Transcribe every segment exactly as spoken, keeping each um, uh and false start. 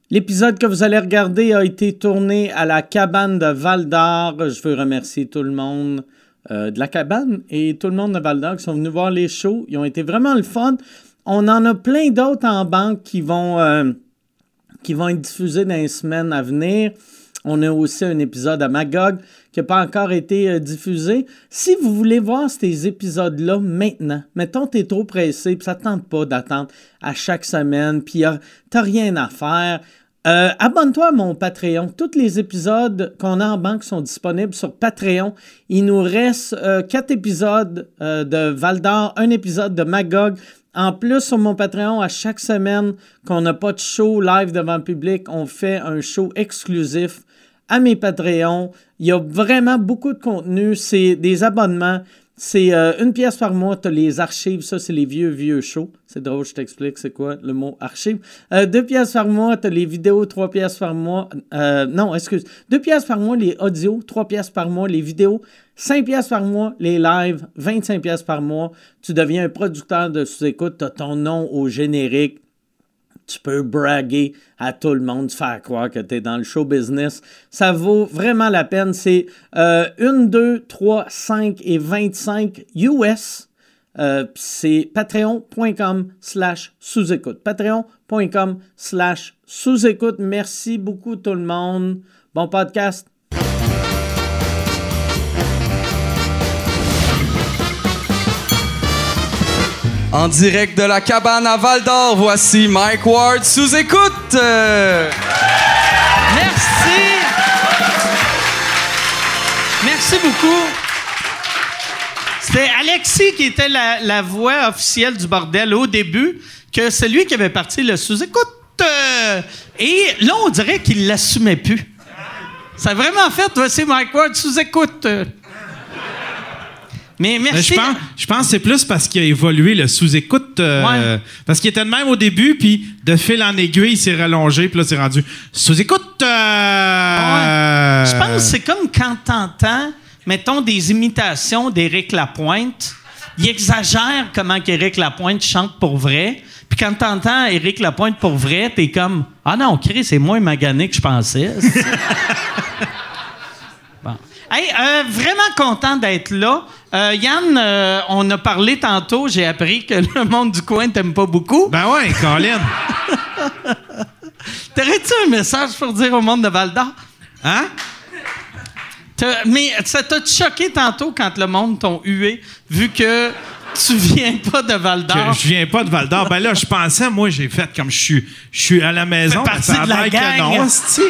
L'épisode que vous allez regarder a été tourné à la cabane de Val-d'Or. Je veux remercier tout le monde euh, de la cabane et tout le monde de Val-d'Or qui sont venus voir les shows. Ils ont été vraiment le fun. On en a plein d'autres en banque qui vont, euh, qui vont être diffusés dans les semaines à venir. On a aussi un épisode à Magog qui n'a pas encore été euh, diffusé. Si vous voulez voir ces épisodes-là maintenant, mettons que tu es trop pressé et ça ne te tente pas d'attendre à chaque semaine puis tu n'as rien à faire, euh, abonne-toi à mon Patreon. Tous les épisodes qu'on a en banque sont disponibles sur Patreon. Il nous reste euh, quatre épisodes euh, de Val-d'Or, un épisode de Magog. En plus, sur mon Patreon, à chaque semaine qu'on n'a pas de show live devant le public, on fait un show exclusif à mes Patreons. Il y a vraiment beaucoup de contenu. C'est des abonnements. C'est euh, une pièce par mois. Tu as les archives. Ça, c'est les vieux, vieux shows. C'est drôle, je t'explique c'est quoi le mot archive. Euh, deux pièces par mois. Tu as les vidéos. Trois pièces par mois. Euh, non, excuse. Deux pièces par mois, les audios. Trois pièces par mois, les vidéos. Cinq pièces par mois, les lives. vingt-cinq pièces par mois. Tu deviens un producteur de sous-écoute. Tu as ton nom au générique. Tu peux braguer à tout le monde, faire croire que tu es dans le show business. Ça vaut vraiment la peine. C'est euh, un, deux, trois, cinq et vingt-cinq U S. Euh, c'est patreon.com slash sous-écoute. Patreon.com slash sous-écoute. Merci beaucoup tout le monde. Bon podcast. En direct de la cabane à Val-d'Or, voici Mike Ward sous écoute. Euh... Merci. Merci beaucoup. C'était Alexis qui était la, la voix officielle du bordel au début, que c'est lui qui avait parti le sous-écoute. Euh, et là, on dirait qu'il l'assumait plus. Ça a vraiment fait, voici Mike Ward sous-écoute. Mais merci. Je pense, je pense que c'est plus parce qu'il a évolué le sous-écoute. Euh, ouais. Parce qu'il était de même au début, puis de fil en aiguille, il s'est rallongé, puis là, c'est rendu sous-écoute. Euh, ouais. Je pense que c'est comme quand t'entends, mettons, des imitations d'Éric Lapointe. Il exagère comment qu'Éric Lapointe chante pour vrai. Puis quand t'entends Éric Lapointe pour vrai, t'es comme « Ah non, Chris, c'est moins magané que je pensais. » Bon. Hey, euh, vraiment content d'être là. Euh, Yann, euh, on a parlé tantôt, j'ai appris que le monde du coin t'aime pas beaucoup. Ben ouais, Colin. T'aurais-tu un message pour dire au monde de Val-d'Or? Hein? T'as, mais ça t'a choqué tantôt quand le monde t'ont hué, vu que tu viens pas de Val-d'Or? Que je viens pas de Val-d'Or. Ben là, je pensais, moi, j'ai fait comme je suis, je suis à la maison. Fais partie de la gang. Non,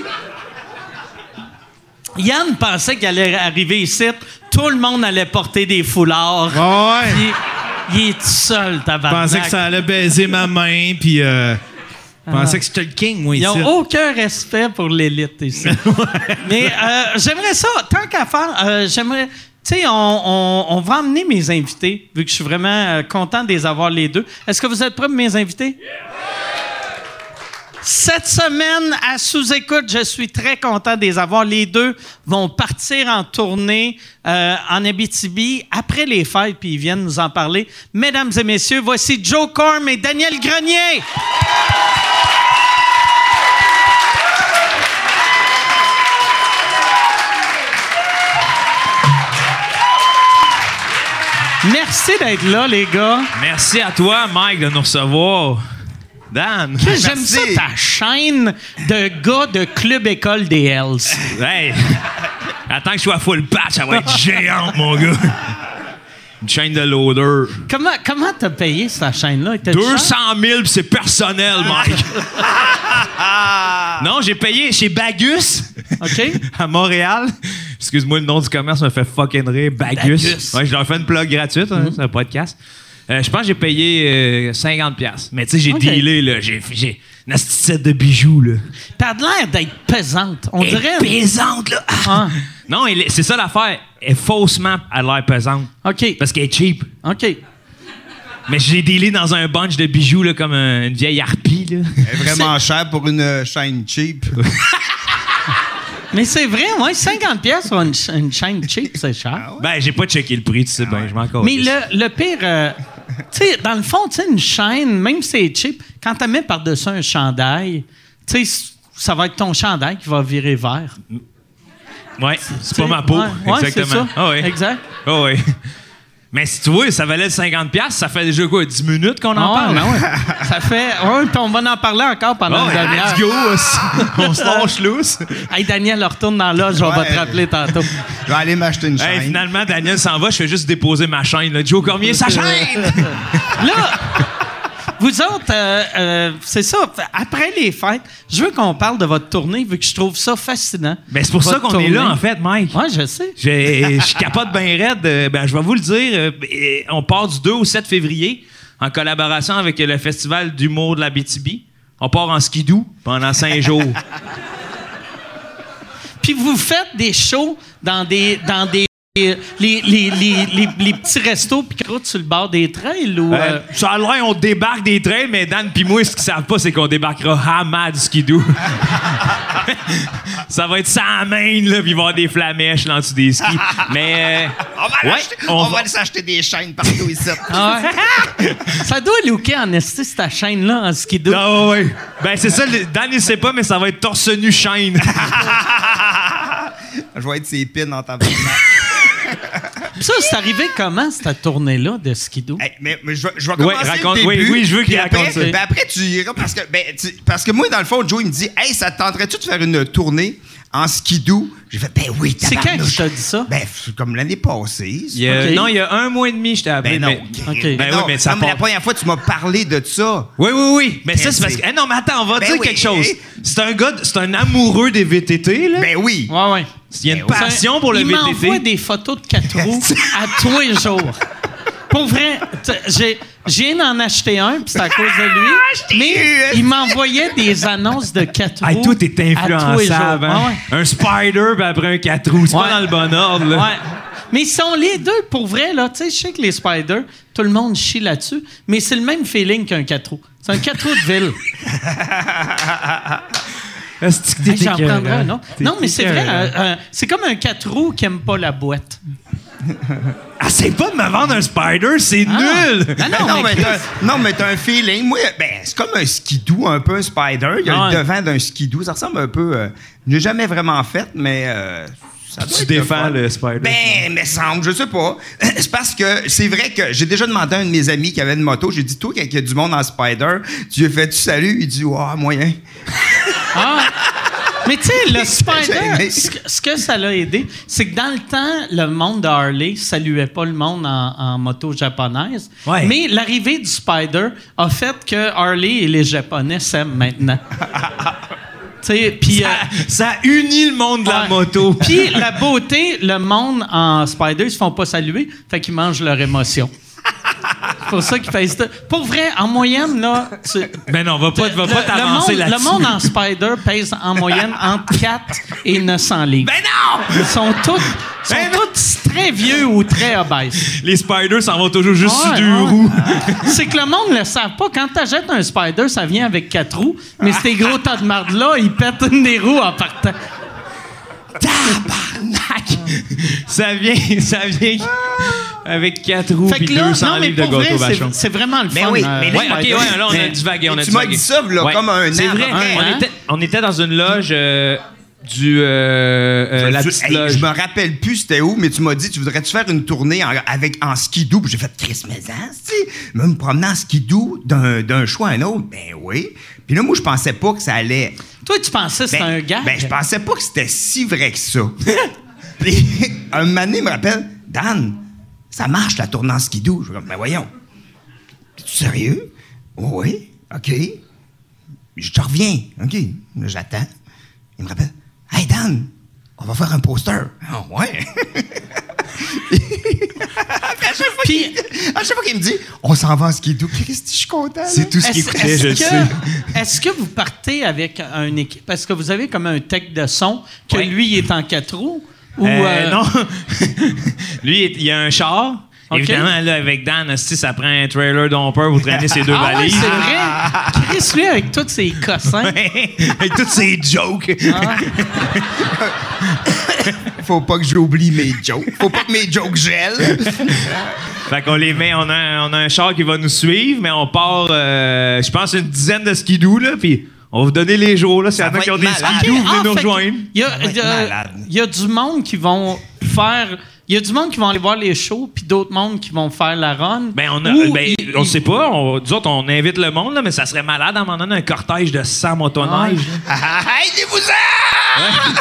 Yann pensait qu'il allait arriver ici, tout le monde allait porter des foulards. Oh ouais. Puis, il est tout seul, tabarnak. Je pensais que ça allait baiser ma main, puis euh, je pensais ah. que j'étais le king, moi, ici. Ils n'ont aucun respect pour l'élite ici. Ouais. Mais euh, j'aimerais ça, tant qu'à faire, euh, j'aimerais... Tu sais, on, on, on va emmener mes invités, vu que je suis vraiment euh, content de les avoir les deux. Est-ce que vous êtes prêts pour mes invités? Yeah! Cette semaine, à sous-écoute, je suis très content de les avoir. Les deux vont partir en tournée euh, en Abitibi après les fêtes, puis ils viennent nous en parler. Mesdames et messieurs, voici Joe Corm et Daniel Grenier. Merci d'être là, les gars. Merci à toi, Mike, de nous recevoir. Dan, j'aime ça ta chaîne de gars de Club École des Hells. Hey, attends que je sois full patch, ça va être géante, mon gars. Une chaîne de loader. Comment comment t'as payé cette chaîne-là? deux cent mille, puis c'est personnel, Mike. Non, j'ai payé chez Bagus. OK. À Montréal. Excuse-moi, le nom du commerce me fait fucking rire. Bagus. Bagus. Ouais, je leur fais une plug gratuite, hein, mm-hmm. C'est un podcast. Euh, je pense que j'ai payé euh, cinquante dollars. Mais tu sais, j'ai okay. dealé, là. J'ai, j'ai une astuce de bijoux, là. T'as l'air d'être pesante. On elle dirait. Pesante, là. Ah. Non, elle, c'est ça l'affaire. Elle est faussement à l'air pesante. OK. Parce qu'elle est cheap. OK. Mais j'ai dealé dans un bunch de bijoux, là, comme un, une vieille harpie, là. Elle est vraiment chère pour une euh, chaîne cheap. Mais c'est vrai, ouais, cinquante pièces pour une, une chaîne cheap, c'est cher. Ah ouais? Ben, j'ai pas checké le prix, tu sais, ah ben, ouais. je m'en calisse. Mais le, le pire, euh, tu sais, dans le fond, tu sais, une chaîne, même si c'est cheap, quand tu mets par-dessus un chandail, tu sais, ça va être ton chandail qui va virer vert. Ouais, c'est pas ma peau. Ouais, ouais, exactement. c'est ça. Ah oui. Exact. Ah oui. Mais si tu vois, ça valait cinquante dollars, ça fait déjà quoi, dix minutes qu'on en Ah, parle? ouais, ben ouais. Ça fait. Ouais, puis on va en parler encore pendant Ah une ouais, demi-heure. let's go, on se lâche lousse. Hey, Daniel, retourne dans l'âge, on va te Ouais. rappeler tantôt. Je vais aller m'acheter une Hey, chaîne. finalement, Daniel s'en va, je fais juste déposer ma chaîne. Là. Joe Cormier, sa chaîne! Là, vous autres, euh, euh, c'est ça, après les fêtes, je veux qu'on parle de votre tournée, vu que je trouve ça fascinant. Ben, c'est pour ça Votre qu'on est tournée. là, en fait, Mike. Ouais, je sais. J'ai- Je capote bien raide. Euh, Ben, je vais vous le dire. euh, et On part du deux au sept février en collaboration avec le Festival d'humour de la B T B. On part en skidoo pendant cinq jours. Puis vous faites des shows dans des dans des les, les, les, les, les petits restos puis croûtes sur le bord des trails ou Euh, euh, ça a l'air, on débarque des trails, mais Dan pis moi, ce qu'ils savent pas, c'est qu'on débarquera hamad du skidoo. Ça va être sans main, là, puis il va y avoir des flamèches là en dessous des skis. Mais, euh, On va, ouais, acheter- on on va- va aller s'acheter des chaînes partout ici. ah ouais. Ça doit looker en esti cette chaîne là en skidoo. Ah ouais, ouais. Ben, c'est ça, le- Dan, il sait pas, mais ça va être torse nu chaîne. Je vais être ses pins en tabarnak. Ça, c'est arrivé comment cette tournée là de skidoo? Hey, mais, mais je vais, je vais Ouais, commencer raconte- le oui, début. oui, je veux qu'il puis après- raconte ça. ben après, tu iras parce que, ben, tu- parce que moi, dans le fond, Joe, il me dit, hey, ça te tenterait-tu de faire une tournée en skidoo? J'ai fait, ben oui, C'est quand tabarnouche. que je t'ai dit ça? Ben, c'est comme l'année passée. Il y a- Ok. Non, il y a un mois et demi, je t'ai appelé. Ben non, mais- ok. Ok. Ben Ben non, oui, mais ça non, mais la part- première fois, tu m'as parlé de ça. Oui, oui, oui. Mais ça, c'est parce c'est- que. Eh non, mais attends, on va Ben dire oui. quelque chose. C'est un gars, c'est un amoureux des V T T, là. Ben oui. Ouais, ouais. Il y a une Ben oui. passion pour le Il V T m'envoie T. des photos de quatre roues à tous les jours. Pour vrai, t- j'ai, je viens d'en acheter un, puis c'est à cause de lui. Mais il m'envoyait des annonces de quatre roues. Hey, toi, t'es à tous les influençable. jours. Hein? Ouais, ouais. Un spider, puis après un quatre roues. C'est Ouais. pas dans le bon ordre, là. Ouais. Mais ils sont les deux, pour vrai, là. Tu sais, je sais que les spiders, tout le monde chie là-dessus, mais c'est le même feeling qu'un quatre roues. C'est un quatre roues de ville. Est-ce que Hey, t'es J'en écœurant? prendrais un, non? T'es Non, mais c'est vrai. écœurant. euh, euh, c'est comme un quatre roues qui aime pas la boîte. Essaye pas de me vendre un spider, c'est Ah. nul! Ah Ben non, non, mais mais t'as, non, mais t'as un feeling. Moi, ben, c'est comme un skidoo, un peu un spider. Il y a Ah ouais. le devant d'un skidoo. Ça ressemble un peu. Euh, je l'ai jamais vraiment fait, mais. Euh, ça doit Tu être défends fun. le spider. Ben, me semble, je sais pas. C'est parce que c'est vrai que j'ai déjà demandé à un de mes amis qui avait une moto. J'ai dit, toi, quand il y a du monde en spider, tu lui as fait du salut? Il dit, ouais, moyen. Ah! Mais tu sais, le spider, Gêné. ce que, ce que ça l'a aidé, c'est que dans le temps, le monde de Harley saluait pas le monde en, en moto japonaise. Ouais. Mais l'arrivée du spider a fait que Harley et les Japonais s'aiment maintenant. Tu sais, puis... Ça, euh, ça unit le monde de la ouais. moto. Puis la beauté, le monde en spider, ils se font pas saluer, fait qu'ils mangent leur émotion. C'est pour ça qu'ils font ça. Pour vrai, en moyenne, là... tu- Ben non, va pas, va le, pas le t'avancer monde, là-dessus. le monde en spider pèse en moyenne entre quatre et neuf cents livres. Ben non! Ils sont tous, sont Ben non! tous très vieux ou très obèses. Les spiders s'en vont toujours juste sur Ouais, deux ouais. roues. C'est que le monde ne le savent pas. Quand tu achètes un spider, ça vient avec quatre roues, mais ces gros tas de marde-là, ils pètent une des roues en partant. Tabarnak! Ça vient, ça vient avec quatre roues Fait et que là, deux cents non, mais livres de pour vrai, gâteau c'est, vachon. c'est vraiment le Mais fun. oui, euh, mais là, Ouais, ok, spider. ouais, là, on a Mais- divagué, on mais a tu m'as divagué. dit ça, là, comme un C'est an vrai, après, on, hein? était, on était dans une loge euh, du... euh, euh, la Je- petite hey, loge. je me rappelle plus c'était où, mais tu m'as dit, tu voudrais-tu faire une tournée en, avec, en skidoo? Puis j'ai fait, Chris Maison, tu sais, me promener en skidoo d'un, d'un choix à un autre. Ben oui. Puis là, moi, je pensais pas que ça allait. Toi, tu pensais que c'était Ben, un gars? ben, je pensais pas que c'était si vrai que ça. Puis, un moment donné, il me rappelle, Dan, ça marche la tournée en skidoo. Je suis comme, ben voyons. Es-tu sérieux? Oui, OK. Je te reviens. OK. Là, j'attends. Il me rappelle, hey Dan, on va faire un poster. Ah, ouais. à chaque fois Puis- qu'il, à chaque fois qu'il me dit, on s'en va en skidoo, Christy, je suis content. là. C'est tout ce qui Est-ce, écoutait, est-ce je le que, sais. est-ce que vous partez avec un équipe? Parce que vous avez comme un tech de son que Ouais. lui, il est en quatre roues? Ou, Euh, euh, Non. Lui, il y a un char. Ok. Évidemment, là, avec Dan, si ça prend un trailer dumper pour traîner ses deux Ah ouais, valises. c'est vrai. Chris, lui, avec tous ses cossins. Avec toutes ses jokes. Ah. Faut pas que j'oublie mes jokes. Faut pas que mes jokes gèlent. Fait qu'on les met, on a, un- on a un char qui va nous suivre, mais on part, euh, je pense, une dizaine de skidoo, là, puis On va vous donner les jours, là. S'il y en Ça a qui va ont des être malade. skidoo, Ok, venez ah, nous fait que rejoindre. Il y a, va être il y a- malade. il y a du monde qui vont faire... Il y a du monde qui vont aller voir les shows, puis d'autres mondes qui vont faire la run. Ben, on a, Ou ben, il- on il- sait pas. On, nous autres, on invite le monde, là, mais ça serait malade à un moment donné, un cortège de cent motoneiges. Ah, aidez-vous-en!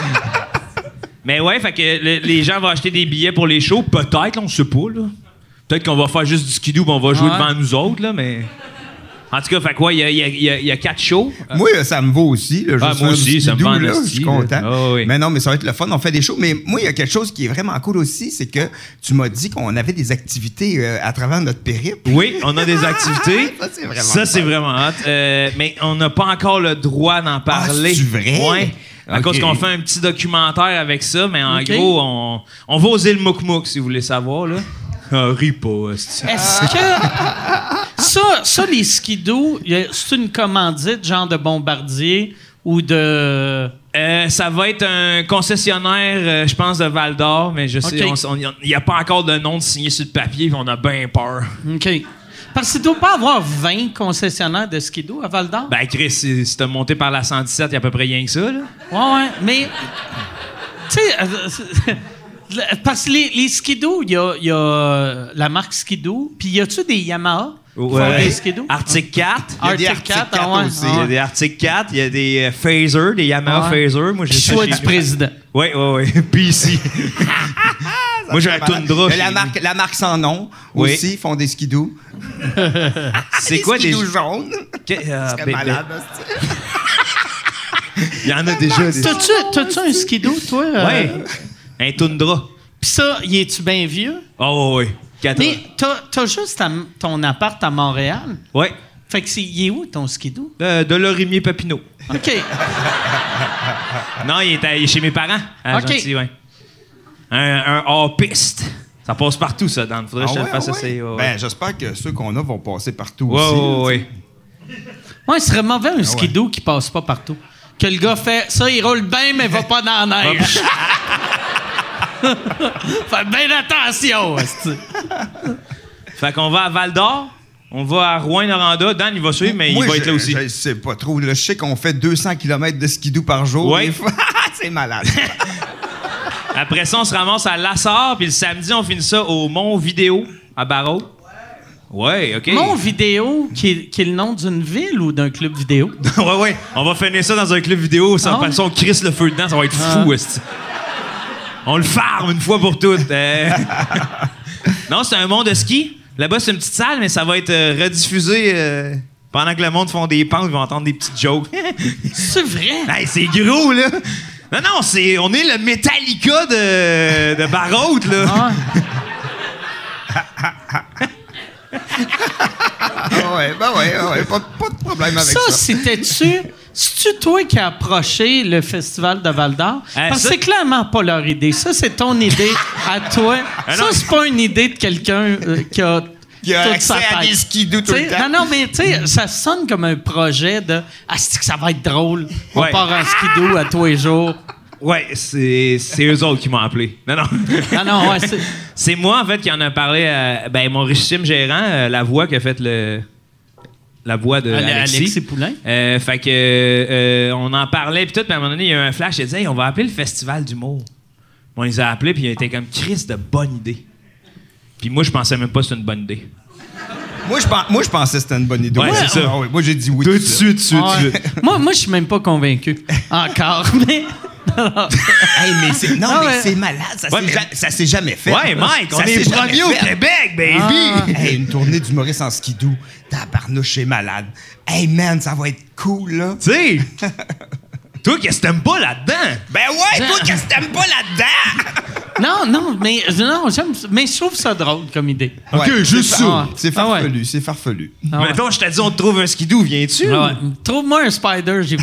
Mais ouais, fait que le- les gens vont acheter des billets pour les shows. Peut-être, là, on sait pas, là. Peut-être qu'on va faire juste du skidoo, puis on va jouer Ouais. devant nous autres, là, mais... En tout cas, fait quoi, il y a, il y a- il y a- il y a quatre shows. Moi, ça me vaut aussi. Là, je Ah, veux moi faire du aussi, ça me skidoo, va en là, esti, je suis là. content. Ah, oui. Mais non, mais ça va être le fun. On fait des shows. Mais moi, il y a quelque chose qui est vraiment cool aussi, c'est que tu m'as dit qu'on avait des activités euh, à travers notre périple. Oui, on a des activités. Ça, c'est vraiment Ça, c'est fun. vraiment hot. Euh, mais on n'a pas encore le droit d'en parler. c'est vrai? Ouais. À Ok. cause qu'on fait un petit documentaire avec ça, mais en Ok. gros, on, on va aux îles Mouk-Mouk, si vous voulez savoir, là. Ah, ris pas, esti. Est-ce que... Ça, ça les skidoo, y a- c'est une commandite, genre de Bombardier ou de... Euh, ça va être un concessionnaire, euh, je pense, de Val-d'Or, mais je sais, Ok. il n'y a pas encore de nom de signé sur le papier, puis on a bien peur. OK. Parce qu'il ne doit pas avoir vingt concessionnaires de skidoo à Val-d'Or. Ben, Chris, si, si t'as monté par la cent dix-sept, il y a à peu près rien que ça, là. Ouais, ouais, mais... Tu sais... euh, le- parce que les, les skidoo, il y a, il y a la marque Skidoo, puis y a-tu des Yamaha qui font des skidoo? Arctic quatre. Il y a des Arctic Arctic quatre, ah ouais, aussi. Il y ah a ouais. des Arctic quatre, il y a des euh, Phaser, des Yamaha Ouais. Phaser. Moi, j'ai Puis ça choix chez du nous. président. Oui, oui, oui. Puis ici. Moi, j'ai un Tundra. Mais chez la nous. marque, la marque sans nom Oui. aussi font des skidoo. C'est quoi des. skidoo jaunes? Que- euh, C'est ben, malade. ben, hostie. Il y en a déjà des. T'as-tu, t'as-tu un skidoo, toi? euh? Ouais. Un Tundra. Puis ça, y es-tu bien vieux? Oh, oui, oui. Quatre Mais t'as, t'as juste ta- ton appart à Montréal. Ouais. Fait que c'est, il est où ton skidoo? De, de Lorimier Papineau. OK. Non, il est, à- il est chez mes parents. À Ok. Gentilly, ouais. Un, un hors-piste. Ça passe partout, ça, Dan. Faudrait que je te Ah le ouais, fasse ah ouais? essayer. ouais, ouais. Ben, j'espère que ceux qu'on a vont passer partout Ouais, aussi. ouais, là, ouais, tu sais. ouais. Ouais, ce serait mauvais un skidoo qui passe pas partout. Que le gars fait ça, il roule bien, mais va pas dans la neige. Fais bien attention, esti. Fait qu'on va à Val-d'Or, on va à Rouyn-Noranda. Dan, il va suivre, mais Moi, il va je- être là aussi. Je sais pas trop. là. Je sais qu'on fait deux cents kilomètres de skidoo par jour. Ouais. Des fois. C'est malade. Après ça, on se ramasse à Lassar, puis le samedi, on finit ça au Mont Vidéo, à Barreau. Ouais, OK. Mon vidéo, qui est, qui est le nom d'une ville ou d'un club vidéo? ouais, ouais. On va finir ça dans un club vidéo. Sans Ah ouais? façon, on crisse le feu dedans. Ça va être fou, esti. On le farme une fois pour toutes. Euh. non, c'est un mont de ski. Là-bas, c'est une petite salle, mais ça va être euh, rediffusé euh, pendant que le monde font des pentes. Ils vont entendre des petites jokes. C'est vrai? Hey, c'est gros, là. Non, non, c'est, on est le Metallica de, de Barraud, là. Ah. Ah ouais, ben ouais, ah ouais, pas, pas de problème avec Ça, ça. c'était-tu... C'est-tu toi qui as approché le festival de Val-d'Or? Euh, Parce que ça- c'est clairement pas leur idée. Ça, c'est ton idée à toi. Ah ça, non. c'est pas une idée de quelqu'un euh, qui a Qui a toute accès sa à tête. des skidoo tout le T'sais, temps. Non, non, mais tu sais, ça sonne comme un projet de « Ah, c'est que ça va être drôle. On Ouais. part en skidoo à tous les jours. Ouais, c'est, c'est eux autres qui m'ont appelé. Non, non. » Non, non, ouais, c'est... C'est moi, en fait, qui en a parlé à ben, mon richissime gérant, euh, la voix qui a fait le, la voix de Ale- Alexis. Alexis Poulain. Euh, fait que euh, on en parlait, puis tout, puis à un moment donné, il y a eu un flash, il a dit hey, on va appeler le Festival d'humour. On les a appelés, puis il a été comme Chris de bonne idée. Puis moi, je pensais même pas que c'était une bonne idée. Moi, je, pen- moi, je pensais que c'était une bonne idée. Ouais, Moi, c'est ça. ah ouais, moi, j'ai dit oui. Tout de suite. suite, tout de suite, tout de Ouais. suite. moi, moi je suis même pas convaincu. Encore, mais... Hey, mais c'est, non, Ah mais ouais. c'est malade. Ça, Ouais, s'est mais- ja- ça s'est jamais fait. Ouais, Mike, on Ça est s'est premier jamais au fait. Québec, baby! Ah. Hey, une tournée d'humoristes en skidoo. Tabarnouche, c'est malade. Hey, man, ça va être cool, là. Tu sais, toi, qu'est-ce que t'aimes pas là-dedans? Ben ouais, toi, qu'est-ce que t'aimes pas là-dedans? Non, non, mais, non, j'aime, mais je trouve ça drôle comme idée. Ouais, juste c'est ça. C'est Ah ouais. farfelu, c'est farfelu. Ah ouais. Mettons, je t'ai dit, on te trouve un skidoo, viens-tu? Ah ouais. Trouve-moi un spider, j'y vais.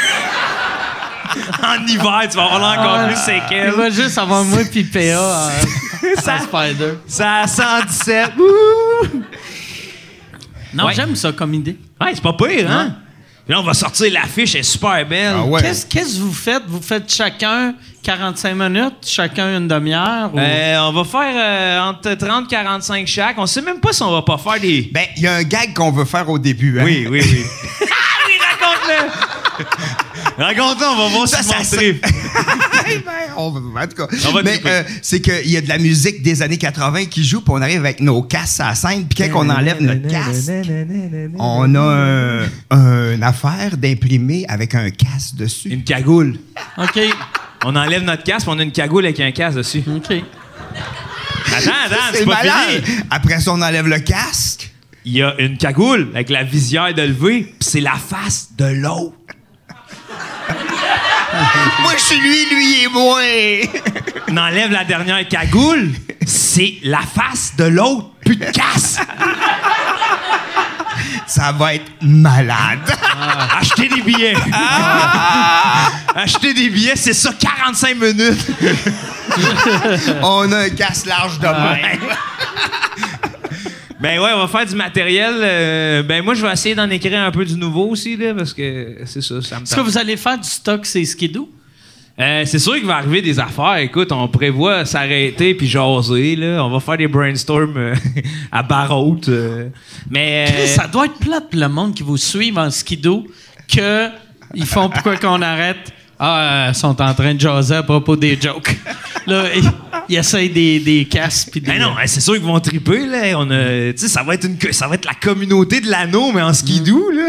En hiver, tu vas avoir encore Ah, plus Il séquelles. va juste avoir moi puis P A euh, Ça- en spider. Ça à cent dix-sept. Ouh! Non, Ouais. j'aime ça comme idée. Ouais, c'est pas pire, hein? Puis là, on va sortir l'affiche, elle est super belle. Ah ouais. Qu'est-ce, qu'est-ce que vous faites? Vous faites chacun quarante-cinq minutes, chacun une demi-heure? Ou... Euh, on va faire euh, entre trente et quarante-cinq chaque. On sait même pas si on va pas faire des... Ben, il y a un gag qu'on veut faire au début, hein? Oui, oui, oui. ah oui, raconte-le! Raconte-nous, on va voir Ça, si ça, tu ça- montres. Ben, on va- en tout cas. On va Mais triper. euh, c'est qu'il y a de la musique des années quatre-vingts qui joue, puis on arrive avec nos casques à la scène, puis quand on enlève notre casque, on a un, un- une affaire d'imprimé avec un casque dessus. Une cagoule. OK. On enlève notre casque, puis on a une cagoule avec un casque dessus. OK. Attends, attends, c'est, C'est pas malade. fini. Après ça, on enlève le casque. Il y a une cagoule avec la visière de lever, puis c'est la face de l'autre. Moi, je suis lui, lui, il est moi. On enlève la dernière cagoule, c'est la face de l'autre. Plus de casse. Ça va être malade. Achetez des billets. Achetez des billets, c'est ça, quarante-cinq minutes. On a un casque large de main. Ben ouais, on va faire du matériel. euh, ben moi, je vais essayer d'en écrire un peu du nouveau aussi, là, parce que c'est ça, ça me Est-ce que tente. vous allez faire du stock, c'est skidoo? Euh, c'est sûr qu'il va arriver des affaires. Écoute, on prévoit s'arrêter puis jaser, là. On va faire des brainstorms euh, à Barraute. euh. Mais... Chris, euh, ça doit être plate pour le monde qui vous suit en skidoo que ils font pourquoi qu'on arrête. Ah, ils sont en train de jaser à propos des jokes. Là, ils, ils essayent des, des casques puis des. Ben non, hein, c'est sûr qu'ils vont triper, là. On a, tu sais, ça va être une, ça va être la communauté de l'anneau, mais en skidoo, là.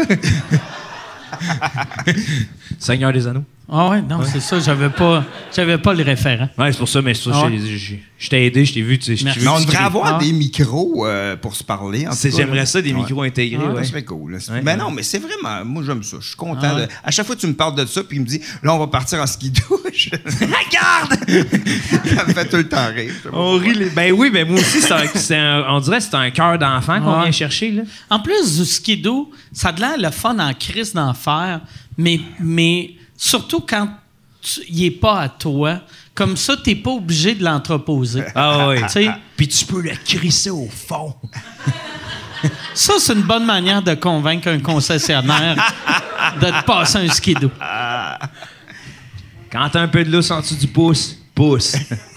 Seigneur des Anneaux. Ah ouais, non, c'est ça, j'avais pas, j'avais pas le référent. Ouais, c'est pour ça, mais c'est ça, Ah je t'ai- je je t'ai aidé, je t'ai vu, tu sais. je t'ai Merci. vu Mais on tu devrait cries. avoir Ah. des micros euh, pour se parler. en C'est- tout cas, J'aimerais là. ça, des Ouais. micros intégrés, Ça ouais. serait cool. Là. Ouais. Ben non, mais c'est vraiment... Moi, j'aime ça. Je suis content. Ah ouais. de- À chaque fois que tu me parles de ça, puis il me dit, là, on va partir en ski douche. Regarde! Ça me fait tout le temps rire. Je sais pas On rit. les- Ben oui, ben moi aussi, c'est un- c'est un- on dirait que c'est un cœur d'enfant qu'on Ouais. vient chercher, là. En plus du skidoo, ça a de l'air le fun en crise d'en faire, mais, mais surtout quand tu- il est pas à toi. Comme ça, t'es pas obligé de l'entreposer. Ah oui. Tu sais, Puis tu peux le crisser au fond. ça, c'est une bonne manière de convaincre un concessionnaire de te passer un skidoo. Quand t'as un peu de lousse en dessous du pouce, pouce.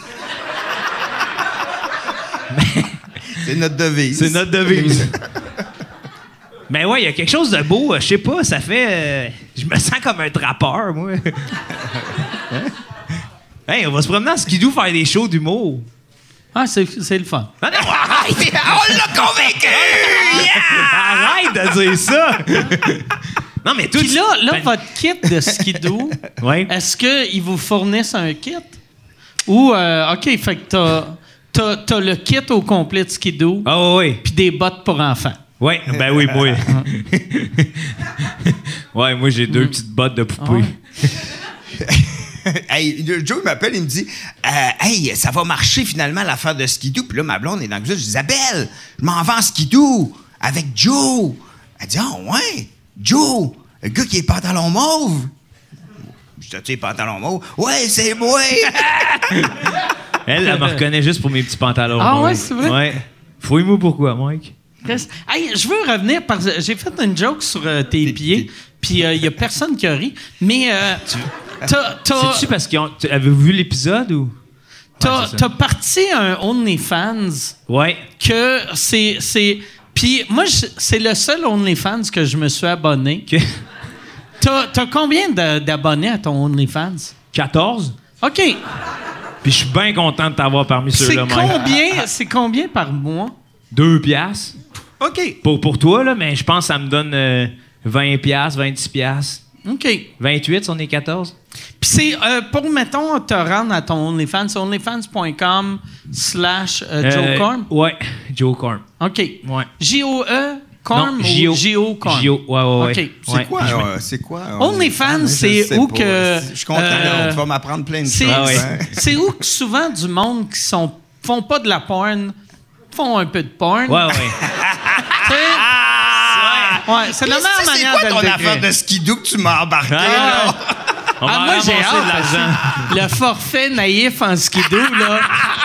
C'est notre devise. C'est notre devise. Mais ouais, il y a quelque chose de beau. euh, Je sais pas, ça fait... euh, je me sens comme un trappeur, moi. Hein? Hey, on va se promener en skidoo faire des shows d'humour. Ah, c'est, c'est le fun. Non, non, arrête! On l'a convaincu! Arrête de dire ça! Non, mais tout... Puis là, là Ben, votre kit de skidoo, Ouais. est-ce qu'ils vous fournissent un kit? Ou, euh, OK, fait que t'as, t'as, t'as le kit au complet de skidoo, Ah oui, puis des bottes pour enfants. oui. Ben oui, moi. Ouais, moi, j'ai deux petites bottes de poupée. Hey, Joe m'appelle, il me dit euh, Hey, ça va marcher finalement l'affaire de skidoo. Puis là, ma blonde est dans le jeu. Je dis Isabelle, je m'en vais en skidoo avec Joe. Elle dit Ah, ouais, Joe, le gars qui est pantalon mauve. Je dis Tu es pantalon mauve? Ouais, c'est moi. Elle, elle me reconnaît juste pour mes petits pantalons. Ah moi. ouais, c'est vrai? Ouais. Fouille-moi pourquoi, Mike. Reste- Hey, je veux revenir parce que j'ai fait une joke sur euh, tes pieds, puis il y a personne qui a ri. Mais euh, t'as, t'as, C'est-tu parce qu'ils ont... tu- Avez-vous vu l'épisode ou... t'as, Ouais, c'est ça. t'as parti un OnlyFans Ouais. que c'est... c'est puis moi, je- c'est le seul OnlyFans que je me suis abonné. OK. T'as, t'as combien de- d'abonnés à ton OnlyFans? quatorze. OK. Puis je suis bien content de t'avoir parmi C'est ceux-là, Mike. combien, c'est combien par mois? Deux piastres. OK. Pour, pour toi, là, mais je pense que ça me donne euh, vingt piastres, vingt-dix piastres. OK. vingt-huit, si on est quatorze. Puis c'est euh, pour, mettons, te rendre à ton OnlyFans, c'est onlyfans.com slash euh, Joe Euh, Corm. Ouais, Joe Corm. OK. Ouais. J-O-E Corm Non, ou J-O. J-O Corm? J-O, ouais, ouais, ouais. OK. C'est Ouais. quoi? Puis je me- euh, c'est quoi? OnlyFans, Je c'est sais où pas. que, Je suis content. euh, Tu vas m'apprendre plein de C'est, choses. Ah ouais. hein. c'est où que souvent du monde qui sont font pas de la porn, font un peu de porn. Ouais, ouais. Tu sais, ouais, c'est la Puis, meilleure c'est manière quoi de ton le affaire décrire. de skidoo que tu m'as embarqué? Ah, là? On Ah, va moi, j'ai ramasser hâte. de l'argent. parce que Le forfait naïf en skidoo, là.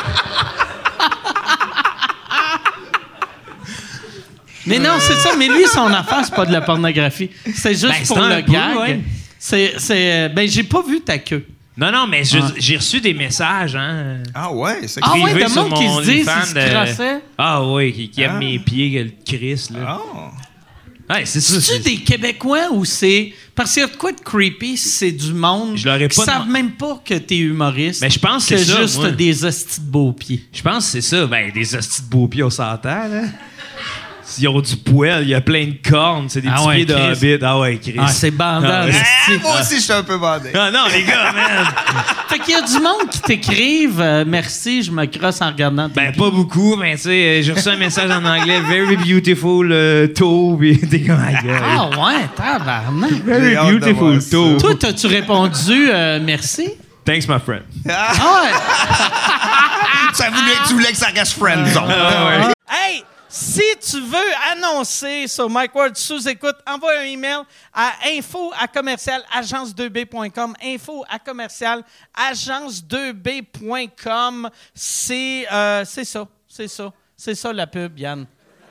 Mais non, c'est ça. Mais lui, son affaire, c'est pas de la pornographie. C'est juste Ben, c'est pour un le peu, gag. ouais. C'est, c'est, ben, j'ai pas vu ta queue. Non, non, mais je- Ah. j'ai reçu des messages, hein. Ah ouais, c'est Ah ouais, privés de sur monde mon qui se dit OnlyFans s'ils se de- crossaient. Ah oui, qui, qui aime Ah. mes pieds, que le Chris, là. Oh. Ouais, c'est ça. C'est-tu c'est- des Québécois ou c'est Parce qu'il y a de quoi de creepy, c'est du monde Je l'aurais qui pas savent demandé. même pas que t'es humoriste. Mais je pense que que c'est ça, juste moi. des hosties de beaux pieds. Je pense que c'est ça. Ben, des hosties de beaux pieds, on s'entend, là. S'ils ont du poil, il y a plein de cornes, c'est des Ah petits ouais, pieds de Chris. hobbit. Ah ouais, Chris. Ah, c'est bandant. Ah, esti. Ah, moi aussi, je suis un peu bandé. Ah non, les gars, man! Fait qu'il y a du monde qui t'écrivent euh, merci, je me crosse en regardant tes Ben, pieds. pas beaucoup, mais tu sais, euh, j'ai reçu un message en anglais, very beautiful uh, toe, pis t'es comme, my God. Ah ouais, tabarnak. J'ai Very hâte de beautiful voir ça. toe. Toi, t'as-tu répondu euh, merci? Thanks, my friend. Ah ouais. Ça voulait, tu voulais que ça reste friendzone. Hey, si tu veux annoncer sur Mike Ward sous écoute, envoie un email à info à commercial agence deux b point com. info à commercial agence deux b point com. C'est euh, c'est ça, c'est ça, c'est ça la pub, Yann.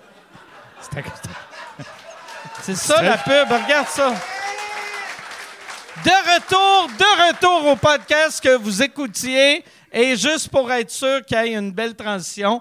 C'est ça la pub. Regarde ça. De retour, de retour au podcast que vous écoutiez, et juste pour être sûr qu'il y ait une belle transition.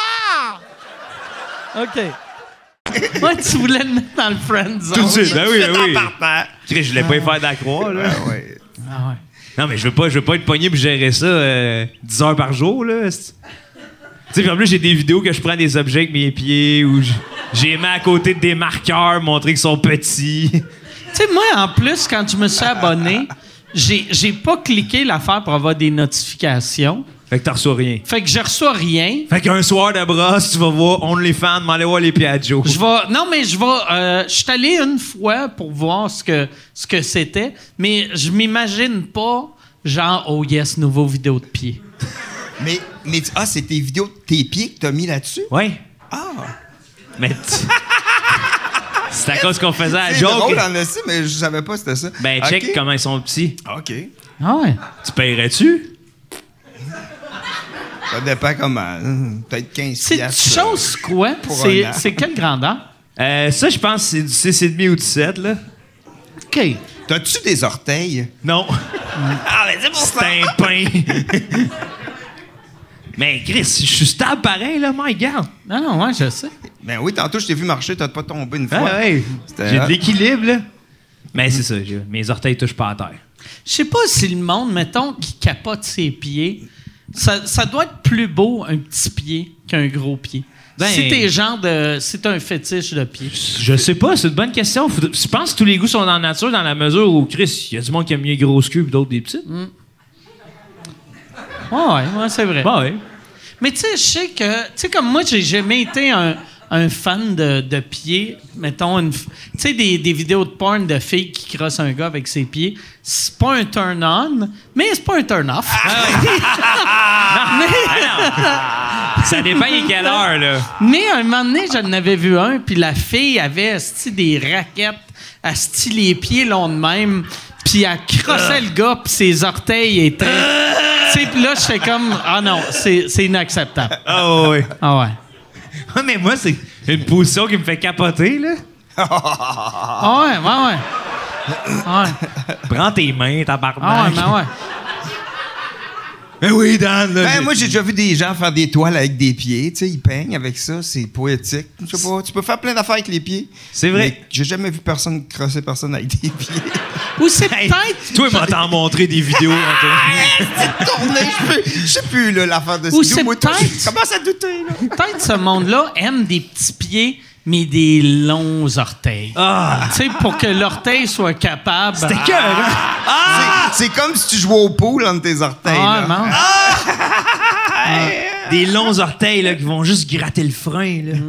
OK. Ouais, tu voulais le mettre dans le friend zone. Tout de suite, ben oui, ben oui. Partant. Chris, je voulais pas y faire d'accroix, là. Ah ouais. Ah ouais. Non, mais je veux pas, je veux pas être pogné pour gérer ça euh, dix heures par jour, là. C'est- Tu sais, puis en plus, j'ai des vidéos que je prends des objets avec mes pieds ou je- j'ai mis à côté de des marqueurs, montrer qu'ils sont petits. Tu sais, moi, en plus, quand je me suis abonné, j'ai, j'ai pas cliqué l'affaire pour avoir des notifications. Fait que t'en reçois rien. Fait que je reçois rien. Fait qu'un soir de brosse, tu vas voir OnlyFans, m'aller voir les pieds à Joe. Je vais, non, mais je vais. Euh, je suis allé une fois pour voir ce que, ce que c'était, mais je m'imagine pas, genre, oh yes, nouveau vidéo de pied. Mais, mais ah, c'est tes vidéos de tes pieds que t'as mis là-dessus? Ouais. Ah! Mais t- c'est à cause qu'on faisait à C'est Joe. drôle que- en aussi, mais je savais pas c'était ça. Ben, Ok. check comment ils sont petits. OK. Ah ouais. Tu paierais-tu? Ça dépend comment. hein, Peut-être quinze C'est piastres. chose quoi? pour C'est, un an. c'est quelle grandeur? Euh, ça, je pense que c'est du six virgule cinq ou du sept, là. OK. T'as-tu des orteils? Non. Ah, mais c'est pour C'est un pain. Mais Chris, je suis stable pareil, là, my God. Non, non, ouais, je sais. Ben oui, tantôt, je t'ai vu marcher, t'as pas tombé une fois. Ah ouais. C'était J'ai hot. de l'équilibre, là. Mais c'est ça, j'ai- mes orteils touchent pas à terre. Je sais pas si le monde, mettons, qui capote ses pieds, ça, ça doit être plus beau un petit pied qu'un gros pied. Ben- si t'es genre de. Si t'as un fétiche de pied. Je sais pas, c'est une bonne question. Faut- Je pense que tous les goûts sont dans la nature, dans la mesure où, Chris, il y a du monde qui aime mieux les grosses queues et d'autres des petites. Ouais, ouais, ouais, c'est vrai. Bah ouais. Mais tu sais, je sais que. Tu sais, comme moi, j'ai jamais été un, un fan de, de pieds. Mettons, une f- tu sais, des, des vidéos de porn de filles qui crossent un gars avec ses pieds. C'est pas un turn-on, mais c'est pas un turn-off. Ça dépend à quelle heure, là. Mais un moment donné, j'en avais vu un, puis la fille avait asti, des raquettes, asti, les pieds longs de même, puis elle crossait le gars, puis ses orteils étaient... Tu sais, puis là, j'étais comme... Ah non, c'est, c'est inacceptable. Ah ouais. Ah ouais. Ah, mais moi, c'est une position qui me fait capoter, là. Ah ouais, ouais, ouais. Ah ouais, Prends tes mains, tabarnak. ah ouais, ben ouais. Ben oui, Dan, là. Ben, j'ai- moi, j'ai déjà vu des gens faire des toiles avec des pieds. Tu sais, ils peignent avec ça. C'est poétique. Je sais pas. Tu peux faire plein d'affaires avec les pieds. C'est vrai. Mais j'ai jamais vu personne crosser personne avec des pieds. Ou c'est Hey, peut-être... toi, il m'a t'en montré des vidéos. Antoine. Tourner, je peux- je sais plus, là, l'affaire de Ou studio. c'est Moi, toi, peut-être- je commence à douter, là. Peut-être ce monde-là aime des petits pieds, mais des longs orteils. Ah! Tu sais, pour que l'orteil soit capable... C'était cœur, hein? C'est- C'est comme si tu jouais au pool entre tes orteils. Ah, là. non. Des longs orteils, là, qui vont juste gratter le frein, là.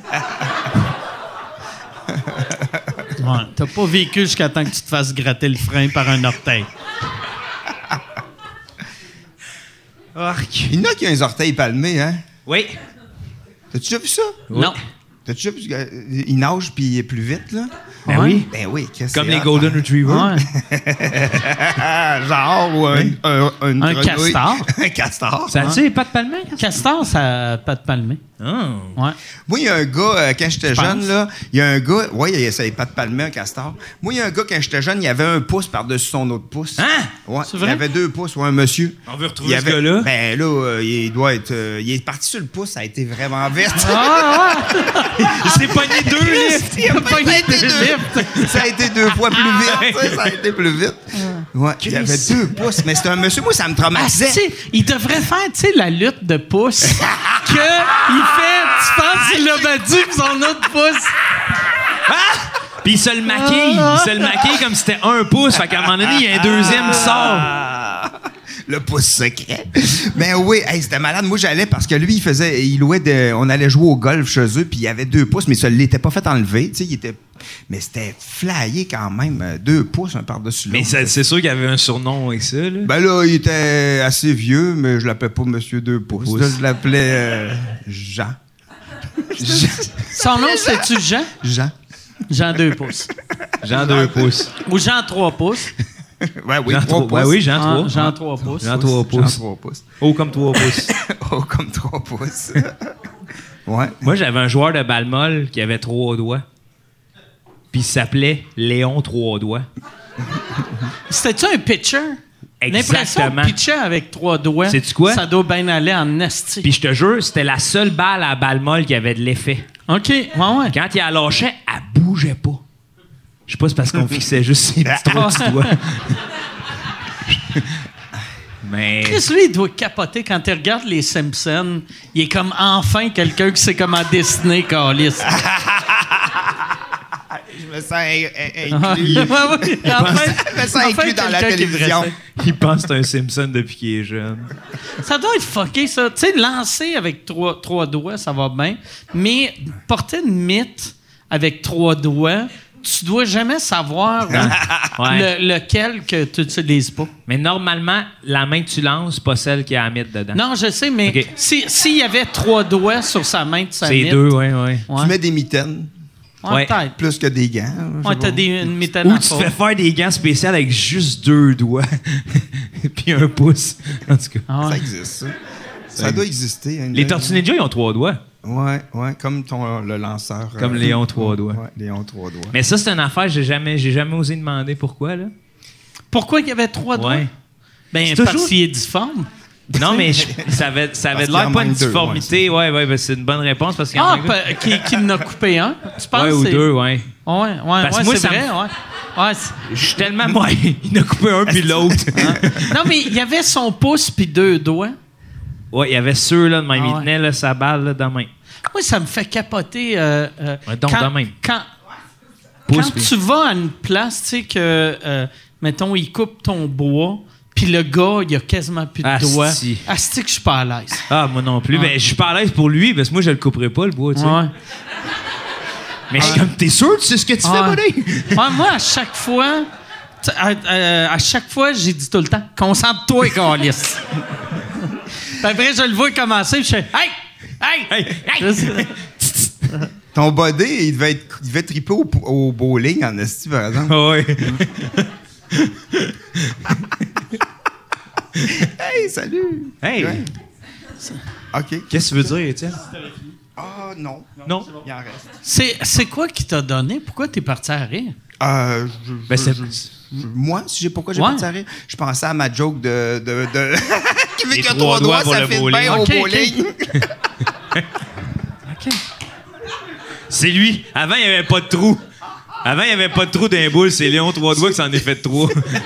Ouais, t'as pas vécu jusqu'à temps que tu te fasses gratter le frein par un orteil. Arc. Il y en a qui ont les orteils palmés, hein? Oui. T'as-tu déjà vu ça? Non. T'as-tu déjà vu? euh, Il nage puis il est plus vite, là? Ben oui. Ben oui, qu'est-ce Comme que les c'est Golden hot, Retrievers. Ouais. hein? Genre, ou un, un, une Un grenouille. castor. Un castor. Ça a-tu les pattes palmées? Castor, ça a pas de palmé. Ah. Ouais. Moi, il y a un gars, euh, quand j'étais Je jeune, pense. là, il y a un gars, ouais, il savait pas de palmer, un castor. Moi, il y a un gars, quand j'étais jeune, il avait un pouce par-dessus son autre pouce. Hein? Ouais, C'est il vrai? avait deux pouces, ou un monsieur. On veut retrouver Il ce avait- gars-là. Ben là, euh, il doit être. euh, il est parti sur le pouce, ça a été vraiment vite. Ah, ouais. Il s'est pogné deux lifts. Il a pogné deux deux lifts. Ça a été deux fois plus vite. tu sais, Ça a été plus vite. Ouais, il avait deux pouces. Mais c'était un monsieur, moi, ça me Ah, traumatisait. tu sais, il devrait faire, tu sais, la lutte de pouce. que il fait, tu penses qu'il l'a battu pis son autre pouce. Puis il se le maquille. Il se le maquille comme si c'était un pouce. Fait qu'à un moment donné, il y a un deuxième qui sort. Le pouce secret. Ben oui, hey, c'était malade. Moi, j'allais parce que lui, il faisait, il louait de, on allait jouer au golf chez eux, puis il y avait deux pouces, mais ça ne l'était pas fait enlever. Tu sais, il était, mais c'était flyé quand même, euh, deux pouces un par-dessus l'autre. Mais c'est c'est sûr qu'il y avait un surnom avec ça, là. Ben là, il était assez vieux, mais je l'appelais pas Monsieur Deux pouces. Pouce. Là, je l'appelais euh, Jean. Jean. Son nom, c'est-tu Jean? Jean. Jean deux pouces. Jean deux pouces. Ou Jean trois pouces. Ouais, oui, Jean trois trois- pouces. ouais, oui, Jean Ah, trois. Jean trois pouces. Jean trois pouces. Jean trois pouces. Haut comme trois pouces. Oh, comme trois pouces. Ouais. Moi, j'avais un joueur de balle molle qui avait trois doigts. Puis il s'appelait Léon Trois Doigts. C'était-tu un pitcher? L'impression Exactement. de pitcher avec trois doigts. Sais-tu quoi? Ça doit bien aller en esti. Puis je te jure, c'était la seule balle à balle molle qui avait de l'effet. OK, ouais, ouais. Quand il la lâchait, elle bougeait pas. Je sais pas, c'est parce qu'on fixait juste ses petits trois petits doigts. Mais. Chris, lui, il doit capoter quand il regarde les Simpsons. Il est comme enfin quelqu'un qui sait comment dessiner, Carlis. Je me sens in- in- Ah, inclus. ouais, ouais. Enfin, Je me sens enfin inclus dans la quelqu'un qui est télévision. vrai. Il pense que c'est un Simpson depuis qu'il est jeune. Ça doit être fucké, ça. Tu sais, lancer avec trois, trois doigts, ça va bien. Mais porter une mythe avec trois doigts, tu dois jamais savoir hein, Ouais. le- lequel que tu n'utilises pas. Mais normalement, la main que tu lances, pas celle qui a la mythe dedans. Non, je sais, mais OK. si- s'il y avait trois doigts sur sa main de sa C'est mythe... deux, ouais, ouais. Ouais. Tu mets des mitaines, Ouais, Ouais. peut-être. plus que des gants. je sais Ouais, pas. t'as des, une mitaine Ou en tu te fauve. fais faire des gants spéciaux avec juste deux doigts. Puis un pouce. En tout cas. Ah ouais. Ça existe, ça. Ça doit exister. hein, Les une- Tortues Ninja, ils ont trois doigts. Ouais, ouais, comme ton, le lanceur. Comme euh, Léon Trois Doigts. Ouais, Léon Trois Doigts. Mais ça, c'est une affaire, j'ai jamais, j'ai jamais osé demander pourquoi, là. Pourquoi il y avait trois doigts? Ouais. Ben, C'est parce toujours- qu'il est difforme. Non, mais je- ça avait, ça avait Parce de l'air qu'il en pas une manque deux, difformité. Ouais, ouais, ben, c'est une bonne réponse parce qu'il y en Ah, manque deux. pe- qui, qui en a coupé un. Tu penses Ouais, ou que c'est- deux, ouais. Ouais, ouais, Parce que ouais, moi, c'est ça vrai, me- ouais. Ouais, c'est- Je suis tellement. Ouais, il en a coupé un puis l'autre. non, mais il y avait son pouce puis deux doigts. Ouais, il y avait ceux-là de même. Ah Il ouais. tenait là, sa balle là, dans la main. Moi, ça me fait capoter. Euh, euh, Ouais, donc, quand, de même. quand, Pouce, quand puis- tu vas à une place, tu sais, que, euh, mettons, il coupe ton bois, puis le gars, il a quasiment plus de Asti. doigts. Asti que je suis pas à l'aise. Ah, moi non plus. Ouais. Ben, je suis pas à l'aise pour lui parce que moi, je le couperai pas, le bois, tu sais. Ouais. Mais je suis comme, t'es sûr, tu sais ce que tu fais, Ouais. buddy? Ouais, moi, à chaque fois, tu- à, à- à chaque fois, j'ai dit tout le temps, concentre-toi, Carlis. Puis après, je le vois commencer, puis je fais, hey! Hey! Hey, hey! Ton body, il devait, être, il devait triper au, au bowling en esti, par exemple. Ouais. Hey, salut! Hey! Ouais. OK. Qu'est-ce que tu veux dire, Étienne? Ah, non. Non. Il en reste. C'est, c'est quoi qui t'a donné? Pourquoi t'es parti à rire? Euh, je- Ben, je- c'est- je- je- moi, si j'ai pourquoi j'ai Ouais. parti à rire, je pensais à ma joke de. de, de qui veut Les qu'il y a trois trois doigts doigts, pour ça le fait bowling. bien au Ok, ok. bowling. OK. C'est lui. Avant, il n'y avait pas de trou. Avant, il n'y avait pas de trou dans les boules. C'est Léon Trois Doigts qui s'en est fait trois.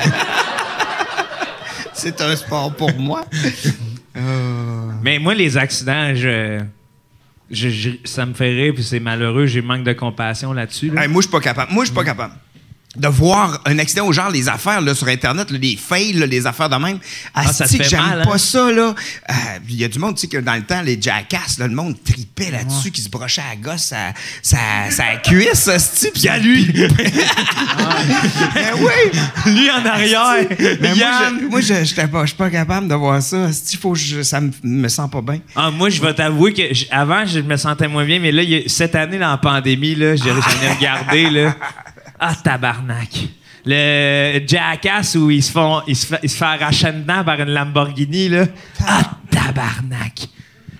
C'est un sport pour moi. Euh, Mais moi, les accidents, je, je- je- ça me fait rire, puis c'est malheureux. J'ai manque de compassion là-dessus. là. hey, moi, je suis pas capable. Moi, je suis pas capable. De voir un accident au genre, les affaires là, sur Internet, là, les fails, là, les affaires de même. Ah, ça te Asti que fait j'aime mal, pas hein? ça, là. Euh, Il y a du monde, tu sais, que dans le temps, les jackass, là, le monde tripait là-dessus, qui se brochait à la gosse, sa, sa, sa cuisse, asti, puis Y'a lui! Ben oui! Lui en arrière! Mais moi, Yann! je, moi, je, j'étais pas, je suis pas capable de voir ça. Asti, faut que je, ça me, me sent pas bien. Ah, moi, je vais t'avouer que j- avant, je me sentais moins bien, mais là, il y a- cette année, dans la pandémie, là, j'ai- j'en ai regardé. Là. Ah, tabarnak! Le Jackass où ils se font, ils se, fa- ils se font arracher dedans par une Lamborghini, là. Ah, tabarnak!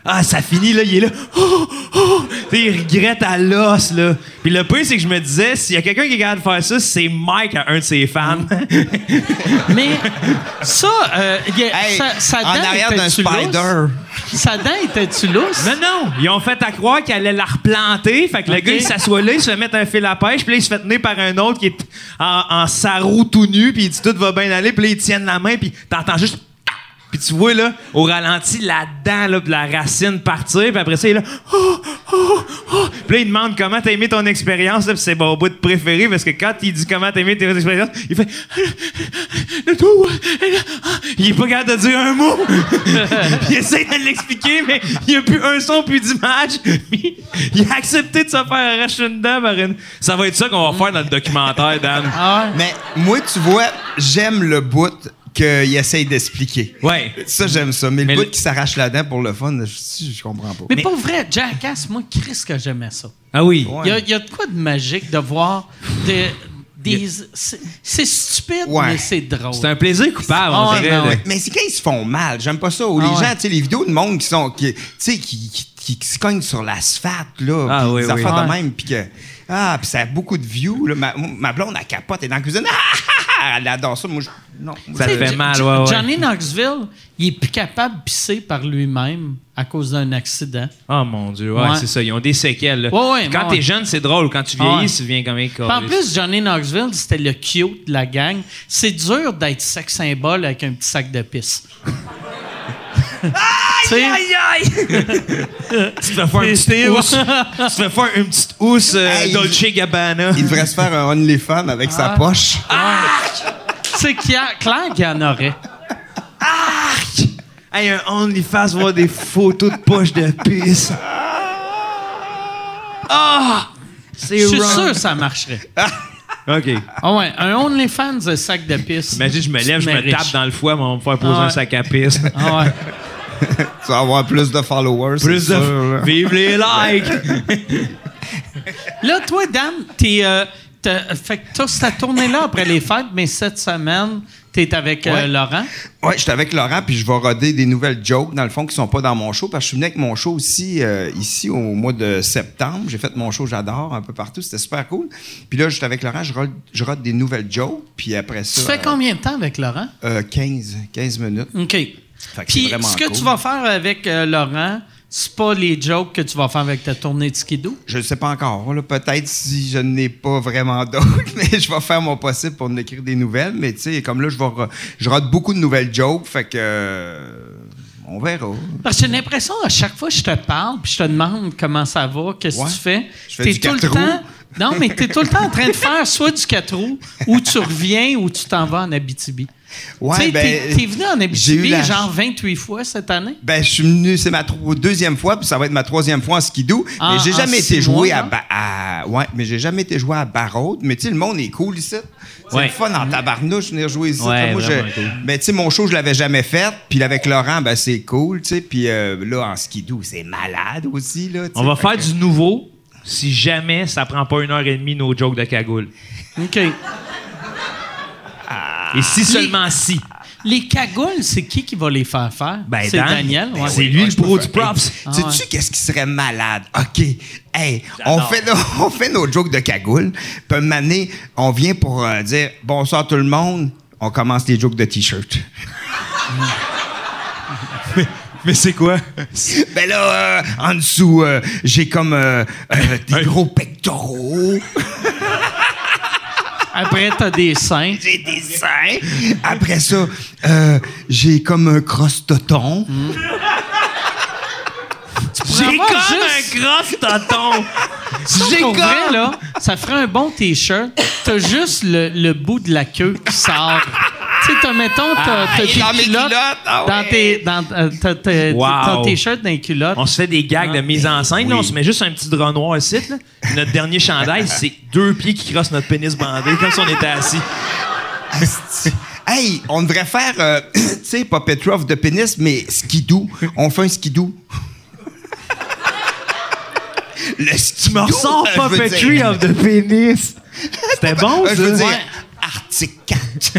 Ah, ça finit, là, il est là. Oh, oh. Il regrette à l'os, là. Puis le pire, c'est que je me disais, s'il y a quelqu'un qui est capable de faire ça, c'est Mike à un de ses fans. Mais ça, euh, y a, Hey, sa, sa dent en arrière d'un était-tu spider. lousse? Sa dent était-tu lousse? Non, non. Ils ont fait à croire qu'il allait la replanter. Fait que le Ok. gars, il s'assoit là, il se fait mettre un fil à pêche, puis là, il se fait tenir par un autre qui est en, en sarrau tout nu, puis il dit tout va bien aller, puis là, ils tiennent la main, puis t'entends juste. Puis tu vois, là, au ralenti, la dent, là, de la racine partir, puis après ça, il est là. Oh, oh, oh. Puis là, il demande comment t'as aimé ton expérience, là, puis c'est mon bout de préféré, parce que quand il dit comment t'as aimé tes expériences, il fait. Le tout. Il est pas capable de dire un mot. Il essaie de l'expliquer, mais il n'y a plus un son, plus d'image. Puis il a accepté de se faire arracher une dent par une. Ça va être ça qu'on va faire dans le documentaire, Dan. Ah ouais? Mais moi, tu vois, j'aime le bout qu'il essaye d'expliquer. Ouais. Ça, j'aime ça. Mais, Mais le bout le- qui s'arrache la dent pour le fun, je, je comprends pas. Mais, pour vrai, Jackass, moi, Chris, que j'aimais ça. Ah oui. Ouais. Il y a, il y a de quoi de magique de voir des. des c'est, c'est stupide, Ouais. mais c'est drôle. C'est un plaisir coupable, on Ah ouais, dirait. ben là. ouais. Mais c'est quand ils se font mal. J'aime pas ça. Ou les Ah ouais. gens, tu sais, les vidéos de monde qui sont. Qui, tu sais, qui, qui, qui, qui se cognent sur l'asphalte, là. Ah puis oui, des oui. affaires de Ouais. même. Puis que. Ah, puis ça a beaucoup de views, là. Ma, ma blonde, elle capote, elle est dans la cuisine. Ah, elle adore ça. Moi, je. Non. Ça Tu sais, fait J- mal, J- ouais, ouais. Johnny Knoxville, il est plus capable de pisser par lui-même à cause d'un accident. Oh mon Dieu, ouais, Ouais. c'est ça. Ils ont des séquelles. là. Ouais, ouais, Quand ouais, t'es ouais. jeune, c'est drôle. Quand tu vieillis, Ouais. tu deviens comme un Puis en câlisse. plus, Johnny Knoxville, c'était le cute de la gang. C'est dur d'être sex symbole avec un petit sac de pisse. Aïe, aïe, aïe! Tu te fais faire une petite housse. Tu te fais faire une petite housse euh, Hey, Dolce Gabbana. Il devrait se faire un OnlyFans avec sa Ah. poche. C'est clair, clair qu'il y en aurait. Hey, un OnlyFans, voir des photos de poche de pisse. Ah! C'est Je suis wrong. sûr que ça marcherait. OK. Ah ouais, un OnlyFans de sac de pisse. Imagine, je me lève, je me riche. tape dans le foie, mais on va me faire poser Ah ouais. un sac à pisse. Ah ouais. Tu vas avoir plus de followers. Plus c'est de... sûr, là. Vive les likes! Là, toi, Dan, t'es. Euh, t'as- fait que t'as cette tournée-là après les fêtes, mais cette semaine, t'es avec euh, Ouais. Laurent. Ouais, j'étais avec Laurent, puis je vais roder des nouvelles jokes, dans le fond, qui sont pas dans mon show, parce que je suis venu avec mon show aussi, euh, ici, au mois de septembre. J'ai fait mon show J'adore un peu partout, c'était super cool. Puis là, j'étais avec Laurent, je rode, je rode des nouvelles jokes, puis après ça... Tu fais euh, combien de temps avec Laurent? euh, quinze, quinze minutes. OK. Fait que Puis, c'est vraiment ce que cool. tu vas faire avec euh, Laurent, c'est pas les jokes que tu vas faire avec ta tournée de skidoo? Je ne sais pas encore. Là. Peut-être si je n'ai pas vraiment d'autres, mais je vais faire mon possible pour en écrire des nouvelles. Mais tu sais, comme là, je vais re- je rate beaucoup de nouvelles jokes, fait que euh, on verra. Parce que j'ai l'impression, à chaque fois que je te parle, puis je te demande comment ça va, qu'est-ce Ouais. que tu fais, Je fais t'es du tout le quatre temps. roues. Non, mais t'es tout le temps en train de faire soit du quatre roues, ou tu reviens, ou tu t'en vas en Abitibi. Ouais, tu sais, ben, t'es, t'es venu en j'ai Abitibi eu la- genre vingt-huit fois cette année. Ben, je suis venu, c'est ma tro- deuxième fois, puis ça va être ma troisième fois en skidoo. En- mais j'ai en jamais six été joué mois, à, non? Ba- à- ouais, mais j'ai jamais été joué à Barraud. Mais tu sais, le monde est cool ici. C'est Ouais. le fun en tabarnouche venir jouer ici. Ouais, Moi, vraiment je- cool. ben, tu sais, mon show, je l'avais jamais fait. Puis avec Laurent, ben, c'est cool, tu sais. Puis euh, là, en skidoo, c'est malade aussi, là. tu On sais. va Fait faire que- du nouveau si jamais ça prend pas une heure et demie nos jokes de cagoule. OK. Et si seulement si. Les cagoules, c'est qui qui va les faire faire? Ben, c'est Dan. Daniel? Ouais. C'est lui Ouais, le je peux pro faire- du props. Ah, Sais-tu ouais. qu'est-ce qui serait malade? OK. Hey, on fait, nos, on fait nos jokes de cagoule. Puis un moment donné, on vient pour euh, dire bonsoir tout le monde. On commence les jokes de T-shirt. Mais c'est quoi? Ben là, euh, en dessous, euh, j'ai comme euh, euh, des gros pectoraux. Après, t'as des seins. J'ai des seins. Après ça, euh, j'ai comme un crosse-toton. J'ai J'ai comme un grosse tonton. J'ai pour vrai, là, ça ferait un bon T-shirt. T'as juste le, le bout de la queue qui sort. Tu sais, t'as, mettons, t'as, t'as il est tes dans mes culottes, culottes, ah dans ouais. tes, dans, euh, t'as, t'as- Wow. ton T-shirt dans les culottes. On se fait des gags de mise en scène. Là, on oui. se met juste un petit drap noir ici. Là. Notre dernier chandail, c'est deux pieds qui crossent notre pénis bandé, comme si on était assis. Hey, on devrait faire, euh, tu sais, pas Petrov de pénis, mais skidoo. On fait un skidoo. Le Tu skidoo. me ressors euh, je veux Puppetry dire. of the Penis. C'était bon, Euh, ça? Je veux dire, Ouais. Arctic Cat.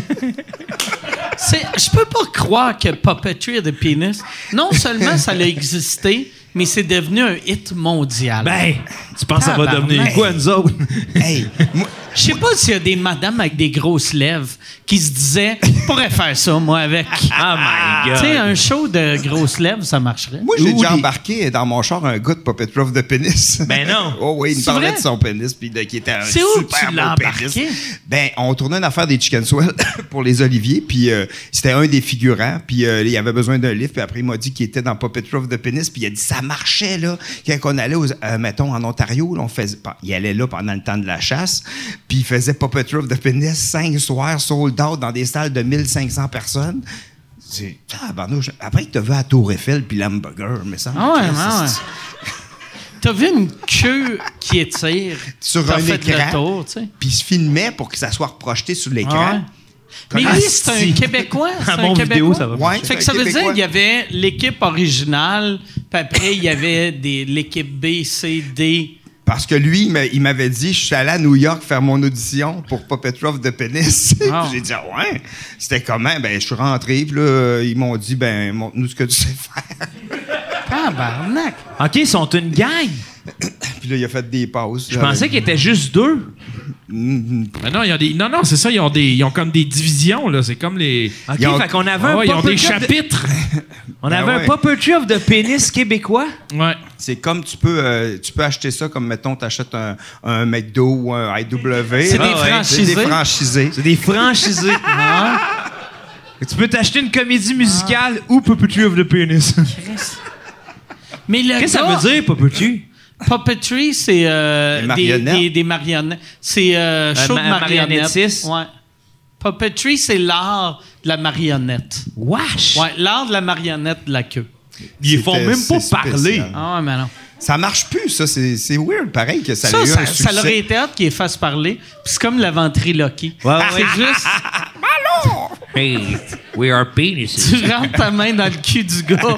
C'est, je peux pas croire que Puppetry of the Penis, non seulement ça a existé, mais c'est devenu un hit mondial. Ben, tu penses que ça va Tabarnak. devenir quoi, nous autres? Hey, moi, Je sais pas s'il y a des madames avec des grosses lèvres qui se disaient « Je pourrais faire ça, moi, avec... » Oh my Tu sais, God. un show de grosses lèvres, ça marcherait. moi, j'ai Ou déjà des- embarqué dans mon char un gars de Puppet Rough de pénis. Ben non. Oh oui, il me C'est parlait vrai? de son pénis, puis de, qui était un C'est où super tu l'as beau embarqué? pénis. Ben, on tournait une affaire des Chicken Swell pour les Oliviers, puis euh, c'était un des figurants, puis euh, il avait besoin d'un livre, puis après, il m'a dit qu'il était dans Puppet Rough de pénis, puis il a dit ça marchait, là. Quand on allait, aux, euh, mettons, en Ontario, là, on faisait, il allait là pendant le temps de la chasse, puis il faisait Puppet Rough de pénis cinq soirs sold out dans des salles de mille cinq cents personnes. C'est, ah, barnouche. Après, il te veut à Tour Eiffel, puis l'hamburger, mais ça. Ah ouais, Christ, ouais, ouais. c'est- T'as vu une queue qui étire Sur T'as un fait écran. le tour, tu sais. Puis il se filmait pour que ça soit reprojeté sur l'écran. Ah ouais. Mais lui, Asti. c'est un Québécois. C'est Un un bon Québécois. vidéo, ça va. Ouais, Fait que c'est ça un veut dire Québécois. qu'il y avait l'équipe originale, puis après, il y avait des, l'équipe B, C, D. Parce que lui, il m'a- il m'avait dit, je suis allé à New York faire mon audition pour Puppet Rough de pénis. Ah. Puis j'ai dit, ah ouais. C'était comment? Ben, je suis rentré, puis là, ils m'ont dit, ben, montre-nous ce que tu sais faire. Tabarnak! OK, ils sont une gang. Puis là, il a fait des pauses. Je pensais qu'ils étaient juste deux. Mm-hmm. Ben non, il y a des, non, non, c'est ça, ils ont, des, ils ont comme des divisions, là. C'est comme les. OK, Ils ont- fait qu'on avait Ah un ouais, ils ont puppet des of de- chapitres. On Ben avait ouais. un puppetry of de pénis québécois. Ouais. C'est comme tu peux, euh, tu peux acheter ça comme, mettons, t'achètes un, un McDo ou un I W. C'est Ah des ouais, franchisés. C'est des franchisés. C'est des franchisés. Tu peux t'acheter une comédie musicale ou puppetry of the pénis. Mais le Qu'est-ce que ça gars, veut dire, puppetry? Puppetry, c'est euh, Des des, marionnettes. des, des marionnettes. C'est euh, show ma- de marionnettes. marionnettiste. Ouais. Puppetry, c'est l'art de la marionnette. Wesh! Ouais, l'art de la marionnette de la queue. Ils font C'était- même pas c'est parler. spécial. Ah ouais, mais non. Ça marche plus, ça. C'est, c'est weird, pareil, que ça, Ça, ait eu ça, un ça succès. l'aurait été hâte qu'il fasse parler. Puis c'est comme la ventriloquie. Ouais, ouais. C'est juste, Hey, we are penises. tu rentres ta main dans le cul du gars.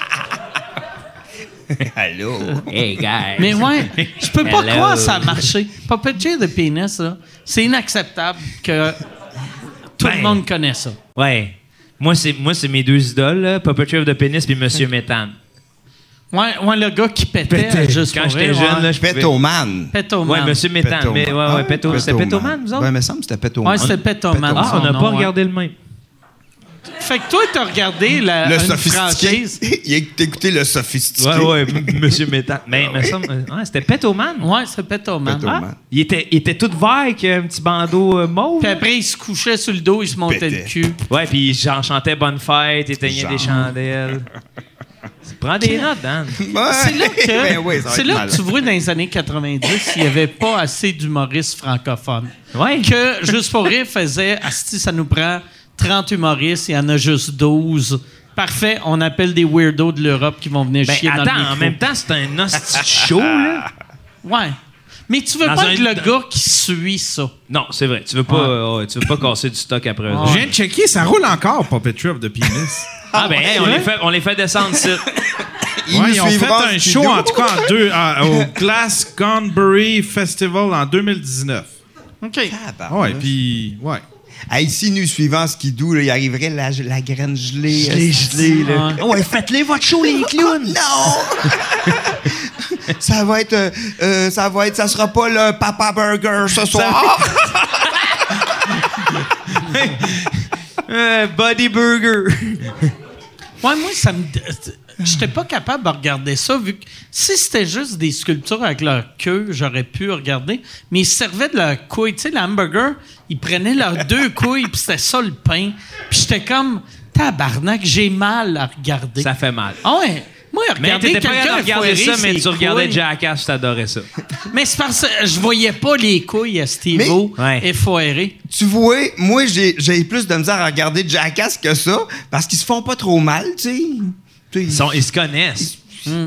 Allô? Hey, guys. Mais ouais, je peux pas Hello. croire que ça a marché. Puppetry de pénis, là, c'est inacceptable que tout le Ben. monde connaisse ça. Ouais. Moi, c'est, moi, c'est mes deux idoles, là, Puppetry of the pénis puis Monsieur Méthane. Ouais, ouais, le gars qui pétait, juste Quand pour j'étais rire, jeune, ouais. là, je pouvais... Pétoman. Pétoman. Ouais, Monsieur Méthane. Mais, ouais, ouais, Péto... C'était Pétoman, vous autres? Ouais, il me semble que c'était Pétoman. Ouais, c'était Pétoman. Ah, on n'a son pas nom, regardé le même. Fait que toi, t'as regardé la, Le une sophistiqué. franchise. Il a écouté le sophistiqué. Ouais, ouais, M- Monsieur Méthane. Mais, mais ça, ouais, c'était Pétoman. Ouais, c'est Pétoman. Pétoman. Ah. Il était, il était tout vert avec un petit bandeau euh, mauve. Puis après, il se couchait sur le dos, il se montait Pétait. le cul. Ouais, puis j'en chantais Bonne Fête, éteignait Genre. des chandelles. Prends des notes, Dan. Ouais. C'est là que, Ben oui, ça va c'est être là malade. que tu vois dans les années quatre-vingt-dix, il n'y avait pas assez d'humoristes francophones. Ouais. Que Juste pour rire faisait Asti, ça nous prend trente humoristes, il y en a juste douze. Parfait, on appelle des weirdos de l'Europe qui vont venir Ben, chier dans le attends, micro. en même temps, c'est un hostie de show, là. Ouais. Mais tu veux Dans pas un- être le gars qui suit ça. Non, c'est vrai. Tu veux pas, euh, ouais, tu veux pas casser du stock après eux Ouais. autres. Je viens de checker, ça roule encore, Puppetry of the Penis. Ah, ben, hey, on, les fait, on les fait descendre ici. Il Ouais, nous ils ont fait suivra en un studio. show, en tout cas, en deux, à- au Glastonbury Festival en deux mille dix-neuf. OK. Ah, Ouais, puis, ouais. Hey, si nous suivant Skidoo, là, il arriverait la, la graine gelée. Gelée, gelée, là. Ouais. Ouais, faites-les votre show, les clowns. Non! ça va être, euh, euh, ça va être, ça sera pas le Papa Burger ce soir. Euh, Buddy Burger. Ouais, moi, ça me. J'étais pas capable de regarder ça, vu que si c'était juste des sculptures avec leur queue, j'aurais pu regarder. Mais ils se servaient de leur couille. Tu sais, l'hamburger, ils prenaient leurs deux couilles, puis c'était ça le pain. Puis j'étais comme, tabarnak, j'ai mal à regarder. Ça fait mal. Ah ouais. Moi, Mais regarder t'étais pas quelqu'un capable de regarder foirer ça, mais ses tu regardais couilles. Jackass, tu t'adorais ça. Mais c'est parce que je voyais pas les couilles à Steve-O Mais- Ouais. effoirées. Tu vois, moi, j'ai, j'ai plus de misère à regarder Jackass que ça, parce qu'ils se font pas trop mal, tu sais. Tu sais, Ils, sont- ils se connaissent. tu sais,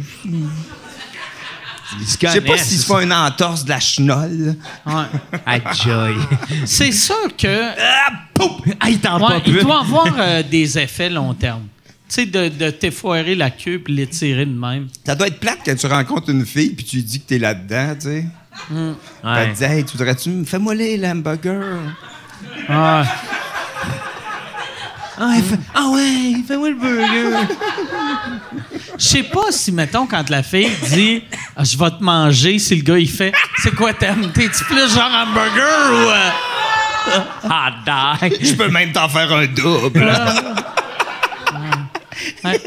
Ils se Je connaissent. sais pas s'ils se font une entorse de la chenolle. Ouais. Ah, joy. C'est sûr que. Ah, il t'en Ouais, pop il une. doit avoir euh, des effets long terme. Tu sais, de, de t'effoirer la queue puis l'étirer de même. Ça doit être plate quand tu rencontres une fille puis tu lui dis que t'es là-dedans, tu sais. Ouais. Elle te dit, hey, tu voudrais-tu me fais-moi les l'hamburger? Ouais. Ah, il fait, ah ouais, fais-moi le burger. Je sais pas si, mettons, quand la fille dit ah, « Je vais te manger », si le gars, il fait « C'est quoi t'aimes? T'es-tu plus genre hamburger ou... Euh... Ah, dog. Je peux même t'en faire un double. Ouais.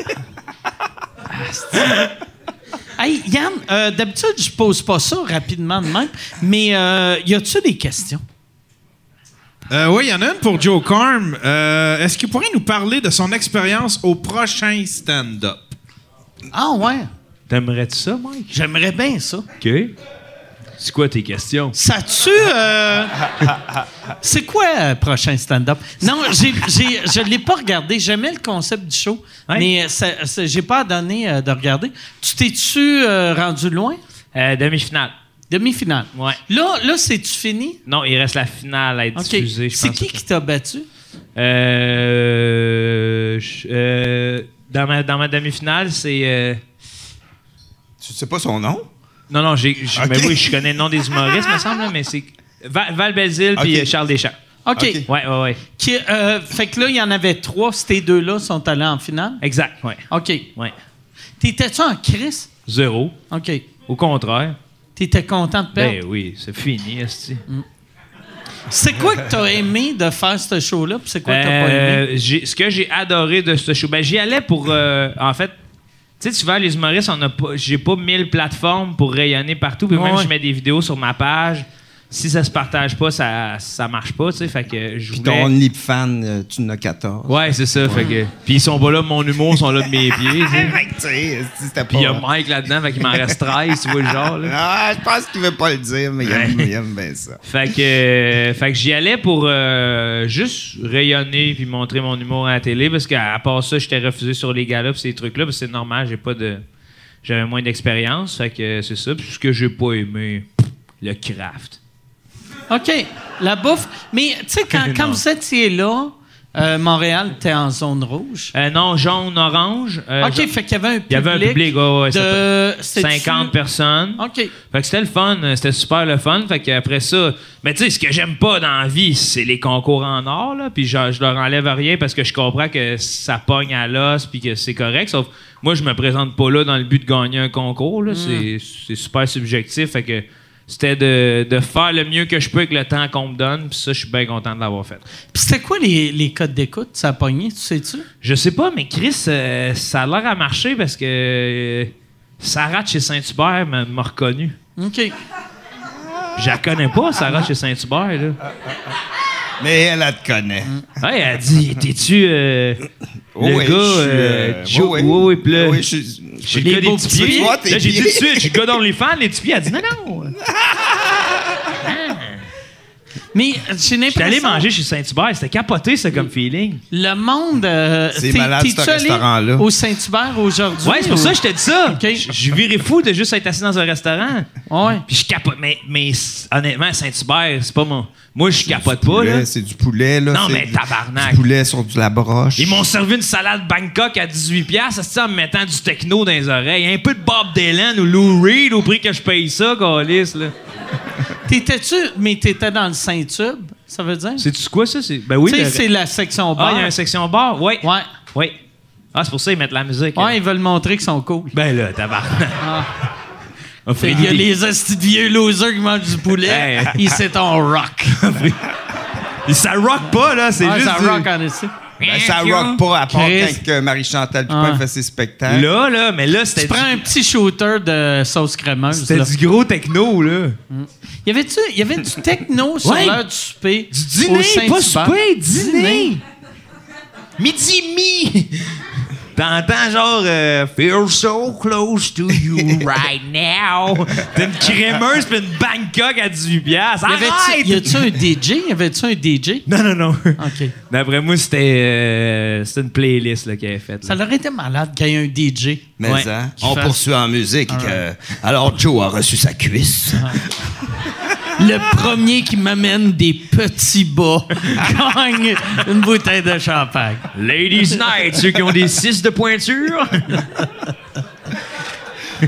Hey, Yann, euh, d'habitude, je pose pas ça rapidement de même, mais euh, y a-tu des questions? Euh, oui, il y en a une pour Joe Corm. Euh, est-ce qu'il pourrait nous parler de son expérience au prochain stand-up? Ah ouais, T'aimerais-tu ça, Mike? j'aimerais bien ça. OK. C'est quoi tes questions? Ça tue... Euh... C'est quoi euh, prochain stand-up? Non, j'ai, j'ai, je l'ai pas regardé. J'aimais le concept du show, Ouais. mais ça, ça, j'ai pas donné euh, de regarder. Tu t'es-tu euh, rendu loin? Euh, demi-finale. Demi-finale. Ouais. Là, là c'est-tu fini? Non, il reste la finale à être OK. diffusée, je C'est pense. qui qui t'a battu? Euh, je- euh, dans, ma, dans ma demi-finale, c'est... euh, Tu sais pas son nom? non, non, j'ai, j'ai- OK. mais oui, je connais le nom des humoristes, me semble, là, mais c'est Val, Val Belzile OK. puis euh, Charles Deschamps. OK. OK. Ouais, ouais, ouais. Qui, euh, fait que là, il y en avait trois. Ces deux-là sont allés en finale? Exact, ouais. OK. Ouais. T'étais-tu en crise? Zéro. OK. Au contraire. T'étais content de perdre? Ben oui, c'est fini, esti. C'est quoi que t'as aimé de faire ce show-là, puis c'est quoi que t'as pas aimé? Euh, j'ai- ce que j'ai adoré de ce show, ben j'y allais pour, euh, en fait, tu sais, souvent les humoristes, on a pas, j'ai pas mille plateformes pour rayonner partout, puis Ouais, même ouais. je mets des vidéos sur ma page. Si ça se partage pas, ça, ça marche pas, tu sais, fait que je Puis voulais... ton OnlyFans, euh, tu en as quatorze. Ouais, c'est ça, fait que... Puis ils sont pas là de mon humour, ils sont là de mes pieds, tu sais. Fait que, tu sais, si c'était Puis il y a pas... Mike là-dedans, fait qu'il m'en reste treize, tu vois le genre, là. Ah, je pense qu'il veut pas le dire, mais il aime, il aime bien ça. Fait que, euh, fait que j'y allais pour euh, juste rayonner puis montrer mon humour à la télé parce qu'à à part ça, j'étais refusé sur les galas pis ces trucs-là parce que c'est normal, j'ai pas de... J'avais moins d'expérience, fait que c'est ça. Puis ce que j'ai pas aimé, le craft. OK. La bouffe. Mais, tu sais, quand, quand Non. vous étiez là, euh, Montréal était en zone rouge. Euh, non, jaune, orange. euh, OK, jaune- fait qu'il y avait un public. Il y avait un public, ouais, ouais, de c'était cinquante personnes. OK. Fait que c'était le fun, euh, c'était super le fun. Fait qu'après ça, mais tu sais, ce que j'aime pas dans la vie, c'est les concours en or, là. Puis je, je leur enlève rien parce que je comprends que ça pogne à l'os puis que c'est correct. Sauf moi, je me présente pas là dans le but de gagner un concours, là. C'est, c'est super subjectif. Fait que c'était de, de faire le mieux que je peux avec le temps qu'on me donne. Puis ça, je suis bien content de l'avoir fait. Puis c'était quoi les, les codes d'écoute? Ça a pogné, tu sais-tu? Je sais pas, mais Chris, euh, ça a l'air à marcher parce que euh, Sarah de chez Saint-Hubert m'a, m'a reconnu. OK. Je la connais pas, Sarah de chez Saint-Hubert, là. Mais elle, elle te connaît. Ouais, elle a dit, t'es-tu euh, Oh le oui, gars... je suis, euh, euh, Joe- oui, ouais, ouais, puis là, oui, je suis- je suis Les le gars beaux des petits petits pieds. pieds. Toi, tes Là, j'ai dit tout de pieds. suite, je suis le gars d'OnlyFans, les petits pieds. Elle a dit, non, non. Mais j'ai J'étais l'impression... allé manger chez Saint-Hubert, c'était capoté, ça, comme feeling. Le monde... euh, C'est t'es- malade, t'es-tu ce allé restaurant-là. au Saint-Hubert aujourd'hui? Ouais, c'est pour ou- ça que je t'ai dit ça. OK. Je je virais fou de juste être assis dans un restaurant. Ouais. Puis je capote. Mais, mais honnêtement, Saint-Hubert, c'est pas mon... Moi, je capote pas, poulet, là. C'est du poulet, là. Non, c'est mais du- tabarnak. Du poulet sur de la broche. Ils m'ont servi une salade Bangkok à dix-huit piastres, en me mettant du techno dans les oreilles. Un peu de Bob Dylan ou Lou Reed au prix que je paye ça, câlisse, là. T'étais-tu... Mais t'étais dans le Saint-Tube, ça veut dire? C'est-tu quoi, ça? C'est... Ben oui. Tu sais, le- c'est la section bar. Ah, il y a une section bar? Oui. Ouais. Oui. Ah, c'est pour ça qu'ils mettent la musique. Ouais, hein. ils veulent montrer qu'ils sont cool. Ben là, tabarnak. Ah. On Fait ferait qu'il y a des- les hosties de vieux losers qui mangent du poulet. Hey. Ils c'est ton rock. Et ça rock pas, là. C'est Ouais, juste. ça du- rock en ici. Ben, ça rock pas, à part Chris. quand que Marie-Chantal Dupin Ah. fait ses spectacles. Là, là, mais là, c'était. Tu prends du... un petit shooter de sauce crémeuse. C'était là. du gros techno, là. Y avait-tu y avait du techno sur Ouais. l'heure du souper? Du dîner, au Saint-Hubert? pas souper, dîner. Midi mi. T'entends genre euh, Feel so close to you right now. T'as une crémeuse pis une Bangkok à dix-huit piastres. Y avait-tu- Arrête! y a-tu un D J? Y avait-tu un D J? Non, non, non. OK. D'après moi, c'était euh, c'était une playlist là, qu'elle avait faite. Ça là. leur été malade qu'il y ait un D J. Mais Ouais. hein, Qui on fasse- poursuit en musique. que- Alors, Joe a reçu sa cuisse. Le premier qui m'amène des petits bas gagne une bouteille de champagne. Ladies Night, ceux qui ont des six de pointure.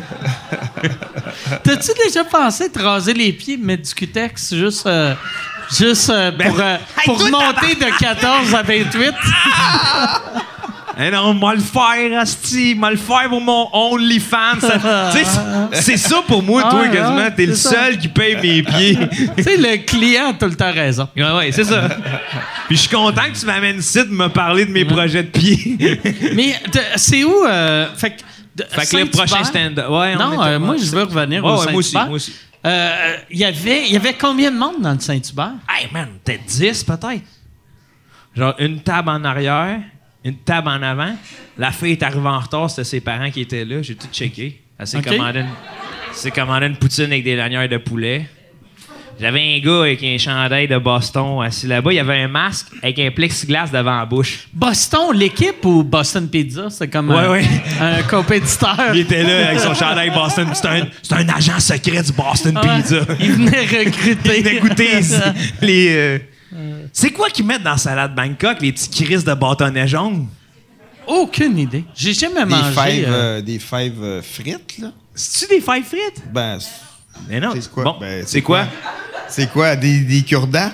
T'as-tu déjà pensé te raser les pieds, mettre du cutex juste, euh, Juste euh, pour, euh, pour toi, monter de quatorze à vingt-huit. Eh non, moi le faire, asti, moi le faire pour mon OnlyFans. Ça- Tu sais, c'est- c'est ça pour moi, toi, Ah, quasiment. ouais, T'es le c'est ça. seul qui paye mes pieds. Tu sais, le client a tout le temps raison. Ouais, ouais, c'est ça. Puis je suis content que tu m'amènes ici de me parler de mes projets de pieds. Mais de- c'est où? euh, fait que, de- Fait que le Saint-Hubert? prochain stand-up. Ouais, on Non, était- euh, moi, ouais, je veux revenir Ouais, au ouais, moi aussi, Saint-Hubert. moi aussi. Euh, Il y avait- il y avait combien de monde dans le Saint-Hubert? Hey, man, peut-être dix, peut-être. Genre, une table en arrière, une table en avant. La fille est arrivée en retard, c'était ses parents qui étaient là. J'ai tout checké. Elle s'est OK. commandé, une... elle s'est commandé une poutine avec des lanières de poulet. J'avais un gars avec un chandail de Boston assis là-bas. Il y avait un masque avec un plexiglas devant la bouche. Boston, l'équipe ou Boston Pizza? C'est comme Ouais, un, ouais. un compétiteur. Il était là avec son chandail Boston. C'était un, c'était un agent secret du Boston Ouais. Pizza. Il venait recruter. Il venait goûter les... euh, C'est quoi qu'ils mettent dans la salade Bangkok, les petits crises de bâtonnets jaunes? Aucune idée. J'ai jamais Des mangé. fèves, euh, euh, des fèves euh, frites, là? C'est-tu des fèves frites? Ben, c'est- Mais non. c'est quoi? Bon, Ben, c'est quoi? C'est quoi? Des, des cure-dents?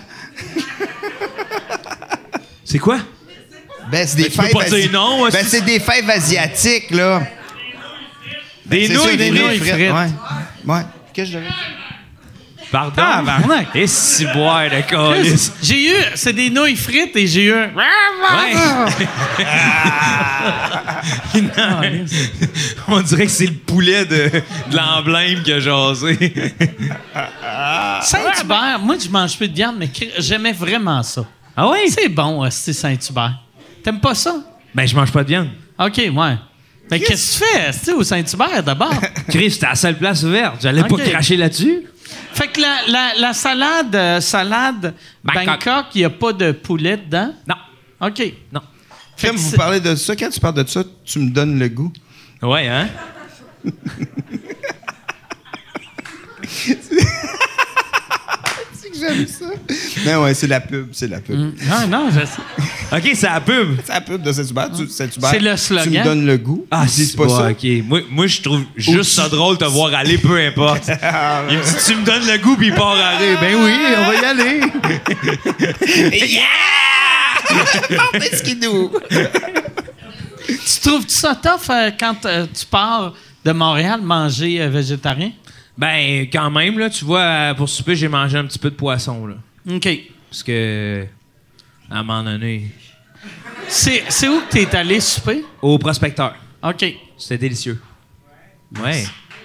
C'est quoi? Ben, c'est des tu peux fèves... pas dire asi- non, Ben, aussi. c'est des fèves asiatiques, là. Des C'est nouilles, ça, des nouilles frites. Ouais. Ouais. Qu'est-ce que je dirais? Pardon? Ah, barnac. Et si boire de calice. J'ai eu. C'est des nouilles frites et j'ai eu un. Ouais. Non. On dirait que c'est le poulet de, de l'emblème qui a jasé. Saint-Hubert, moi, je mange plus de viande, mais cr- j'aimais vraiment ça. Ah oui? C'est bon, c'est Saint-Hubert. T'aimes pas ça? Ben, je mange pas de viande. OK, ouais. Mais qu'est-ce que tu fais, esti, au Saint-Hubert, d'abord? Chris, c'était la seule place ouverte. J'allais Ok. pas cracher là-dessus. Fait que la, la, la salade, euh, salade Bangkok. Bangkok, il n'y a pas de poulet dedans? Non. OK. Non. Fait Quand que vous c'est- parlez de ça, quand tu parles de ça, tu me donnes le goût. Ouais, hein? C'est que j'aime ça. Non, ouais, c'est la pub, c'est la pub. Non, non, je sais. OK, c'est la pub. C'est la pub de Saint-Hubert. Tu, Saint-Hubert, C'est le slogan. Tu me donnes le goût. Ah, Ils disent pas bon, ça. OK. Moi, moi je trouve juste ça drôle de te voir aller, peu importe. Il me dit, tu me donnes le goût, puis il part à rire. Ben oui, on va y aller. Portez skidoo. Tu trouves ça tough euh, quand euh, tu pars de Montréal manger euh, végétarien? Ben, quand même, là, tu vois, euh, pour souper, j'ai mangé un petit peu de poisson, là. OK. Parce que, à un moment donné, C'est, c'est où que t'es allé souper? au prospecteur, OK. c'était délicieux. Ouais.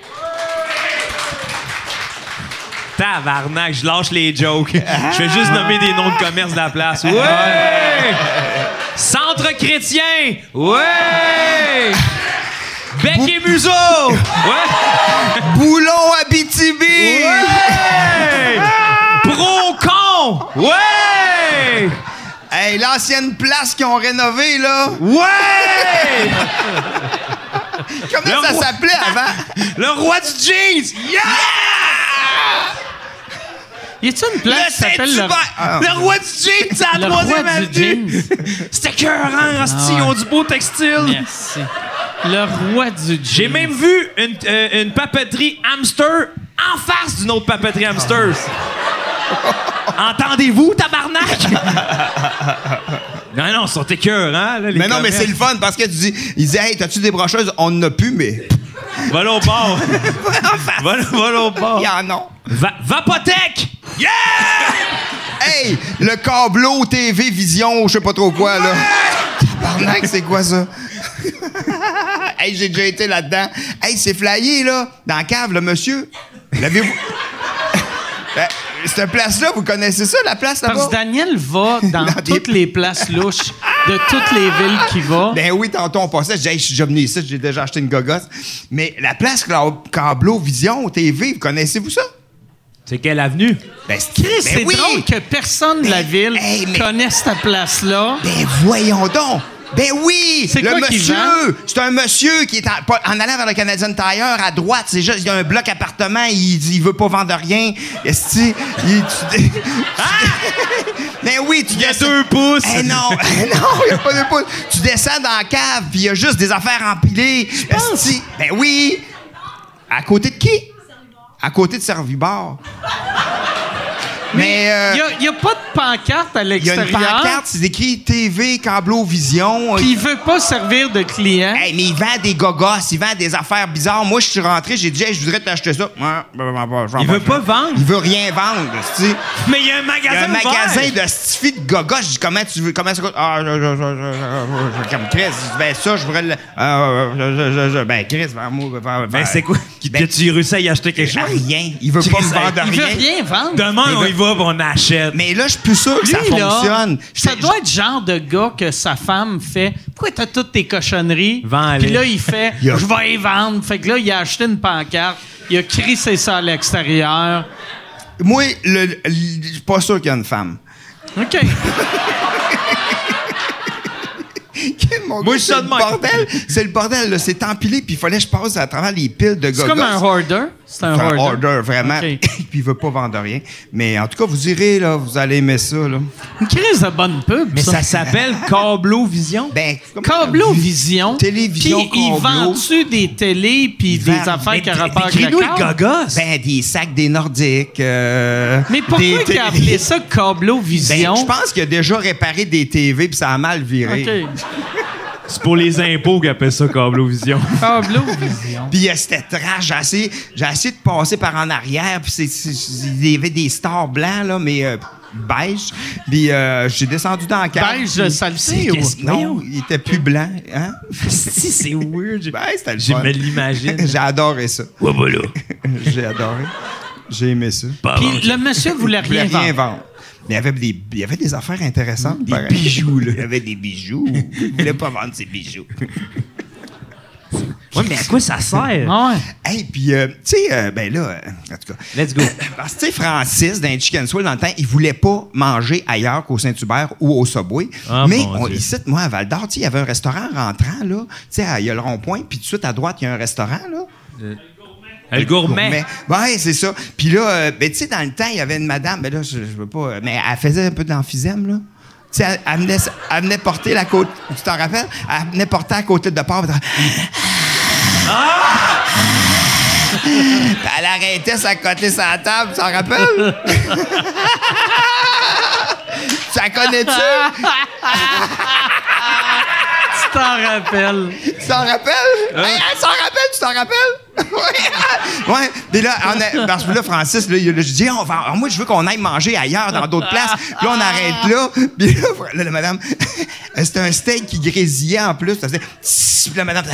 Tabarnak, je lâche les jokes. Je fais juste nommer des noms de commerce de la place. Ouais! Centre chrétien! Ouais! Bec et museau! Ouais! Boulon Abitibi. Ouais! Pro-con! Ouais! Hey, l'ancienne place qu'ils ont rénovée, là. Ouais! Comment Le ça roi- s'appelait avant? Le roi du jeans! Yeah! Y a-tu une place qui s'appelle le... Saint-Hubert! Ah. Le roi du jeans, c'est Le la roi troisième du avenue! jeans. C'était écœurant, hostie, Ah ouais. ils ont du beau textile. Merci. Le roi du J'ai jeans. même vu une, euh, une papeterie hamster en face d'une autre papeterie hamster. Entendez-vous, tabarnak? non, non, ils sont écœurants, là, les Mais non, mais commerces. c'est le fun parce que tu dis, il dit, hey, t'as-tu des brocheuses? On n'en a plus, mais Va là au bord. va, là- va là au bord. il y en a. Va, Vapotech! Yeah! Hey, le câbleau T V Vision, je sais pas trop quoi, là. Tabarnak, c'est quoi ça? Hey, j'ai déjà été là-dedans. Hey, c'est flyé, là, dans la cave, le monsieur. L'avez-vous... Ben, cette place-là, vous connaissez ça, la place là-bas? Parce que Daniel va dans Dans des- toutes les places louches de toutes les villes qu'il va. Ben oui, tantôt on passait, je dis, hey, je suis déjà venu ici, j'ai déjà acheté une gogosse. Mais la place Câbleau Vision T V, vous connaissez-vous ça? C'est quelle avenue? Ben, c'est Chris, ben c'est oui. drôle que personne de la ville hey, mais- connaisse cette place-là. Ben voyons donc! Ben oui! C'est le quoi qui monsieur! vend? C'est un monsieur qui est en, pas- en allant vers le Canadian Tire, à droite, c'est juste, il y a un bloc appartement, il, il veut pas vendre rien. Est-ce que il, tu, Ben oui, tu Il y a descends- deux pouces. Eh non, eh non, il n'y a pas de pouces. Tu descends dans la cave, puis il y a juste des affaires empilées. Est-ce que- Ben oui! À côté de qui? À côté de Servibar. Mais il euh, n'y a, a pas de pancarte à il y a une l'extérieur. pancarte, c'est écrit T V, Cablo-Vision. Puis il veut pas servir de client. Hey, mais il vend des gogos, il vend des affaires bizarres. Moi, je suis rentré, j'ai dit, hey, je voudrais t'acheter ça. Ouais, ben, ben, ben, j'en Il vais veut pas faire. vendre. Il veut rien vendre, tu sais. Mais il y a un Il y magasin a un ouvert. magasin de stiffi de gogos. Je dis, comment tu veux, comment ça coûte? Ah, je, je, je, je, je, comme Chris. Je dis, ben, ça, je voudrais le. Euh, je, je, je, ben, Chris, ben, moi, ben, Ben, c'est quoi? Ben, tu réussi à y acheter quelque chose? Rien. Il veut pas me vendre Il rien. veut rien vendre. Demain, Mais on ben- y va, puis on achète. Mais là, je suis plus sûr que ça Lui, là, fonctionne. ça Je- doit être le genre de gars que sa femme fait. Pourquoi t'as toutes tes cochonneries? Vends-les. Puis là, il fait, Il a- je vais y vendre. Fait que là, il a acheté une pancarte. Il a crissé ça à l'extérieur. Moi, le- le- je suis pas sûr qu'il y a une femme. OK. Mon Moi, gars, je c'est suis le de même. bordel. C'est le bordel, là. C'est empilé, puis il fallait que je passe à travers les piles de gogos. C'est comme un hoarder. C'est un C'est un hoarder. order, vraiment. OK. Puis il veut pas vendre rien. Mais en tout cas, vous irez, là. Vous allez aimer ça, là. Une crise de bonne pub. Mais ça s'appelle Cablo-Vision. Ben, comme- Cablo-Vision. Télévision Puis il Cablo. vend-tu des télés puis Il des vend- affaires mais qui d- rapport avec le Décris-nous le câble? gogos. Ben, des sacs des Nordiques. euh, Mais pourquoi des il a télé- appelé ça Ben, Cablo-Vision? je pense qu'il a déjà réparé des T V, puis ça a mal viré. OK. C'est pour les impôts qu'ils appellent ça Cablo-Vision. Cablo-Vision. Puis euh, c'était trash. J'ai essayé, j'ai essayé de passer par en arrière, puis c'est, c'est- c'est- il y avait des stars blancs, là, mais euh, beige. Puis euh, j'ai descendu dans la cave. Beige de saleté ou? Qu'est-ce- Non, il était plus blanc. Hein? Si, c'est weird. Ben, c'était le Je fun. me l'imagine. J'ai adoré ça. Ouais, voilà. J'ai adoré. J'ai aimé ça. Puis le monsieur voulait Je voulais rien rien vendre. vendre. Mais il y avait des, il y avait des affaires intéressantes. Des pareil. bijoux, là. Il y avait des bijoux. Il voulait pas vendre ses bijoux. Ouais, mais à quoi ça sert? Ah ouais. Hey, puis, euh, tu sais, euh, ben là, euh, en tout cas. Let's go. Parce que, tu sais, Francis, dans Chicken Swell, dans le temps, il voulait pas manger ailleurs qu'au Saint-Hubert ou au Subway. Ah, mais, mon on, Dieu. ici, moi, à Val-d'Or, tu sais, il y avait un restaurant rentrant, là. Tu sais, il y a le rond-point, puis tout de suite, à droite, il y a un restaurant, là. Le gourmet. Ouais, c'est ça. Puis là, euh, ben, tu sais, dans le temps, il y avait une madame, ben là, je, je veux pas, euh, mais elle faisait un peu d'emphysème, là. Tu sais, elle, elle venait, elle venait porter la côte, tu t'en rappelles? Elle venait porter la côtelette de porc. Elle arrêtait sa côtelette sur la table, tu t'en rappelles? Tu la connais-tu? Tu t'en rappelles. Tu t'en rappelles? Hey, elle s'en rappelle, tu t'en rappelles? ouais. Ouais. Puis là, on a- parce que là, Francis, là, il- là, je dis, on va, alors moi, je veux qu'on aille manger ailleurs, dans d'autres places. Puis là, on arrête là. Puis là, là, la madame, c'était un steak qui grésillait en plus. Ça faisait tss. Puis la madame,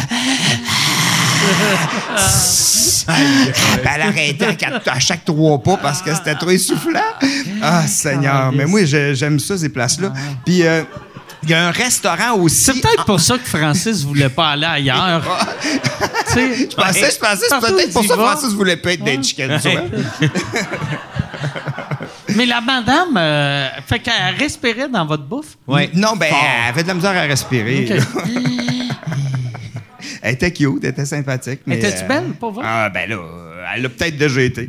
tss. Puis elle arrêtait à, quatre- à chaque trois pas parce que c'était trop essoufflant. Ah, Seigneur. Mais moi, je- j'aime ça, ces places-là. Puis, euh, il y a un restaurant aussi. C'est peut-être pour ça que Francis voulait pas aller ailleurs. Tu sais, Je pensais, je pensais, c'est partout peut-être où pour tu ça que vas. Francis voulait pas être des chicken. Mais la madame, euh, fait qu'elle respirait dans votre bouffe? Ouais. Non, ben, elle avait de la misère à respirer. OK. Elle était cute, elle était sympathique. Mais, Étais-tu euh, belle, pour vrai? Ah, ben là, elle l'a peut-être déjà été.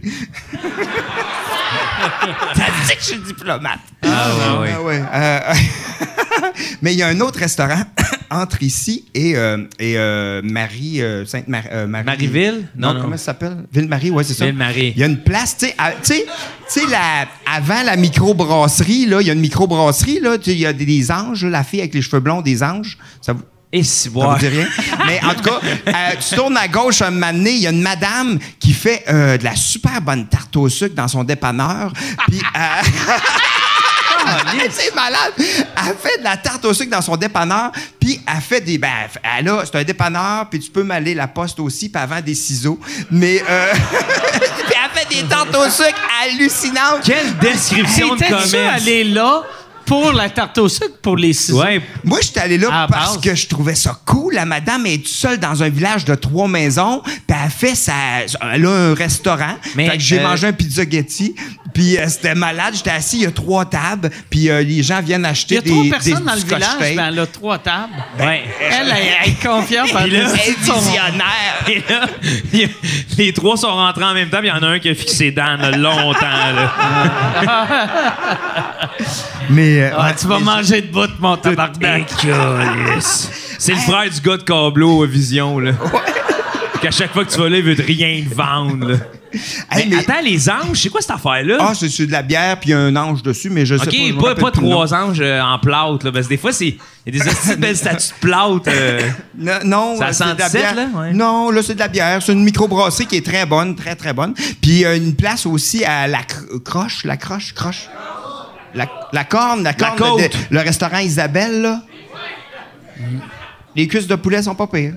Ça dit que je suis diplomate. Ah, ouais, Ah, ouais. Euh, mais il y a un autre restaurant entre ici et, euh, et euh, Marie, euh, Sainte-Marie. euh, Marie, Marieville? Non, Non, non. comment ça s'appelle? Ville-Marie, oui, c'est ça. Ville-Marie. Il y a une place, tu sais, à- tu sais, tu sais, la- avant la microbrasserie, là, il y a une microbrasserie, là, tu sais, il y a des, des anges, là, la fille avec les cheveux blonds, des anges. Ça vous. Et si Ça vous dit rien? Mais en tout cas, euh, tu tournes à gauche un moment donné, il y a une madame qui fait euh, de la super bonne tarte au sucre dans son dépanneur. Puis, euh, c'est malade. Elle fait de la tarte au sucre dans son dépanneur, puis elle fait des... Ben, elle a, c'est un dépanneur, puis tu peux m'aller la poste aussi, puis elle vend des ciseaux. Mais... Euh, puis elle fait des tartes au sucre hallucinantes. Quelle description de Étais-tu commerce! allé là pour la tarte au sucre, pour les ciseaux? Ouais. Moi, je suis allé là À la parce base. que je trouvais ça cool. La madame est toute seule dans un village de trois maisons, puis elle fait sa... Elle a un restaurant. Mais, fait que j'ai euh, mangé un pizzaghetti, puis euh, c'était malade. J'étais assis, il y a trois tables, puis euh, les gens viennent Il y acheter a des... trois des personnes dans le scotch village, tape. mais elle a trois tables. Ouais. Elle, elle, elle est confiante. Et là, Elle est visionnaire. Et là, il y a- les trois sont rentrés en même temps, puis il y en a un qui a fixé les dents là, longtemps. Là. Mais... euh, Ah, ouais, tu vas mais- manger de bout, mon tabarnak. C'est le frère du gars de Cablo à Vision. Là. Qu'à chaque fois que tu vas là, il veut de rien te vendre. Là. Hey, mais, mais- attends, les anges, c'est quoi cette affaire-là? Ah, c'est c'est de la bière puis un ange dessus, mais je sais pas. je OK, me pas, rappelle pas plus le nom. trois anges euh, en plâtre, là, parce que des fois, c'est il y a des petites belles statues de plâtre. euh. Non, non, C'est à euh, cent de la dix-sept, bière. là, ouais. Non, là, c'est de la bière. C'est une microbrasserie qui est très bonne, très, très bonne. Puis euh, une place aussi à la cr- croche, la croche, croche. La, la corne, la corne. côte. de- le restaurant Isabelle, là. Les cuisses de poulet sont pas pires.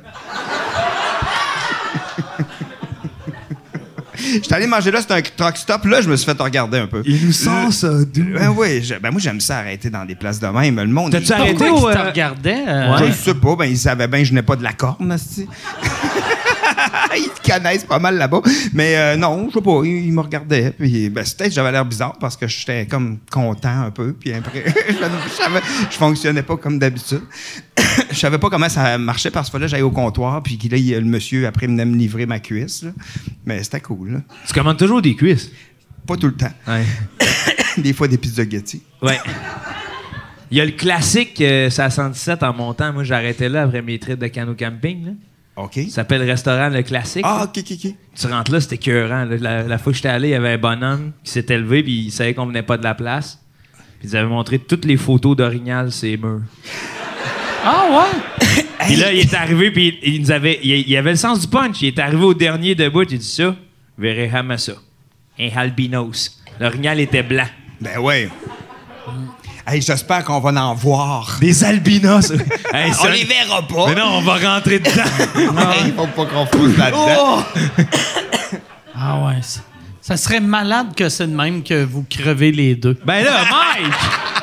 J'étais allé manger là, c'était un truck stop. Là, je me suis fait regarder un peu. Il nous sort ça d'où? Ben oui, je- ben moi, j'aime ça arrêter dans des places de même. Le monde... T'as-tu il- arrêté Pourquoi au, ils te euh, regardaient? euh, Je sais pas, ben ils savaient bien que je n'ai pas de la corne, asti. Ils te connaissent pas mal là-bas. Mais euh, non, je sais pas, ils, ils me regardaient. Puis ben, c'est peut-être que j'avais l'air bizarre parce que j'étais comme content un peu. Puis après, je, savais- je fonctionnais pas comme d'habitude. Je savais pas comment ça marchait parce que là, j'allais au comptoir. Puis là, il- le monsieur, après, il venait me livrer ma cuisse. Là. Mais c'était cool. Là. Tu commandes toujours des cuisses. Pas tout le temps. Ouais. Des fois, des pizzas Getty. Ouais. Il y a le classique, euh, c'est à cent dix-sept en montant. Moi, j'arrêtais là après mes trips de canot camping. Là. OK. Ça s'appelle le restaurant Le Classique. Ah, là. OK, OK, OK. Tu rentres là, c'était écœurant. là. La, la fois que j'étais allé, il y avait un bonhomme qui s'était levé puis il savait qu'on venait pas de la place. Puis ils avaient montré toutes les photos d'Orignal sur les murs. Ah ouais? Puis là, il est arrivé puis il, il nous avait, il, il avait le sens du punch. Il est arrivé au dernier debout, il dit ça. Verrez ça. Un albinos. L'Orignal était blanc. Ben ouais. Hey, j'espère qu'on va en voir. Des albinos. Hey, On ça- les verra pas. Mais non, on va rentrer dedans. Il faut pas qu'on foute là-dedans. Ah ouais. Ça, ça serait malade que c'est de même que vous crevez les deux. Ben là, Mike!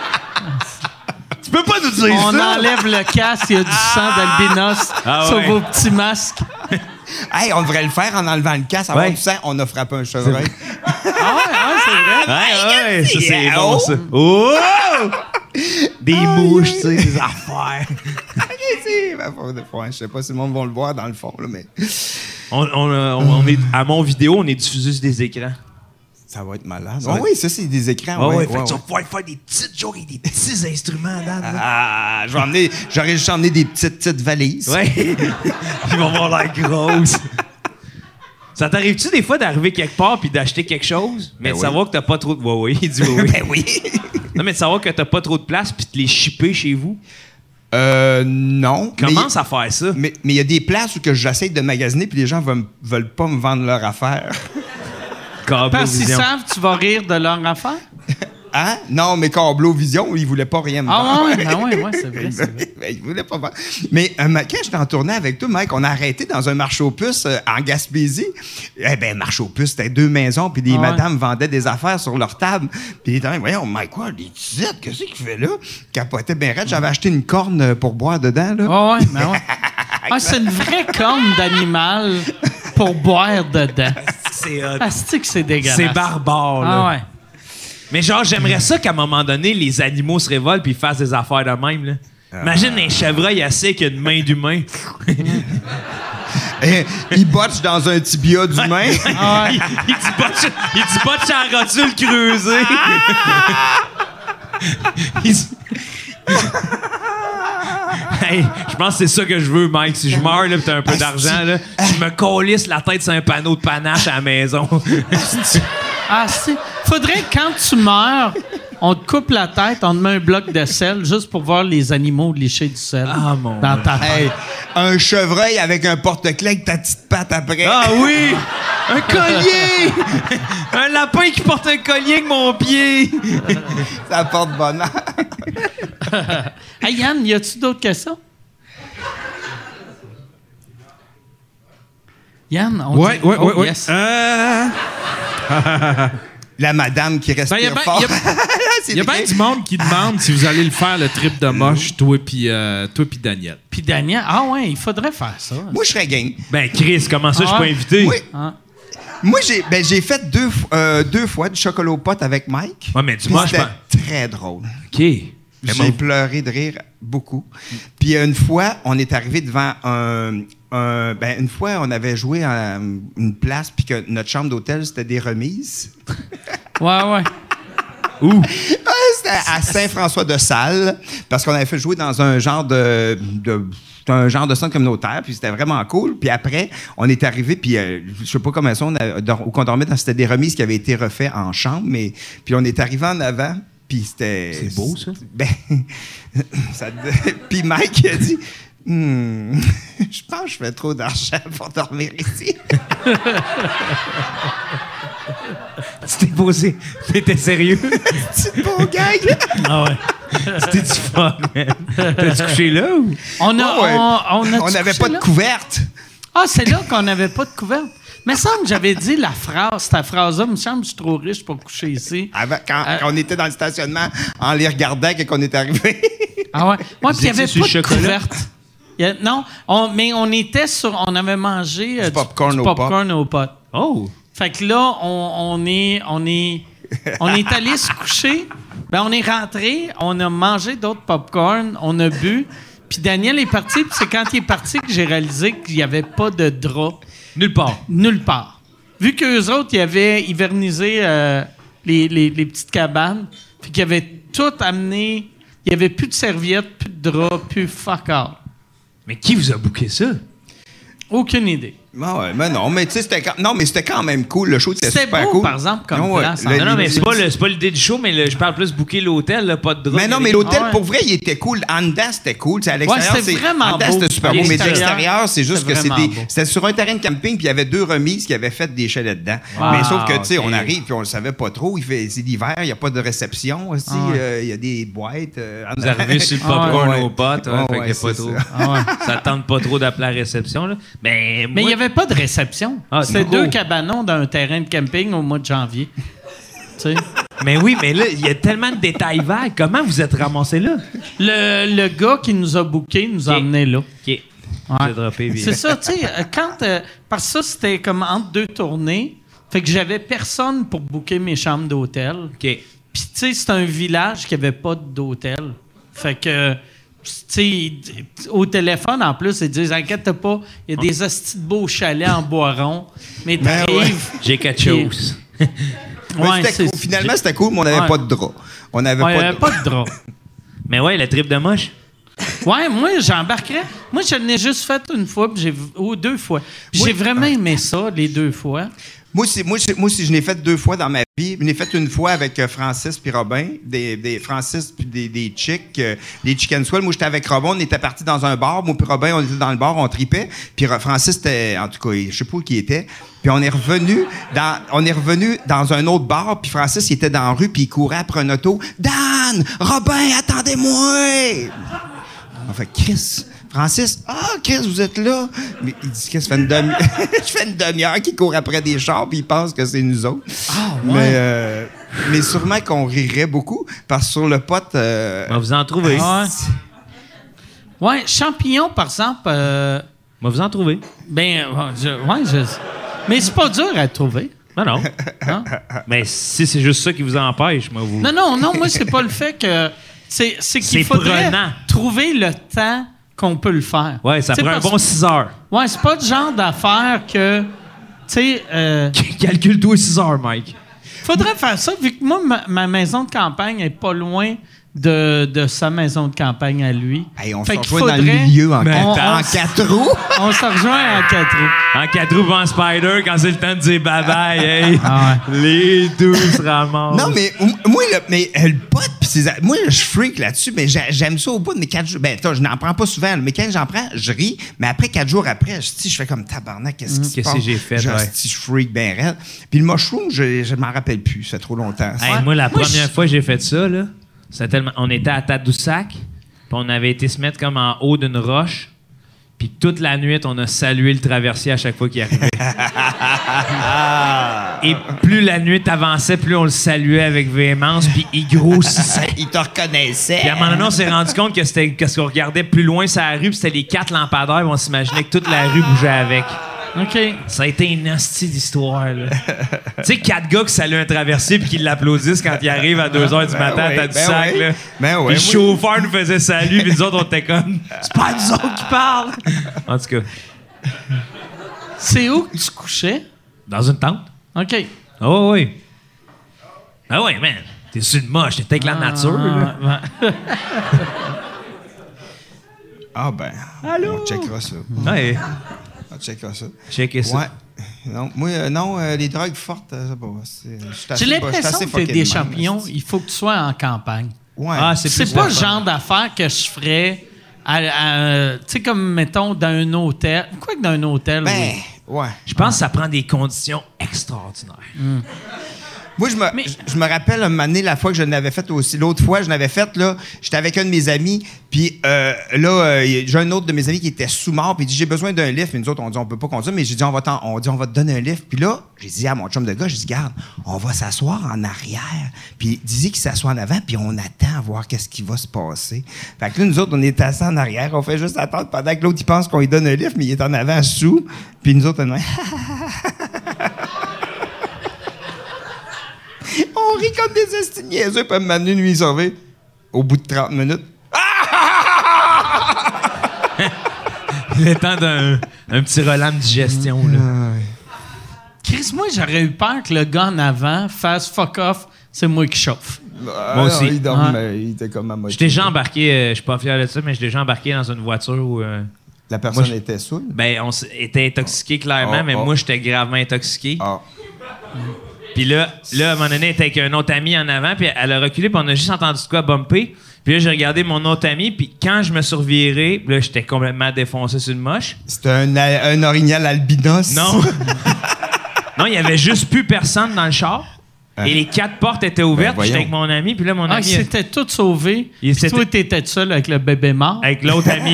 Tu peux pas nous dire On ça! enlève le casque, il y a du sang d'albinos Ah sur ouais. vos petits masques. Hey, on devrait le faire en enlevant le casque. Avoir Ouais. du sang, on a frappé un chevreuil. Ah ouais, ouais, c'est vrai. Ouais, ouais, ça c'est Yeah, bon, oh. ça. Oh! Des mouches, tu sais, des affaires. Ben, faut- faut- je sais pas si le monde va le voir dans le fond, là, mais On, on, euh, on- on est, à mon vidéo, on est diffusé sur des écrans. ça va être malade. Ça Ah va oui, ça, c'est des écrans. Ouais, ouais, ouais, ouais, fait que tu vas ouais. pouvoir faire des petites jokes et des petits instruments, Dan. là. Ah, je vais emmener- j'aurais juste emmené des petites, petites valises. Ouais. Ils vont avoir l'air grosses. Ça t'arrive-tu des fois d'arriver quelque part puis d'acheter quelque chose, mais Ben de oui. savoir que t'as pas trop de. Ouais, oui, il dit oui. oui. Ben oui. Non, mais de savoir que t'as pas trop de place puis de les shipper chez vous. Euh, non. Commence mais, à faire ça. Mais il y a des places où que j'essaie de magasiner puis les gens veulent, veulent pas me vendre leur affaire. Câble Parce qu'ils vision. savent que tu vas rire de leur affaire. Hein? Non, mais Cablo Vision, ils voulaient pas rien me Ah vendre. ouais, ben ouais, ouais, c'est vrai, c'est vrai. Ben, ils voulaient pas vendre. Mais euh, ma- quand j'étais en tournée avec toi, Mike, on a arrêté dans un marché aux puces euh, en Gaspésie. Eh ben, marché aux puces, c'était deux maisons, puis des Ah ouais. madames vendaient des affaires sur leur table. Puis ils étaient là, voyons, Mike, quoi, des tisettes, qu'est-ce qu'il fait là? Capotait bien raide. J'avais acheté une corne euh, pour boire dedans, là. Ah ouais, ben ouais. Ah, c'est une vraie corne d'animal pour boire dedans. C'est hot. Ah, c'est que c'est dégueulasse. C'est barbare, là. Ah ouais. Mais genre, j'aimerais ça qu'à un moment donné, les animaux se révoltent puis ils fassent des affaires de même, là. Imagine un chevreuil assis qui a une main d'humain. Eh, il botche dans un tibia d'humain. Ah ouais. il, il dit pas de, il dit pas de sa rotule creusée. Il dit- Hey, je pense que c'est ça que je veux, Mike. Si je meurs, là, pis t'as un peu d'argent, là, je me colisse la tête sur un panneau de panache à la maison. Ah, c'est. Faudrait que quand tu meurs, on te coupe la tête, on te met un bloc de sel juste pour voir les animaux lécher du sel. Ah, mon dans ta Hey, tête. un chevreuil avec un porte-clés avec ta petite patte après. Ah oui! Un collier! Un lapin qui porte un collier avec mon pied! Ça porte bonheur. Hey, Yann, y a-tu d'autres questions? Yann, on Ouais, dit... ouais, Oh, ouais, ouais. yes. Euh, La madame qui respire Ben, y a ben- fort. y a- C'est Il y a bien vrai. du monde qui demande si vous allez le faire, le trip de moche, toi puis euh, toi puis Daniel. Puis Daniel, ah ouais, il faudrait faire ça. Moi, je serais game. Ben, Chris, comment ça, je suis Ah pas ouais? invité? Oui. Ah. Moi, j'ai ben, j'ai fait deux, f- euh, deux fois du chocolat aux potes avec Mike. Ouais, mais du Puis moche, c'était ben- très drôle. OK. Mais J'ai bon, pleuré de rire beaucoup. Puis une fois, on est arrivé devant un, un- ben une fois, on avait joué à une place puis que notre chambre d'hôtel c'était des remises. Ouais, ouais. où? Ah, c'était à Saint-François-de-Salle parce qu'on avait fait jouer dans un genre de, de C'était un genre de centre communautaire, puis c'était vraiment cool. Puis après, on est arrivé, puis euh, je sais pas comment ça, on a, dor- qu'on dormait dans, c'était des remises qui avaient été refaites en chambre, mais puis on est arrivé en avant, puis c'était... C'est beau, ça? Ben, ça puis Mike a dit... Hmm, je pense que je fais trop d'argent pour dormir ici. Tu t'es posé. T'étais sérieux? C'est bon gag. Ah ouais. C'était du fun, man. T'as-tu couché là ou? On a, Ouais. on, on a On n'avait pas de couverte. Ah, c'est là qu'on n'avait pas de couverte. Mais ça me semble que j'avais dit la phrase, cette phrase-là, me semble que je suis trop riche pour coucher ici. Avant, quand, Euh, quand on était dans le stationnement, en les regardant quand on est arrivé. Ah ouais? Moi, puis il n'y avait étiez pas sur de le chocolat? couverte. Il y a- non, on- mais on était sur... On avait mangé euh, Du popcorn au popcorn au pot. Oh! Fait que là, on, on est... On est... On est allé se coucher. Ben, on est rentré, on a mangé d'autres popcorn, on a bu. Puis Daniel est parti, puis c'est quand il est parti que j'ai réalisé qu'il n'y avait pas de drap. Nulle part. Nulle part. Vu qu'eux autres, ils avaient hivernisé euh, les, les, les petites cabanes, puis qu'ils avaient tout amené. Il n'y avait plus de serviettes, plus de draps, plus fuck all. Mais qui vous a booké ça? Aucune idée. Ah ouais, mais non, mais tu sais, c'était quand... non, mais c'était quand même cool. Le show était C'était super beau, cool. par exemple, comme ouais, place, le- hein. Non, non, mais c'est le- pas, le- c'est pas l'idée du show, mais le- je parle plus booker l'hôtel, là, pas de drap. Mais non, mais l'hôtel, Ah ouais. pour vrai, il était cool. En dedans, c'était cool. Tu sais, à l'extérieur, Ouais, c'était c'est... vraiment en dedans, beau. c'était super beau. Mais de L'extérieur, l'extérieur, c'est juste c'était que vraiment c'était... beau. C'était sur un terrain de camping, puis il y avait deux remises qui avaient fait des chalets dedans. Wow, mais sauf que, tu sais, ok. on arrive, puis on le savait pas trop. Il fait... C'est l'hiver, il n'y a pas de réception aussi. Ah ouais. Euh, il y a des boîtes. euh, en Vous arrivez sur le Ah ouais. popcorn Ouais. aux potes, hein, Ouais, fait ouais, qu'il y a pas c'est trop. ça. Ah ouais. Ça tente pas trop d'appeler la réception, là. Mais, Mais il moi- n'y avait pas de réception. Ah, C'était non. deux cabanons d'un terrain de camping au mois de janvier. Tu sais. mais oui, mais là, il y a tellement de détails vagues. Comment vous êtes ramassés là? Le, le gars qui nous a bookés nous a Ok. emmenés là. OK. J'ai droppé, puis- C'est ça, tu sais, euh, quand... euh, parce que ça, c'était comme entre deux tournées. Fait que j'avais personne pour booker mes chambres d'hôtel. OK. Puis, tu sais, c'est un village qui avait pas d'hôtel. Fait que, tu sais, au téléphone, en plus, ils disent, inquiète pas, il y a des hosties de beaux chalets en Boiron. Mais Ben t'arrives... ouais. J'ai quelque Puis- chose. Mais Ouais, c'était c'est- cool. Finalement, c'était cool, mais on n'avait Ouais. pas de drap. On n'avait Ouais, il y pas avait de pas de drap. Mais ouais, la trip de moche. Ouais, moi, j'embarquerais. Moi, je l'ai juste fait une fois, puis j'ai, ou deux fois. Puis Oui. j'ai vraiment aimé ça, les deux fois. Moi aussi, moi, aussi- moi aussi, je l'ai fait deux fois dans ma vie. Je l'ai fait une fois avec euh, Francis puis Robin, des, des Francis puis des, des chicks, euh, des chicken swell. Moi, j'étais avec Robin, on était partis dans un bar. Moi puis Robin, on était dans le bar, on tripait. Puis euh, Francis, était, en tout cas, je sais pas où il était. Puis on est revenu dans, on est revenu dans un autre bar. Puis Francis, il était dans la rue, puis il courait après un auto. Dan, Robin, attendez-moi. On fait Chris. Francis, ah, Chris, vous êtes là? Mais il dit que ça fait une demi je fais une demi-heure qu'il court après des chars puis il pense que c'est nous autres. Ah, ouais. Mais, euh, mais sûrement qu'on rirait beaucoup parce que sur le pote. euh, On va vous en trouver. Ouais. Ouais, champignons, par exemple, euh, On va vous en trouver. ben, ouais, je, ouais, je- mais c'est pas dur à trouver. Non, non. Hein? Mais si c'est juste ça qui vous empêche, moi, vous. Non, non, non, moi, c'est pas le fait que. C'est, c'est qu'il C'est faudrait prenant. trouver le temps qu'on peut le faire. Ouais, ça Tu sais, prend un parce- bon six heures. Ouais, c'est pas le genre d'affaire que. Tu sais, euh, Calcule-toi six heures, Mike. faudrait faire ça, vu que moi, ma, ma maison de campagne est pas loin de, de sa maison de campagne à lui. hey, on Fait se qu'il rejoint dans le faudrait- milieu en, Mais quatre, on- en quatre roues. On se rejoint en quatre roues. En quatre roues en Spider, quand c'est le temps de dire bye-bye, hey, Ah les deux se ramassent. Non, mais m- moi, le, mais, euh, le pote, pis ses a- moi, je freak là-dessus, mais j'a- j'aime ça au bout de mes quatre jours. Ben, attends, je n'en prends pas souvent, mais quand j'en prends, je ris. Mais après quatre jours après, je, tu sais, je fais comme tabarnak, qu'est-ce qui se Qu'est-ce passe? que j'ai fait, Je, ouais. je freak bien raide. Puis le mushroom, je, je m'en rappelle plus, ça fait trop longtemps. Hey, Ouais. moi, la Moi, première je- fois que j'ai fait ça, là, c'était tellement... on était à Tadoussac, puis on avait été se mettre comme en haut d'une roche, puis toute la nuit, on a salué le traversier à chaque fois qu'il arrivait. Et plus la nuit avançait, plus on le saluait avec véhémence, puis il grossissait. Il te reconnaissait. Puis à un moment donné, on s'est rendu compte que c'était parce qu'on regardait plus loin sur la rue, puis c'était les quatre lampadaires, puis on s'imaginait que toute la rue bougeait avec. OK. Ça a été une hostie d'histoire, là. Tu sais, quatre gars qui saluent un traversier puis qui l'applaudissent quand il arrive à deux heures du matin ouais, à du ben sac, ouais. là. Ben ouais, Puis le moi- chauffeur nous faisait salut, puis nous autres, on était comme... C'est pas nous autres qui parlent! En tout cas, C'est où que tu couchais? dans une tente. OK. Oh oui. Ah ouais, man. T'es sur une moche, t'es avec la nature, là. Ah, ouais. Ah ben, Allô? on checkera ça. Ouais. On checkera ça. Checker ça. Ouais. Non, moi, euh, non, euh, les drogues fortes, euh, c'est pas... c'est- je suis assez- J'ai je suis l'impression assez que fucké t'es de des même, champignons, esti. il faut que tu sois en campagne. Ouais. Ah, c'est C'est plus pas le le fun. genre d'affaire que je ferais, à, à- tu sais, comme, mettons, dans un hôtel. Quoi que dans un hôtel, Ben, oui. ouais. Je pense que ça prend des conditions extraordinaires. Moi, je me, Mais- je, je me rappelle un moment donné, la fois que je l'avais fait aussi. L'autre fois, je l'avais faite, là, j'étais avec un de mes amis, puis euh, là, euh, y a- j'ai un autre de mes amis qui était sous-mort, puis il dit, j'ai besoin d'un lift. Mais nous autres, on dit, on peut pas conduire, mais j'ai dit, on va, t'en- on dit, on va te donner un lift. Puis là, j'ai dit à mon chum de gars, j'ai dit, garde, on va s'asseoir en arrière, puis disait qu'il s'assoit en avant, puis on attend à voir qu'est-ce qui va se passer. Fait que là, nous autres, on est assis en arrière, on fait juste attendre pendant que l'autre, il pense qu'on lui donne un lift, mais il est en avant sous, puis nous autres, on est on rit comme des esti niaiseux, puis m'amener nuit sauver. Au bout de trente minutes. Le temps d'un un petit relent de digestion. Là. Chris, moi, j'aurais eu peur que le gars en avant fasse fuck off, c'est moi qui chauffe. Moi aussi. Il, dormait, il était comme à moitié. J'ai déjà embarqué, euh, je suis pas fier de ça, mais j'ai déjà embarqué dans une voiture où. euh, La personne moi, je- était saoule. ben, on s- était intoxiqué clairement, Oh, mais oh. moi, j'étais gravement intoxiqué. Ah. Puis là, là, à un moment donné, elle était avec un autre ami en avant, puis elle a reculé, puis on a juste entendu de quoi bumper. Puis là, j'ai regardé mon autre ami, puis quand je me suis reviré, là, j'étais complètement défoncé sur une moche. C'était un, un orignal albinos. Non! Non, il y avait juste plus personne dans le char. Et les quatre portes étaient ouvertes. Ben, J'étais voyons. avec mon ami, puis là, mon Ah, ami... c'était tout sauvé. Il Puis toi, s'était- t'étais seul avec le bébé mort. Avec l'autre ami.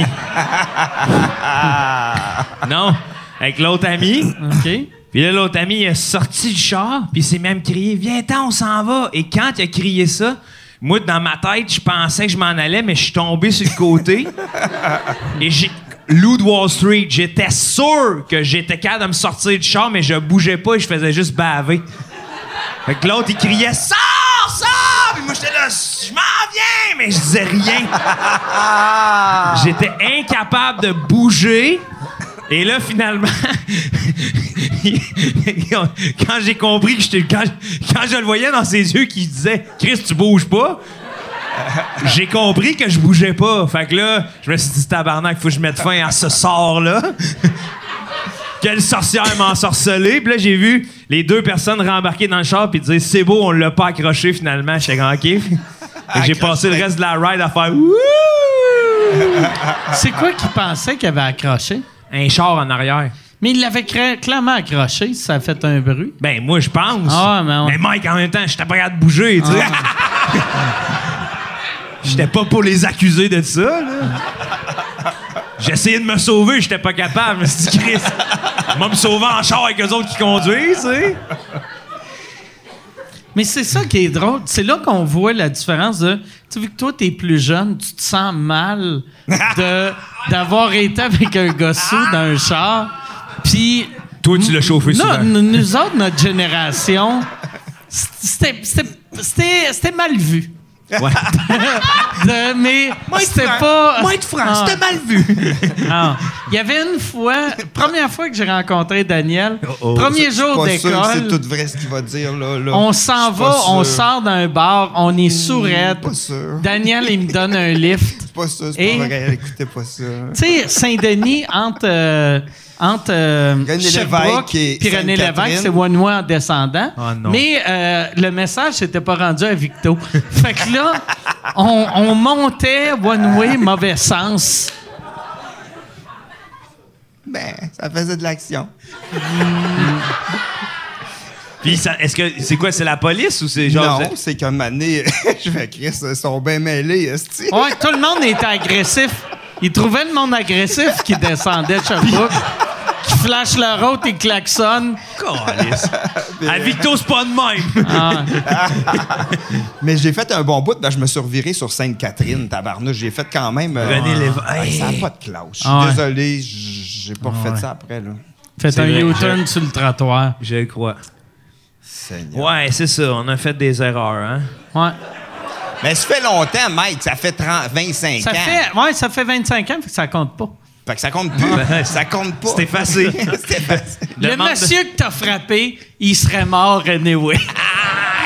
Non, avec l'autre ami. OK. Puis là, l'autre ami, il est sorti du char, puis il s'est même crié « Viens-t'en, on s'en va! » Et quand il a crié ça, moi, dans ma tête, je pensais que je m'en allais, mais je suis tombé sur le côté. Et j'ai... Loup de Wall Street, j'étais sûr que j'étais capable de me sortir du char, mais je bougeais pas et je faisais juste baver. Fait que l'autre, il criait « Sors! Sors! » Puis moi, j'étais là « Je m'en viens! » Mais je disais rien. J'étais incapable de bouger. Et là, finalement, quand j'ai compris que j'étais... Quand, quand je le voyais dans ses yeux qui disait « Chris, tu bouges pas? » J'ai compris que je bougeais pas. Fait que là, je me suis dit, tabarnak, faut que je mette fin à ce sort-là. Quelle sorcière m'a ensorcelé. Puis là, j'ai vu les deux personnes rembarquer dans le char puis dire, c'est beau, on l'a pas accroché finalement. J'étais comme, OK. Fait que j'ai passé le reste de la ride à faire, wouh! C'est quoi qu'il pensait qu'il avait accroché? Un char en arrière. Mais il l'avait cra- clairement accroché, ça a fait un bruit. Ben, moi, je pense. Ah, mais on- Mais Mike, en même temps, j'étais pas capable de bouger, tu sais. J'étais pas pour les accuser de ça, là. J'ai essayé de me sauver, j'étais pas capable. Je me suis dit, Chris, moi me sauver en char avec eux autres qui conduisent, tu sais. Mais c'est ça qui est drôle. C'est là qu'on voit la différence de... Tu sais, vu que toi, t'es plus jeune, tu te sens mal de, d'avoir été avec un gossou dans un char. Puis... Toi, tu l'as chauffé Non, souvent. n- nous autres, notre génération, c'était, c'était, c'était, c'était mal vu. Ouais. De- mais c'était pas... Moi, être franc, Ah. c'était mal vu. Ah. Il y avait une fois, première fois que j'ai rencontré Daniel, oh. premier Je suis jour pas sûr que c'est d'école, tout vrai ce qu'il va dire, là. là. on Je s'en suis va, pas on sûr. sort d'un bar, on est sourd-raide. Pas sûr. Daniel, il me donne un lift. C'est pas ça, c'est Et- pas vrai. Écoutez pas ça. Tu sais, Saint-Denis, entre, euh, entre euh, René Sherbrooke Lévesque et puis René Sainte-Catherine. Lévesque, c'est one-way en descendant. Ah, non. Mais euh, le message s'était pas rendu à Victo. Fait que là, on, on montait one-way, mauvais sens. Ben, ça faisait de l'action. Puis, ça, est-ce que c'est quoi, c'est la police ou c'est genre. Non, c'est qu'un moment donné, je fais Chris, ils sont bien mêlés, esti. Ouais, tout le monde était agressif. Ils trouvaient le monde agressif qui descendait de Sherbrooke, qui flash la route et klaxonne. Calice. À Victo, c'est pas de même. Ah. Mais j'ai fait un bon bout, ben, je me suis reviré sur Sainte-Catherine, tabarnouche. J'ai fait quand même. euh, René Lévesque. ouais, ça n'a Hey. pas de classe. Je suis Ah ouais. désolé, j- j'ai pas refait ça après, là. Fait C'est un vrai, U-turn je- sur le trottoir. Je le crois. Seigneur. Ouais, c'est ça. On a fait des erreurs, hein. Ouais. Mais ça fait longtemps, Mike, ça fait trente, vingt-cinq Ça ans. fait, ouais, ça fait vingt-cinq ans, fait que ça compte pas. Fait que ça compte plus. Ouais. Ça compte pas. C'est effacé. C'est effacé. Le Demande- monsieur que t'as frappé, il serait mort anyway.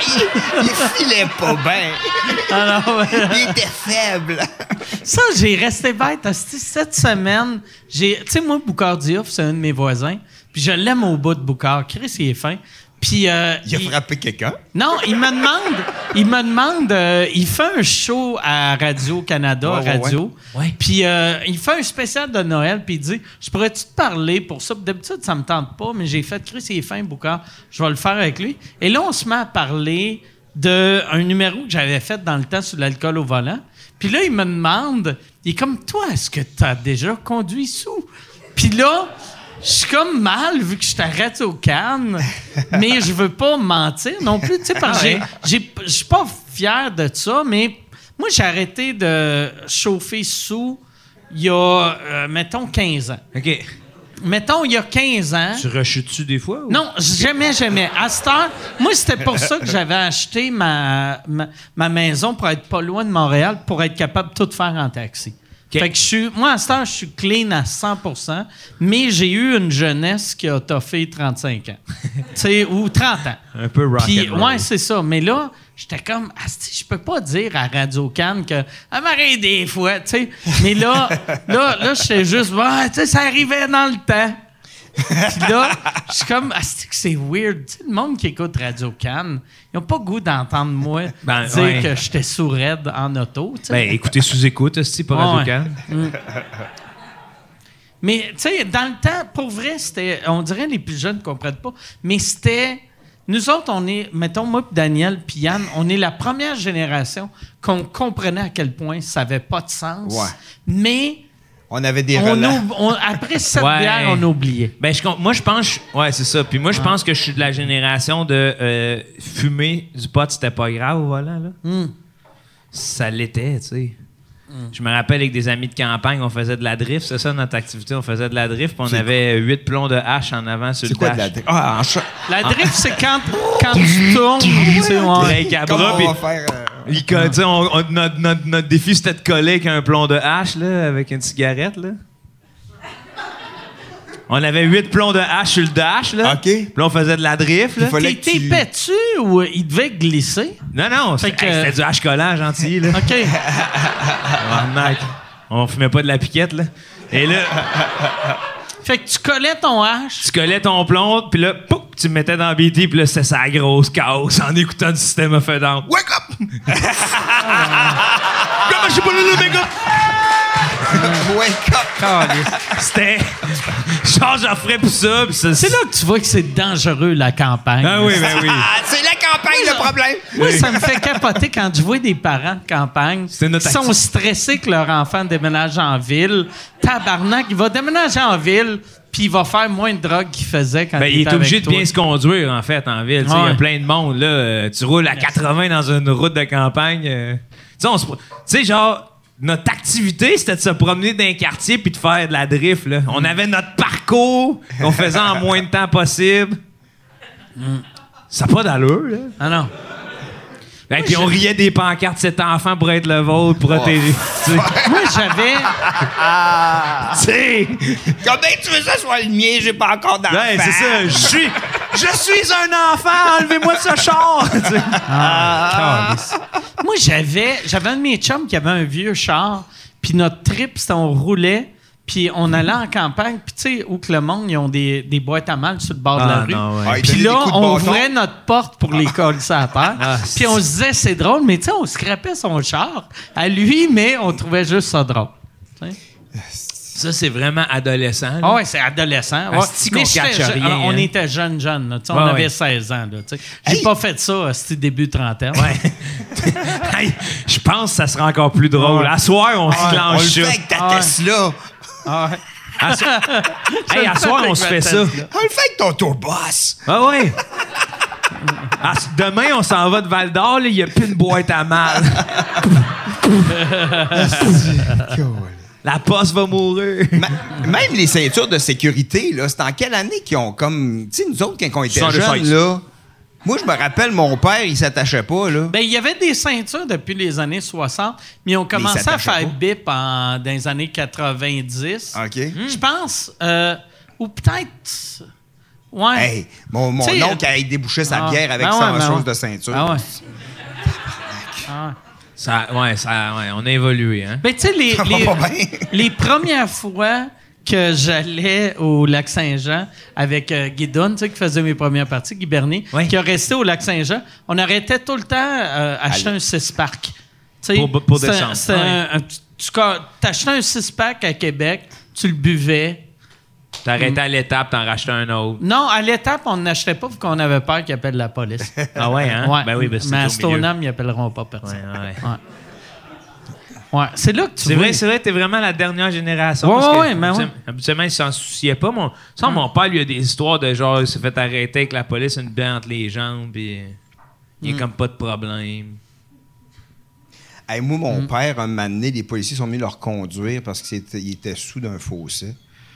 il, il filait pas bien. Ah non, mais- Il était faible. Ça, j'ai resté bête. Hostie, Cette semaine, j'ai. Tu sais, moi, Boucard Diouf, c'est un de mes voisins. Puis je l'aime au bout de Boucard. Chris, il est fin. Puis. euh, Il a frappé quelqu'un. Non, il me demande. Il me demande. euh, il fait un show à Radio-Canada, Ouais, ouais, Radio. Puis euh, il fait un spécial de Noël. Puis il dit Je pourrais-tu te parler pour ça? Puis d'habitude, ça me tente pas, mais j'ai fait Chris, il est fin, Boucard. Je vais le faire avec lui. Et là, on se met à parler d'un numéro que j'avais fait dans le temps sur l'alcool au volant. Puis là, il me demande, il est comme, toi, est-ce que tu as déjà conduit sous? Puis là, je suis comme mal, vu que je t'arrête au Cannes, mais je veux pas mentir non plus, tu sais, parce que j'ai- j'ai- je suis pas fier de ça, mais moi, j'ai arrêté de chauffer sous il y a, euh, mettons, quinze ans. OK. Mettons, il y a quinze ans... Tu rechutes-tu des fois? Ou? Non, jamais, jamais. À cette heure, moi, c'était pour ça que j'avais acheté ma, ma, ma maison pour être pas loin de Montréal, pour être capable de tout faire en taxi. OK. Fait que je suis, moi, à cette heure, je suis clean à cent pour cent, mais j'ai eu une jeunesse qui a toffé trente-cinq ans. Tu sais, ou trente ans. Un peu rock Puis, and roll. ouais, c'est ça. Mais là, j'étais comme, asti, je peux pas dire à Radio-Can que, elle m'arrive des fois, tu sais. Mais là, là, là, j'étais juste, ouais, tu sais, ça arrivait dans le temps. Puis là, je suis comme, asti, que c'est weird. Tu sais, le monde qui écoute Radio-Can, ils n'ont pas goût d'entendre moi Ben, dire ouais. que j'étais sourd-raide en auto, tu sais. Ben, écoutez sous-écoute, aussi, pas Ouais. Radio-Can. Mais, tu sais, dans le temps, pour vrai, c'était. On dirait les plus jeunes ne comprennent pas, mais c'était. Nous autres, on est. Mettons, moi, puis Daniel, puis Yann, on est la première génération qu'on comprenait à quel point ça n'avait pas de sens. Ouais. Mais. On avait des On relents. oub- on- après sept Ouais. bières, on oubliait. Ben, je, com- moi, je pense. Ouais, c'est ça. Puis moi, je pense que je suis de la génération de euh, fumer du pot, c'était pas grave au volant, là. Hmm. Ça l'était, tu sais. Je me rappelle avec des amis de campagne, on faisait de la drift, c'est ça notre activité, on faisait de la drift, puis on C'est avait huit plombs de hache en avant sur C'est le quoi dash. de la drift? Ah, en chat. La drift, c'est quand, quand tu tournes. tu sais, ouais. Break à Comment bras, on puis va faire... euh, il co- tu sais, on- on- notre, notre- notre défi, c'était de coller avec un plomb de hache, là, avec une cigarette, là. On avait huit plombs de hache sur le dash, là. OK. Puis là, on faisait de la drift, là. Il fallait T'es que tu- t'épais-tu ou il devait glisser? Non, non, Fait c'était que- hey, c'était du hache collant, gentil, là. OK. Tabarnak. On fumait pas de la piquette, là. Et là, Fait que tu collais ton hache. tu collais ton plomb, puis là, pouf, tu me mettais dans le B T, puis là, c'était sa grosse chaos en écoutant du système of a Down. Wake up! Comment je suis pas là, le mec? Wake up! C'était. Genre, j'en ferais pour ça, puis ça. C'est là que tu vois que c'est dangereux, la campagne. Ah oui, ben oui. Ah, c'est la campagne, le problème! Moi, ça me fait capoter quand je vois des parents de campagne qui C'est notre sont activité. stressés que leur enfant déménage en ville. Tabarnak, il va déménager en ville, puis il va faire moins de drogue qu'il faisait quand Ben, il il était est obligé avec de toi. bien se conduire, en fait, en ville. Tu sais, Il y Ouais. a plein de monde, là. Euh, tu roules à quatre-vingts dans une route de campagne. euh. Tu sais, on se pro- tu sais, genre, notre activité, c'était de se promener dans un quartier puis de faire de la drift, là. On avait notre parcours qu'on faisait en moins de temps possible. Ça n'a pas d'allure, là. Ah non. Et puis on riait des pancartes, cet enfant pour être le vôtre, protéger. Tu sais. Moi, j'avais... Tu sais. Comment tu veux que ça soit le mien? J'ai pas encore d'enfant. Ouais, c'est ça. Je suis, je suis un enfant. Enlevez-moi de ce char. Tu sais. Moi, j'avais... J'avais un de mes chums qui avait un vieux char, puis notre trip, c'était on roulait, puis on allait en campagne, puis tu sais, où que le monde, ils ont des, des boîtes à mal sur le bord de la Ah, rue. non, ouais. Ah, il Puis donnait là, des coups de on bâton. ouvrait notre porte pour les coller ça à terre. Ah, Puis on se disait, c'est drôle, mais tu sais, on scrapait son char à lui, mais on trouvait juste ça drôle. Tu sais? Ça, c'est vraiment adolescent. là. Ah ouais, c'est adolescent. Ouais. Asti qu'on Mais j'étais catche je- rien, alors, on hein. était jeunes, jeunes. là. Tu sais, Ouais, on avait ouais. seize ans. Là, tu sais. J'ai Hey! pas fait ça, c'était début trentaine. Ouais. Hey, je pense que ça sera encore plus drôle. À soir, on se On clenche le fait ça. avec ta Ah ouais. Tesla. Ah ouais. À so- Hey, à soir, on se fait ça. On le fait avec ton tourbus. Ah ouais. À- demain, on s'en va de Val d'Or, là, il n'y a plus de boîte à mal. La poste va mourir. Ma- Même les ceintures de sécurité, là, c'est en quelle année qu'ils ont comme... Tu sais, nous autres, quand on était soixante-seize. jeunes, là... Moi, je me rappelle, mon père, il s'attachait pas, là. Ben, il y avait des ceintures depuis les années soixante, mais ils ont commencé à s'attachaient faire pas. bip en, dans les années quatre-vingt-dix. OK. Je pense, euh, ou peut-être Ouais. Hey, mon, mon T'sais, oncle, il débouchait sa ah, bière avec ben sa ouais, ben chose ouais. de ceinture. Ah ouais. Ah ouais. Ça, ouais, ça, ouais, on a évolué, hein? Ben, tu sais, les, Ça va les, pas bien. les premières fois que j'allais au Lac-Saint-Jean avec euh, Guy Dunn, tu sais, qui faisait mes premières parties, Guy Bernier, Oui. qui a resté au Lac-Saint-Jean, on arrêtait tout le temps euh, acheter Allez. un six-pack. Tu sais, Pour- pour c'est- descendre. c'est Ouais. un- un- tu t'achetais un six-pack à Québec, tu le buvais. T'arrêtais à l'étape, t'en rachetais un autre. Non, à l'étape, on n'achetait pas parce qu'on avait peur qu'ils appellent la police. Ah ouais, hein? Ouais. Ben oui, ben c'est Mais à au milieu. Stoneham, ils appelleront pas personne. Ouais, ouais. Ouais. Ouais, c'est là que tu C'est vois. vrai, c'est vrai, t'es vraiment la dernière génération. Ouais, parce que ouais, ouais, mais habituellement- ouais. Habituellement, il s'en souciait pas. Mon, ça, mon père, lui, a des histoires de genre, il s'est fait arrêter avec la police, une bière entre les jambes, puis il y a comme pas de problème. Hey, moi, Mm. mon père, un moment donné, les policiers sont mis leur conduire parce qu'il était, il était sous d'un fossé.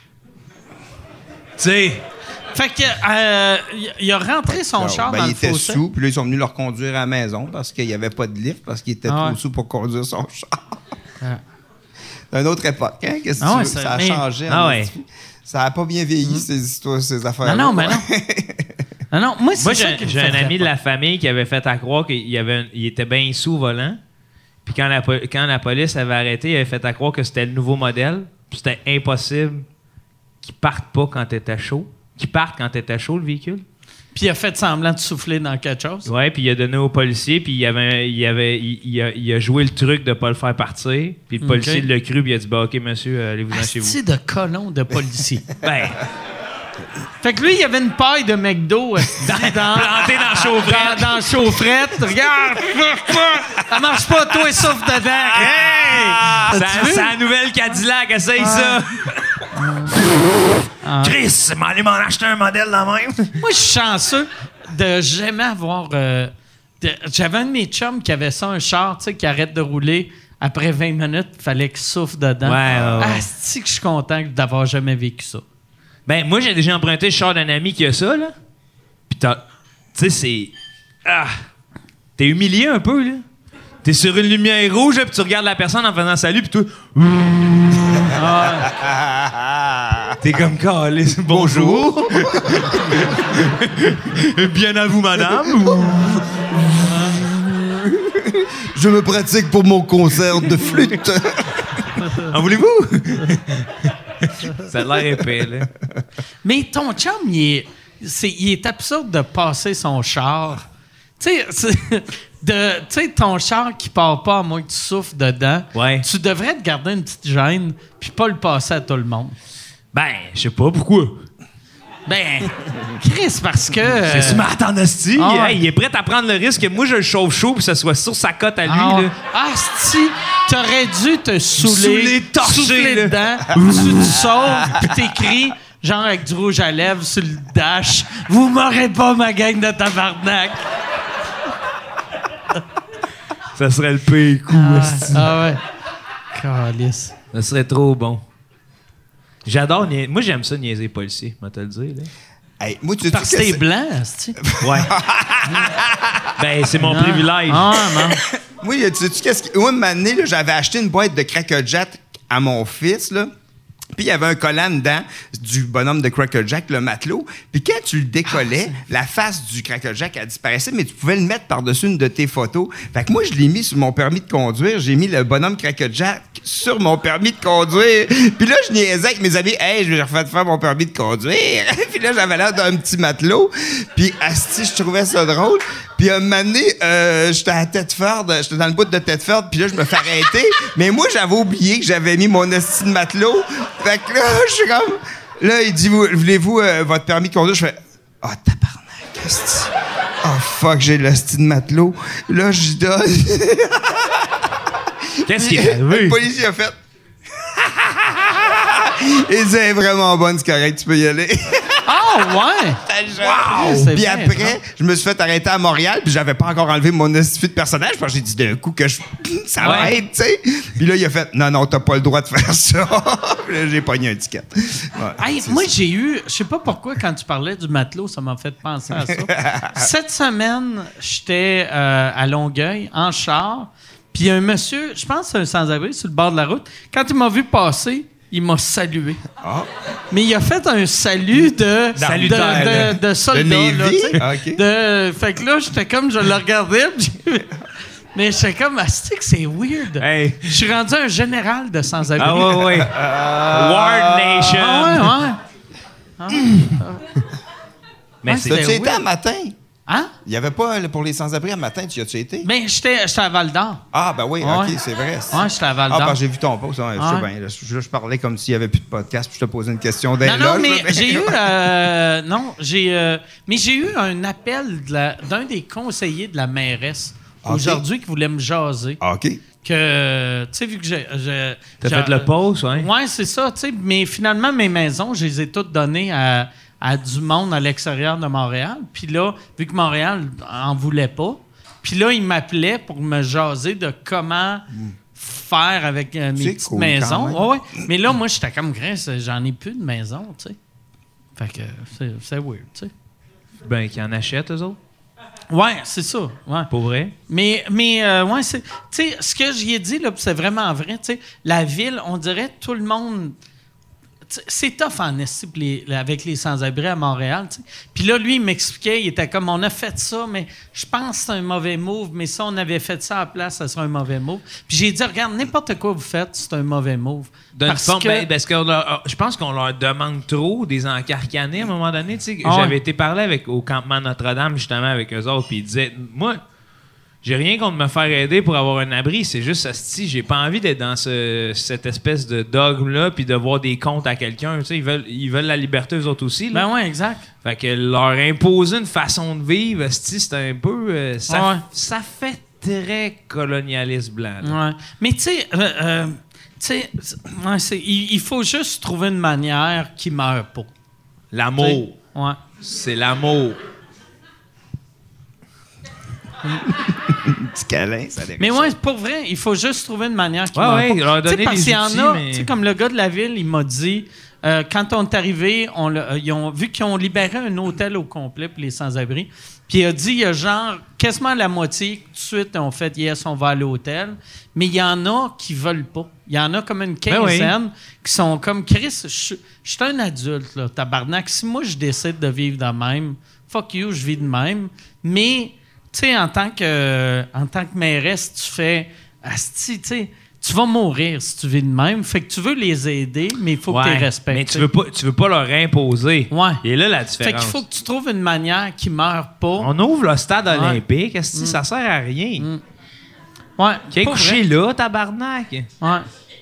Tu sais, Fait que euh, il- il a rentré son Alors, char ben, dans il le était fossé. sous, puis là, ils sont venus leur conduire à la maison parce qu'il n'y avait pas de lift, parce qu'il était Ah trop ouais. sous pour conduire son char. Ah. C'est une autre époque, hein? Qu'est-ce que Ah tu ouais, veux? ça- Ça a mais- changé. Ah en ouais. esti. Ça n'a pas bien vieilli, ces histoires, ces affaires. Non, non, mais non. Non, non, moi, c'est moi, ça j'ai qui me j'ai fait un ami de capoter. la famille qui avait fait à croire qu'il y avait un- il était bien sous au volant. Puis quand la, po- quand la police avait arrêté, il avait fait à croire que c'était le nouveau modèle. Puis c'était impossible qu'il parte pas quand t'étais chaud. Qu'il parte quand t'étais chaud, le véhicule. Puis il a fait semblant de souffler dans quelque chose. Ouais, puis il a donné au policier, puis il, avait, il, avait, il, il a, il a joué le truc de pas le faire partir. Puis le Ok. policier l'a cru, puis il a dit bah, OK, monsieur, euh, allez-vous-en chez vous. Asti de colon de policier. Ben, Fait que lui, il y avait une paille de McDo asti, dans, planté dans la chaufferette. Dans, dans la chaufferette. Regarde, ça marche pas, toi, souffle dedans. Hey! c'est As-tu vu? c'est la nouvelle Cadillac, essaye ça. Chris, m'allez m'en acheter un modèle dans même. Moi, je suis chanceux de jamais avoir. euh, de- J'avais un de mes chums qui avait ça, un char, tu sais, qui arrête de rouler. Après vingt minutes, il fallait qu'il souffle dedans. Ouais, ouais, ouais. Asti que je suis content d'avoir jamais vécu ça. Ben, moi, j'ai déjà emprunté le char d'un ami qui a ça, là. Pis t'as. Tu sais, c'est. Ah! T'es humilié un peu, là. T'es sur une lumière rouge, pis tu regardes la personne en faisant salut, pis toi. T'es comme calé. Bonjour. Bien à vous, madame. Je me pratique pour mon concert de flûte. En voulez-vous? Ça a l'air épais, là. Mais ton chum, il est, c'est, il est absurde de passer son char. Tu sais, c'est- de- tu sais, ton char qui part pas à moins que tu souffles dedans, Ouais. tu devrais te garder une petite gêne puis pas le passer à tout le monde. Ben, je sais pas pourquoi. Ben, Chris, parce que... C'est smart en esti. Ah ouais. Hey, il est prêt à prendre le risque que moi, je le chauffe chaud puis que ça soit sur sa cote à lui, Ah, là. ah, si, t'aurais dû te saouler, Saouler, torcher, souffler là. dedans, tu te sauves, puis t'écris, genre avec du rouge à lèvres sur le dash, « Vous m'aurez pas, ma gang de tabarnak! Ça serait le pire coup, » esti. Ah ouais. Calice. Ça serait trop bon. J'adore niaiser. Moi, j'aime ça niaiser les policiers, moi te le dire. Là. Hey, moi, tu Parce sais que que t'es c'est- blanc, asti. Ouais. Ben, c'est mon privilège. Ah, non. Oui, tu sais-tu qu'est-ce que. Moi, une année, là, j'avais acheté une boîte de Cracker Jack à mon fils, là. Puis il y avait un collant dedans du bonhomme de Cracker Jack, le matelot. Puis quand tu le décollais, la face du Cracker Jack, elle disparaissait, mais tu pouvais le mettre par-dessus une de tes photos. Fait que moi, je l'ai mis sur mon permis de conduire. J'ai mis le bonhomme Cracker Jack sur mon permis de conduire. Puis là, je niaisais avec mes amis. « Hey, je vais refaire faire mon permis de conduire. » Puis là, j'avais l'air d'un petit matelot. Puis asti, je trouvais ça drôle. Puis un moment donné, euh, j'étais à Thetford, j'étais dans le bout de Thetford, puis là, je me fais arrêter. Mais moi, j'avais oublié que j'avais mis mon esti de matelot. Fait que là, je suis comme... Là, il dit, Vous- voulez-vous euh, votre permis de conduire? Je fais, ah, oh, tabarnak, esti. Oh, fuck, j'ai l'esti de matelot. Là, je lui donne. Qu'est-ce qui est Le arrivé? policier a fait... Il dit, elle est vraiment bonne, c'est correct, tu peux y aller. Ah, ouais! Wow! C'est Puis bien, après, je me suis fait arrêter à Montréal, puis j'avais pas encore enlevé mon estifi de personnage, parce que j'ai dit d'un coup que je... ça va Ouais. être, tu sais. Puis là, il a fait, non, non, t'as pas le droit de faire ça. Puis là, j'ai pogné un ticket. Ouais, Hey, c'est moi, ça. j'ai eu... Je sais pas pourquoi, quand tu parlais du matelot, ça m'a fait penser à ça. Cette semaine, j'étais euh, à Longueuil, en char, puis un monsieur, je pense que c'est un sans-abri, sur le bord de la route, quand il m'a vu passer, il m'a salué. Ah. Mais il a fait un salut de, de, Salutaire, de, de, de soldat. De Navy? Là, tu sais. Ah, OK. De- fait que là, j'étais comme, je le regardais, puis j'ai- mais j'étais comme, asti que c'est weird. Hey. Je suis rendu un général de sans-abri. Ah ouais, ouais. War Nation. Ah ouais, ouais. Mais Ouais, c'est... c'était T'as-tu été weird. à matin? Hein? Il n'y avait pas là, pour les sans-abri à matin, tu y as-tu été? Ben, j'étais j'étais à Val-d'Or. Ah, ben oui, Ouais. OK, c'est vrai. Ouais, j'étais à Ah, Val-d'Or. parce que j'ai vu ton post. hein, je sais Ouais. bien. Là, je, je parlais comme s'il n'y avait plus de podcast, puis je te posais une question d'un Non, non, loge, mais là, ben- j'ai eu... euh, non, j'ai... euh, mais j'ai eu un appel de la- d'un des conseillers de la mairesse OK. aujourd'hui qui voulait me jaser. Ah, OK. Que, tu sais, vu que j'ai... j'ai- T'as j'ai- fait le pause, ouais? Ouais, c'est ça, tu sais. Mais finalement, mes maisons, je les ai toutes données à, à du monde à l'extérieur de Montréal. Puis là, vu que Montréal en voulait pas, puis là, il m'appelait pour me jaser de comment faire avec euh, mes C'est petites cool, maisons. quand même. Ouais, ouais. Mais là, moi, j'étais comme Chris, j'en ai plus de maison, tu sais. Fait que c'est, c'est weird, tu sais. Ben, qui en achètent, eux autres? Ouais, c'est ça. Ouais. Pour vrai? Mais, mais euh, ouais, c'est. Tu sais, ce que j'y ai dit, là, pis c'est vraiment vrai, tu sais, la ville, on dirait tout le monde. T'sais, c'est tough en esti pour les- avec les sans-abri à Montréal. T'sais. Puis là, lui, il m'expliquait, il était comme, on a fait ça, mais je pense que c'est un mauvais move, mais si on avait fait ça à la place, ça serait un mauvais move. Puis j'ai dit, regarde, n'importe quoi vous faites, c'est un mauvais move. D'une Parce forme, que... ben, parce que leur- je pense qu'on leur demande trop des encarcanés à un moment donné. Tu sais, Ah ouais. J'avais été parler avec, au campement Notre-Dame, justement, avec eux autres, puis ils disaient, moi, j'ai rien contre me faire aider pour avoir un abri, c'est juste, asti, j'ai pas envie d'être dans ce- cette espèce de dogme-là, puis de voir des comptes à quelqu'un. Tu sais, ils veulent, ils veulent la liberté, eux autres aussi. Là. Ben ouais, exact. Fait que leur imposer une façon de vivre, asti, c'est un peu... euh, ça, Ouais. ça fait très colonialiste blanc. là. Ouais. Mais tu sais, euh, euh, tu sais, c'est- ouais, c'est- il, il faut juste trouver une manière qui meurt pas. L'amour. Ouais. C'est l'amour. Petit câlin, ça dépend. Mais ouais, pour vrai, il faut juste trouver une manière qui Ouais, meurt ouais, pas. leur Tu sais, donner parce les qu'il y en outils, a, mais- tu sais, comme le gars de la ville, il m'a dit, euh, quand on est arrivé, on l'a- euh, ils ont, vu qu'ils ont libéré un hôtel au complet pour les sans-abri, puis il a dit, il y a genre quasiment la moitié, tout de suite, on fait, yes, on va à l'hôtel, mais il y en a qui veulent pas. Il y en a comme une Ben oui. quinzaine qui sont comme, Chris, je je suis un adulte, là, tabarnak. Si moi, je décide de vivre de même, fuck you, je vis de même, mais... Tu sais, en tant que en tant que mairesse, tu fais asti, tu sais, tu vas mourir si tu vis de même. Fait que tu veux les aider, mais il faut que tu les Ouais, respectes. mais tu veux pas, tu veux pas leur imposer. Ouais. Et là, la Fait différence. qu'il faut que tu trouves une manière qui meurt pas. On ouvre le stade Ouais. olympique, est-ce que ça sert à rien? Ouais. Qui est pas couché vrai. là, tabarnak? Ouais.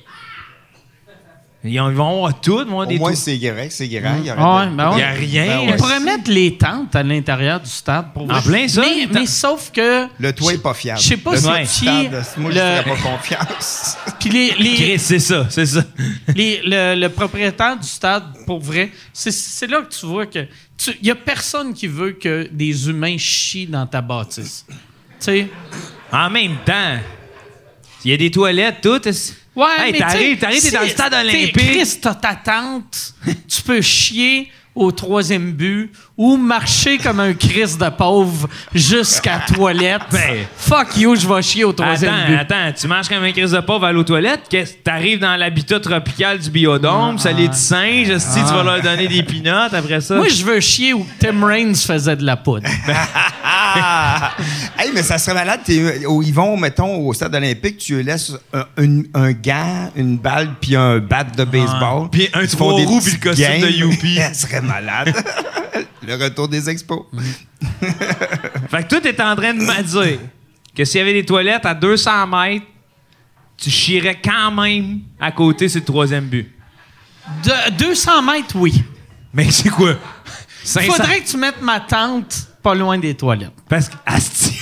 Ils vont ils vont avoir tout, ils vont avoir Au des moins, trous. c'est grand, c'est grand. Il y aurait Ah ouais, de- ben ouais. Il y a rien. Ben On ouais. pourrait mettre les tentes à l'intérieur du stade pour En plein ça, Mais, les tentes. mais sauf que. Le toit n'est pas fiable. Je sais pas le si toit tu- du stade, moi, je ne le- ferais pas confiance. Puis les, les, Chris, c'est ça, c'est ça. Les- le, le propriétaire du stade, pour vrai, c'est, c'est là que tu vois que il y a personne qui veut que des humains chient dans ta bâtisse. Tu sais? En même temps, il y a des toilettes, toutes. Ouais, Hey, mais t'arrives, t'sais, t'arrives, t'es dans le si- stade t'sais, olympique. Chris, t'as ta tente, tu peux chier au troisième but ou marcher comme un Chris de pauvre jusqu'à la toilette. Ben. Fuck you, je vais chier au troisième Attends, but. attends, tu manges comme un crise de pauvre, va aller aux toilettes, qu'est-ce- t'arrives dans l'habitat tropical du biodôme, ça les petits singes, esti, tu vas leur donner des peanuts après ça. Moi, je veux chier où Tim Raines faisait de la poudre. Ah! Hey, mais ça serait malade. t'es- au- Ils vont, mettons, au stade olympique, tu laisses un, une- un gant, une balle, puis un bat de baseball. Puis un Ils trois font des roues, puis le petites costume de games. Youpi. Ça serait malade. Le retour des expos. Fait que toi, t'es en train de me dire que s'il y avait des toilettes à deux cents mètres, tu chierais quand même à côté sur le troisième but. De deux cents mètres, oui. Mais c'est quoi? Il cinq cents faudrait que tu mettes ma tente pas loin des toilettes. Parce que. Asti.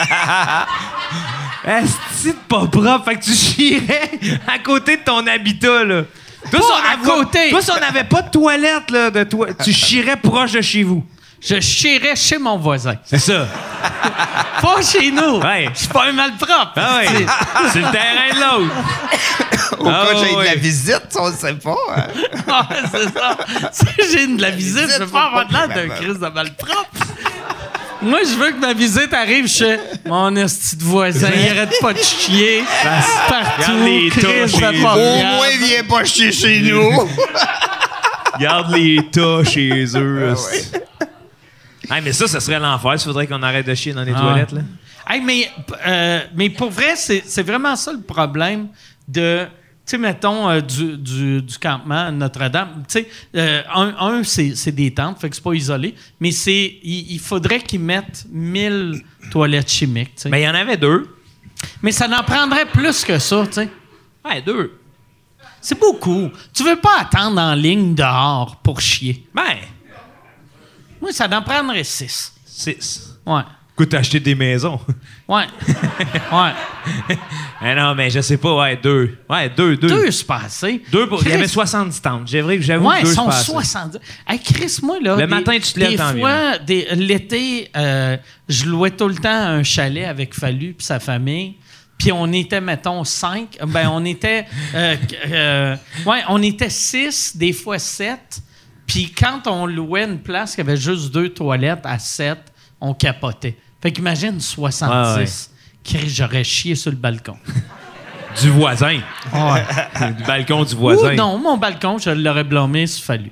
Asti de pas propre. Fait que tu chierais à côté de ton habitat, là. Toi, Pas si on à avait- côté. Toi, si on n'avait pas de toilette, là, de toi, tu chierais proche de chez vous. Je chierais chez mon voisin. C'est ça. Pas chez nous. Ouais. Je suis pas un malpropre. Ah oui. C'est le terrain de l'autre. Au Ah, cas où j'ai de ouais. la visite, on ne sait pas. hein. Ah, c'est ça. Si j'ai de la visite, je veux faut pas avoir pas- de l'air Ben, d'un ben. Christ de malpropre. Moi, je veux que ma visite arrive chez mon esti de voisin. Il arrête pas de chier partout. Regarde les tas Chris chez de eux. pas Au fiable. moins, viens pas chier chez nous. Garde les tas chez eux. hostie. Hey, mais ça, ça serait l'enfer. Il faudrait qu'on arrête de chier dans les Ah. toilettes. Là. Hey, mais, euh, mais pour vrai, c'est, c'est vraiment ça le problème de, tu sais, mettons, euh, du, du, du campement à Notre-Dame. Tu sais, euh, un, un c'est, c'est des tentes, fait que c'est pas isolé, mais c'est, il, il faudrait qu'ils mettent mille toilettes chimiques, tu sais. Mais il y en avait deux. Mais ça n'en prendrait plus que ça, tu sais. Ouais, deux. C'est beaucoup. Tu veux pas attendre en ligne dehors pour chier. Ben, Moi, ça n'en prendrait six. six. Ouais. Écoute, t'as acheté des maisons. Ouais. ouais. Eh non, mais je sais pas, ouais, deux. Ouais, deux, deux. Deux, c'est pas assez. Deux pour. Il y Chris- avait soixante tentes. J'avoue que j'avoue Ouais, que deux, ils sont c'est pas assez. soixante-dix. Hey, Chris, moi, là. Le des- matin, tu te lèves, Des tant mieux. fois, des- l'été, euh, je louais tout le temps un chalet avec Fallu puis sa famille. Puis on était, mettons, cinq. Ben, on était. euh, euh, ouais, on était six, des fois sept. Puis quand on louait une place qui avait juste deux toilettes à sept, on capotait. Fait qu'imagine soixante-dix. Chris, j'aurais chié sur le balcon. Du voisin. Du balcon du voisin. Ou non, mon balcon, je l'aurais blâmé s'il fallu.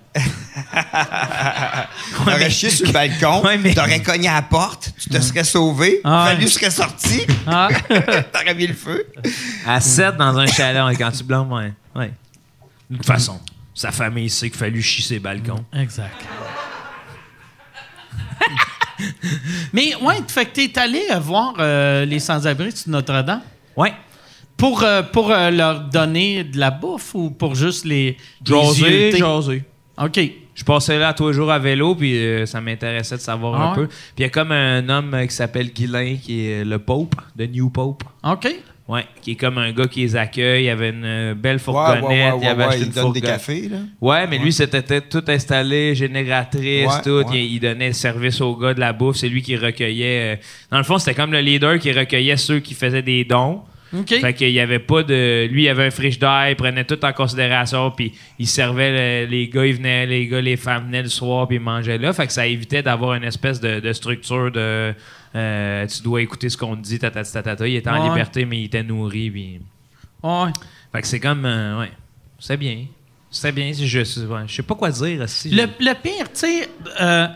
T'aurais chié sur le balcon, Ouais, mais- t'aurais cogné à la porte, tu te serais sauvé, Ah ouais. Fallu serait sorti, Ah. t'aurais mis le feu. À sept dans un chalet, ouais, quand tu blâmes, ouais. ouais. De toute façon, sa famille sait qu'il fallu chier ses balcons. Exact. Mais ouais, fait que t'es allé euh, voir euh, les sans-abri de Notre-Dame Ouais. pour, euh, pour euh, leur donner de la bouffe ou pour juste les, les Jaser, zioter? jaser. OK. Je passais là tous les jours à vélo, puis euh, ça m'intéressait de savoir Ah un ouais? peu. Puis il y a comme un homme euh, qui s'appelle Guylain, qui est le Pope, de New Pope. OK. Ouais, qui est comme un gars qui les accueille. Il y avait une euh, belle fourgonnette. il avait acheté il une donne des fourgonnette. cafés, là. Ouais, mais lui, c'était tout installé, génératrice, Ouais, tout. ouais. Il, il donnait service aux gars de la bouffe. C'est lui qui recueillait. euh, Dans le fond, c'était comme le leader qui recueillait ceux qui faisaient des dons. OK. Fait qu'il y avait pas de. Lui, il avait un frigidaire, il prenait tout en considération, puis il servait le- les gars, ils venaient, les gars, les femmes venaient le soir, puis ils mangeaient là. Fait que ça évitait d'avoir une espèce de, de structure de. euh, tu dois écouter ce qu'on te dit, tatata, tatata. Il était en Ouais. liberté, mais il était nourri, puis. Ouais. Fait que c'est comme. euh, ouais. C'est bien. C'est bien. Je, je, ouais, je sais pas quoi dire. Si Le, le pire, tu sais, euh,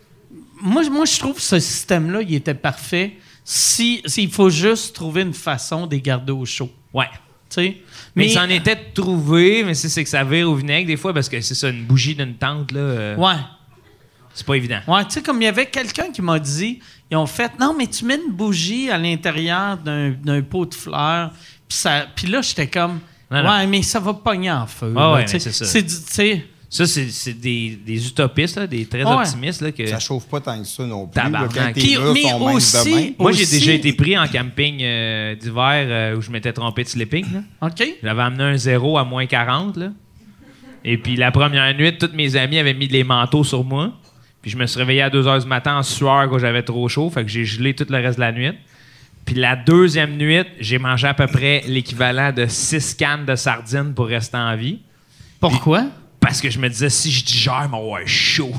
moi, moi je trouve que ce système-là, il était parfait si, s'il faut juste trouver une façon de les garder au chaud. Ouais. Tu sais? Mais, ça en était trouvé, mais c'est, c'est que ça vire au vinaigre des fois parce que c'est ça, une bougie d'une tente, là. euh, Ouais. C'est pas évident. Ouais, tu sais, comme il y avait quelqu'un qui m'a dit, ils ont fait, non, mais tu mets une bougie à l'intérieur d'un, d'un pot de fleurs, puis ça, puis là, j'étais comme, Non, ouais, non. mais ça va pogner en feu. Ah là, ouais, tu sais. mais c'est ça. C'est du, tu sais, Ça, c'est, c'est des, des utopistes, là, des très Ouais. optimistes. Là, que... Ça chauffe pas tant que ça non plus. là, Tabarnak. quand tes Puis- murs mais sont minces aussi- de même. Moi, j'ai aussi- déjà été pris en camping euh, d'hiver euh, où je m'étais trompé de sleeping. Là. OK? J'avais amené un zéro à moins quarante. Là. Et puis la première nuit, tous mes amis avaient mis les manteaux sur moi. Puis je me suis réveillé à deux heures du matin en sueur quand j'avais trop chaud. Fait que j'ai gelé tout le reste de la nuit. Puis la deuxième nuit, j'ai mangé à peu près l'équivalent de six cannes de sardines pour rester en vie. Pourquoi? Parce que je me disais, si je digère, mon ouais chaud.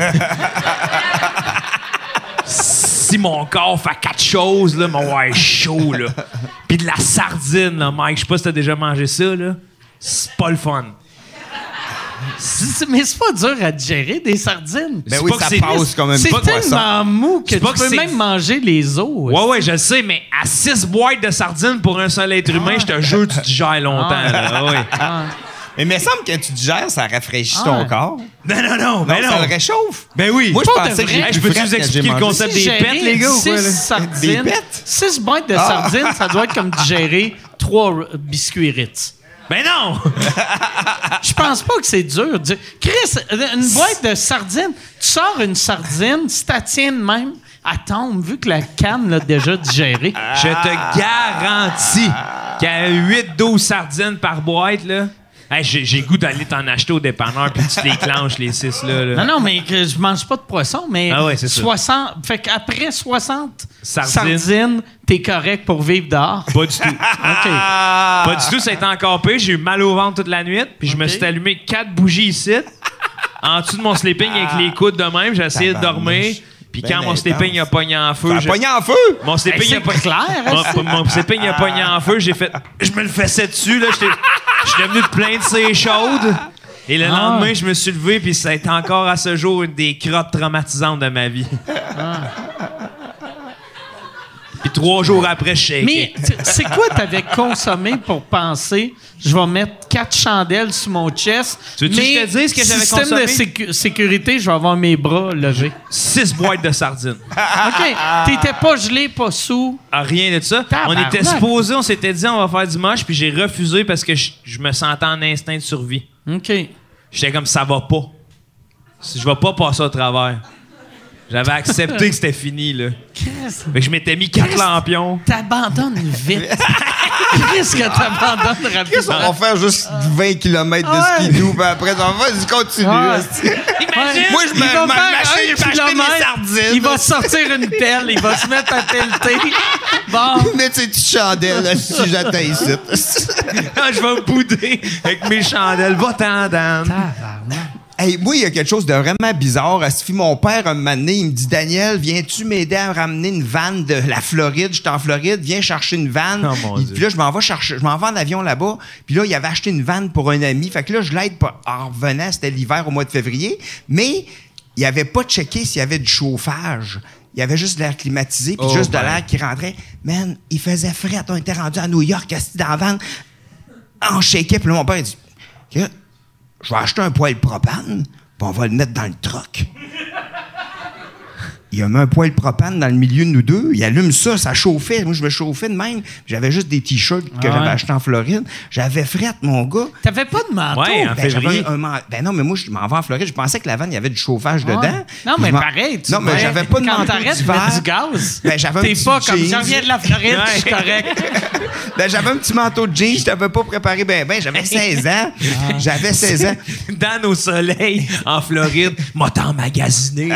Si mon corps fait quatre choses, là, mon ouais chaud, là. Puis de la sardine, là, Mike. Je sais pas si t'as déjà mangé ça, là. C'est pas le fun. C'est- mais c'est pas dur à digérer, des sardines. Ben C'est oui, pas que ça c'est- passe comme une C'est pas de poisson. tellement mou que C'est tu pas que peux c'est- même manger les os. Ouais, ouais, je le sais, mais à six boîtes de sardines pour un seul être humain, je te jure, tu digères longtemps, là. Ouais. Ah. Mais il me semble que quand tu digères, ça rafraîchit Ah. ton corps. Non, non, non, Non, ben non. ça le réchauffe. Ben oui. Moi, je Pas de pensais que vrai. j'ai Hey, je plus peux-tu frais vous quand j'ai expliquer le mangé concept ça. des Gérer pets, les gars, ou quoi, six là? sardines, Des pets? six boîtes de Ah. sardines, ça doit être comme digérer trois r- biscuits Ritz. Ben non! Je pense pas que c'est dur. Di- Chris, une boîte de sardines, tu sors une sardine, si t'as tiens de même, elle tombe, vu que la canne l'a déjà digérée. Je te garantis qu'il y a huit douze sardines par boîte, là. Hey, j'ai, j'ai le goût d'aller t'en acheter au dépanneur puis tu les clenches, les six, là. là. Non, non, mais que je mange pas de poisson, mais Ah ouais, c'est ça. soixante. Fait qu'après soixante Sardines. sardines, t'es correct pour vivre dehors. Pas du tout. OK. Pas du tout, ça a été encore pire. J'ai eu mal au ventre toute la nuit, puis je me Ok. suis allumé quatre bougies ici, en dessous de mon sleeping avec les coudes de même. J'ai essayé de dormir, Puis Ben quand mon intense. stepping a pogné en feu... Ça a je- pogné en feu! Mon stepping c'est a pogné... clair, Mon, mon stepping a pogné en feu, j'ai fait... Je me le fessais dessus, là. J'étais- Je suis devenu plein de ces chaudes. Et le Ah. lendemain, je me suis levé, puis ça a été encore à ce jour une des crottes traumatisantes de ma vie. Puis trois jours après, je shakais. Mais t- c'est quoi t'avais consommé pour penser je vais mettre quatre chandelles sur mon chest, Tu veux-tu mais que je te dise ce que j'avais système consommé? de sécu- sécurité, je vais avoir mes bras levés. Six boîtes de sardines. OK. T'étais pas gelé, pas sous. Ah, rien de ça. Tabarnak. On était supposé, on s'était dit on va faire du moche, puis j'ai refusé parce que je, je me sentais en instinct de survie. OK. J'étais comme ça va pas. Je vais pas passer au travers. J'avais accepté que c'était fini, là. Qu'est-ce Fait que je m'étais mis quatre lampions. T'abandonnes vite. Qu'est-ce que t'abandonnes Qu'est-ce qu'on rapidement? va faire juste vingt kilomètres de Ouais. skidoo, puis après, on va vas-y, continue. Ouais. hostie. Ouais. Moi, je Il me- va ma- faire m'acheter- un m'acheter mes kilomètre, sardines. Il va sortir une pelle, il va se mettre à pelleter. Bon. Mets tes petites chandelles, là, si j'atteins ici. Ah, je vais me bouder avec mes chandelles. Va-t'en, Dan. Hey, moi, il y a quelque chose de vraiment bizarre. Asti, mon père, un moment donné, il me dit, Daniel, viens-tu m'aider à me ramener une vanne de la Floride? J'étais en Floride, viens chercher une vanne. Oh, mon Il- Dieu. Puis là, je m'en vais chercher, je m'en vais en avion là-bas. Puis là, il avait acheté une vanne pour un ami. Fait que là, je l'aide pas- en revenant, c'était l'hiver au mois de février. Mais il avait pas checké s'il y avait du chauffage. Il y avait juste de l'air climatisé, puis Oh, juste de ben. l'air qui rentrait. Man, il faisait fret. On était rendu à New York, assis dans la vanne, en shaké. Puis là, mon père, il dit, OK, je vais acheter un poêle propane, puis on va le mettre dans le troc. Il a mis un poêle propane dans le milieu de nous deux. Il allume ça, ça chauffait. Moi, je me chauffais de même. J'avais juste des t-shirts que Ah j'avais ouais. achetés en Floride. J'avais frette, mon gars. T'avais pas de manteau? Ouais, en Ben, février. j'avais un man- ben non, mais moi, je m'en vais en Floride. Je pensais que la vanne, il y avait du chauffage Ouais. dedans. Non, Puis mais je m'en- pareil. Tu Non, mais mets- j'avais pas de Quand manteau t'arrêtes de d'hiver. mettre du gaz, Ben, j'avais un t'es petit pas comme jeans. j'en viens de la Floride, je suis Ouais. correct. Ben, j'avais un petit manteau de jeans. Je t'avais pas préparé ben ben. J'avais seize ans. Ah. J'avais seize ans. Dan au soleil, en Floride, m'a t'emmagasiné.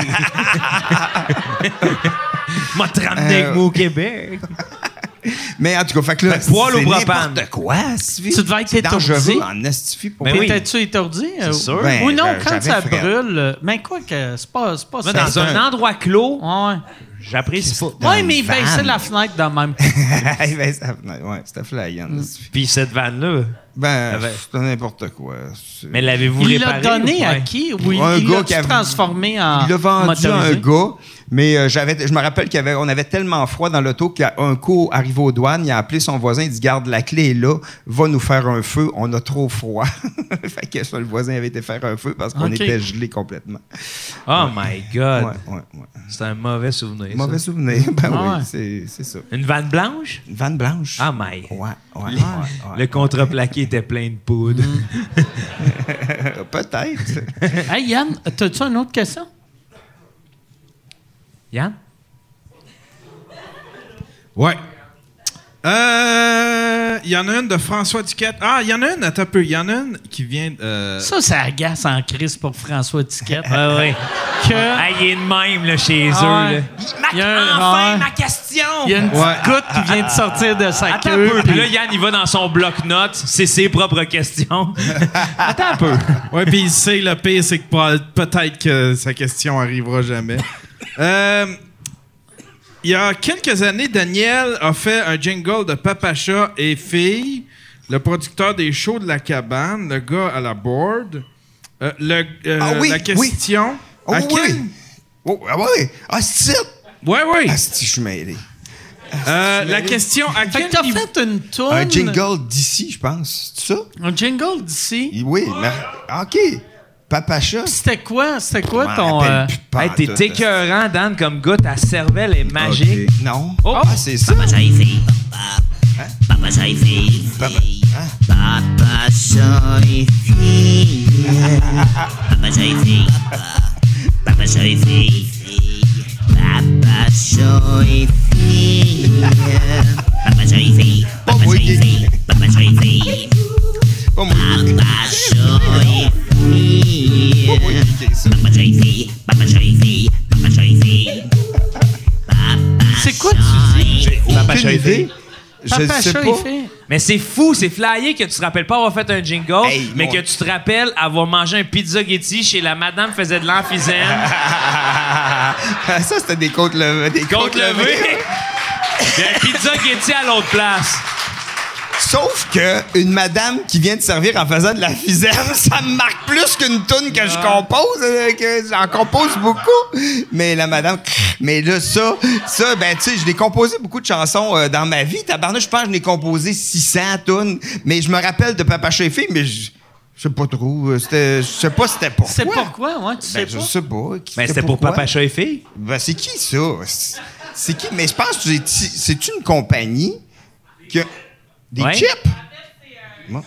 M'a te ramené avec moi au Québec. Mais en tout cas, fait que là, Fait que poêle au c'est propane. n'importe quoi, Sylvie. Tu devais être C'est étourdi. dangereux en estifie pour Ben vrai. oui. T'étais-tu étourdi? C'est sûr. Ben, Ou non, j'a- quand j'avais ça frette. brûle, euh, mais quoi que c'est pas, c'est pas Moi, ça. dans c'est un un- endroit clos, Ouais. j'apprécie pas. Dans Ouais, une mais vanne. baisser la fenêtre de même. Hey, ben, ça- ouais, c'était flayant. Mm. estifie. Puis cette vanne-là, Ben, avait- c'était n'importe quoi. C'est- mais l'avez-vous Il l'a réparée? donné ou à pas? qui? Oui, Un il gars l'a qui avait- transformé en Il l'a vendu à un motorisé? gars, mais euh, j'avais, je me rappelle qu'il y avait, on avait tellement froid dans l'auto qu'un coup arrivé aux douanes, il a appelé son voisin, il dit garde la clé est là, va nous faire un feu, on a trop froid. Fait que ça, le voisin avait été faire un feu parce qu'on Ok. était gelés complètement. Oh my God. Ouais, ouais, ouais. C'est un mauvais souvenir. ça. Mauvais souvenir. Ben Ah ouais. oui, c'est, c'est ça. Une vanne blanche? Une vanne blanche. Ah, my. Ouais, ouais, ouais, Le, ouais. le contreplaqué était plein de poudre. Euh, Peut-être. Hey Yann, t'as-tu une autre question? Yann? Ouais. Euh, Il y en a une de François Duquette. Ah, il y en a une, attends un peu. Il y en a une qui vient. Euh... Ça, ça agace en crise pour François Tiquette. Ah oui. Que... Ah, il est de même là, chez Ah eux. ouais. là. Il y a un- Enfin, ouais. ma question! Il y a une petite Ouais. goutte qui vient de sortir de sa Attends un queue. peu. puis- Puis là, Yann, il va dans son bloc-notes. C'est ses propres questions. Attends un peu. Ouais, puis il sait, le pire, c'est que pas- peut-être que sa question arrivera jamais. Euh, il y a quelques années, Daniel a fait un jingle de Papa Chat et Fille, le producteur des shows de la cabane, le gars à la board. Euh, le, euh, Ah oui, la question. Oh, à oui. quel- Oh, ah oui. Ah, c'est ça. Ouais, ouais. Ah, c'est, je suis mêlé. Euh, la question à Fait quel que t'as niveau- fait une toune. Un jingle d'ici, je pense. C'est ça? Un jingle d'ici. Oui, mais... OK. Papa Chat. C'était quoi? C'était quoi Je m'en ton. rappelle euh, plus de Hey, pantoute. t'es écœurant, Dan, comme gars. Ta cervelle est magique. OK. Non. Oh. Ah, c'est ça. Papa Chat et fille. Papa Chat et fille. Papa- hein? Papa Chat et fille. Papa Chat et fille. Papa Chat et fille. Papa Chat et fille. Papa Chat et fille. Pas Papa moi, Chat et Guy. fille. Papa Chat et fille. Pas moi. Papa Chat et fille. Pas moi qui écris ça. Papa Chat et fille. Papa Chat et fille. Papa Chat et fille. Papa C'est quoi tu dis? J'ai Papa aucune Chat et idée. fille. Je Papa sais Chat pas. et fille. Mais c'est fou, c'est flyé que tu te rappelles pas avoir fait un jingle, Hey, mais mon- que tu te rappelles avoir mangé un pizza Getty chez la madame faisait de l'emphysème. Ça, c'était des côtes levées. Des Côte levée. Puis un pizza Getty à l'autre place. Sauf que une madame qui vient de servir en faisant de la fusée, ça me marque plus qu'une toune que je compose, euh, que j'en compose beaucoup. Mais la madame, mais là ça, ça ben tu sais, je l'ai composé beaucoup de chansons euh, dans ma vie. Tabarnak, je pense que je l'ai composé six cents tounes, mais je me rappelle de Papa Chat et Fille, mais je je sais pas trop, euh, c'était je sais pas c'était pourquoi. C'est pourquoi, ouais, tu sais Ben, je pas? sais pas. Qui- Ben, c'était pour pourquoi. Papa Chat et Fille. Ben, c'est qui ça? C'est- C'est qui? Mais je pense que c'est- c'est une compagnie qui a des Ouais. chips? Bon.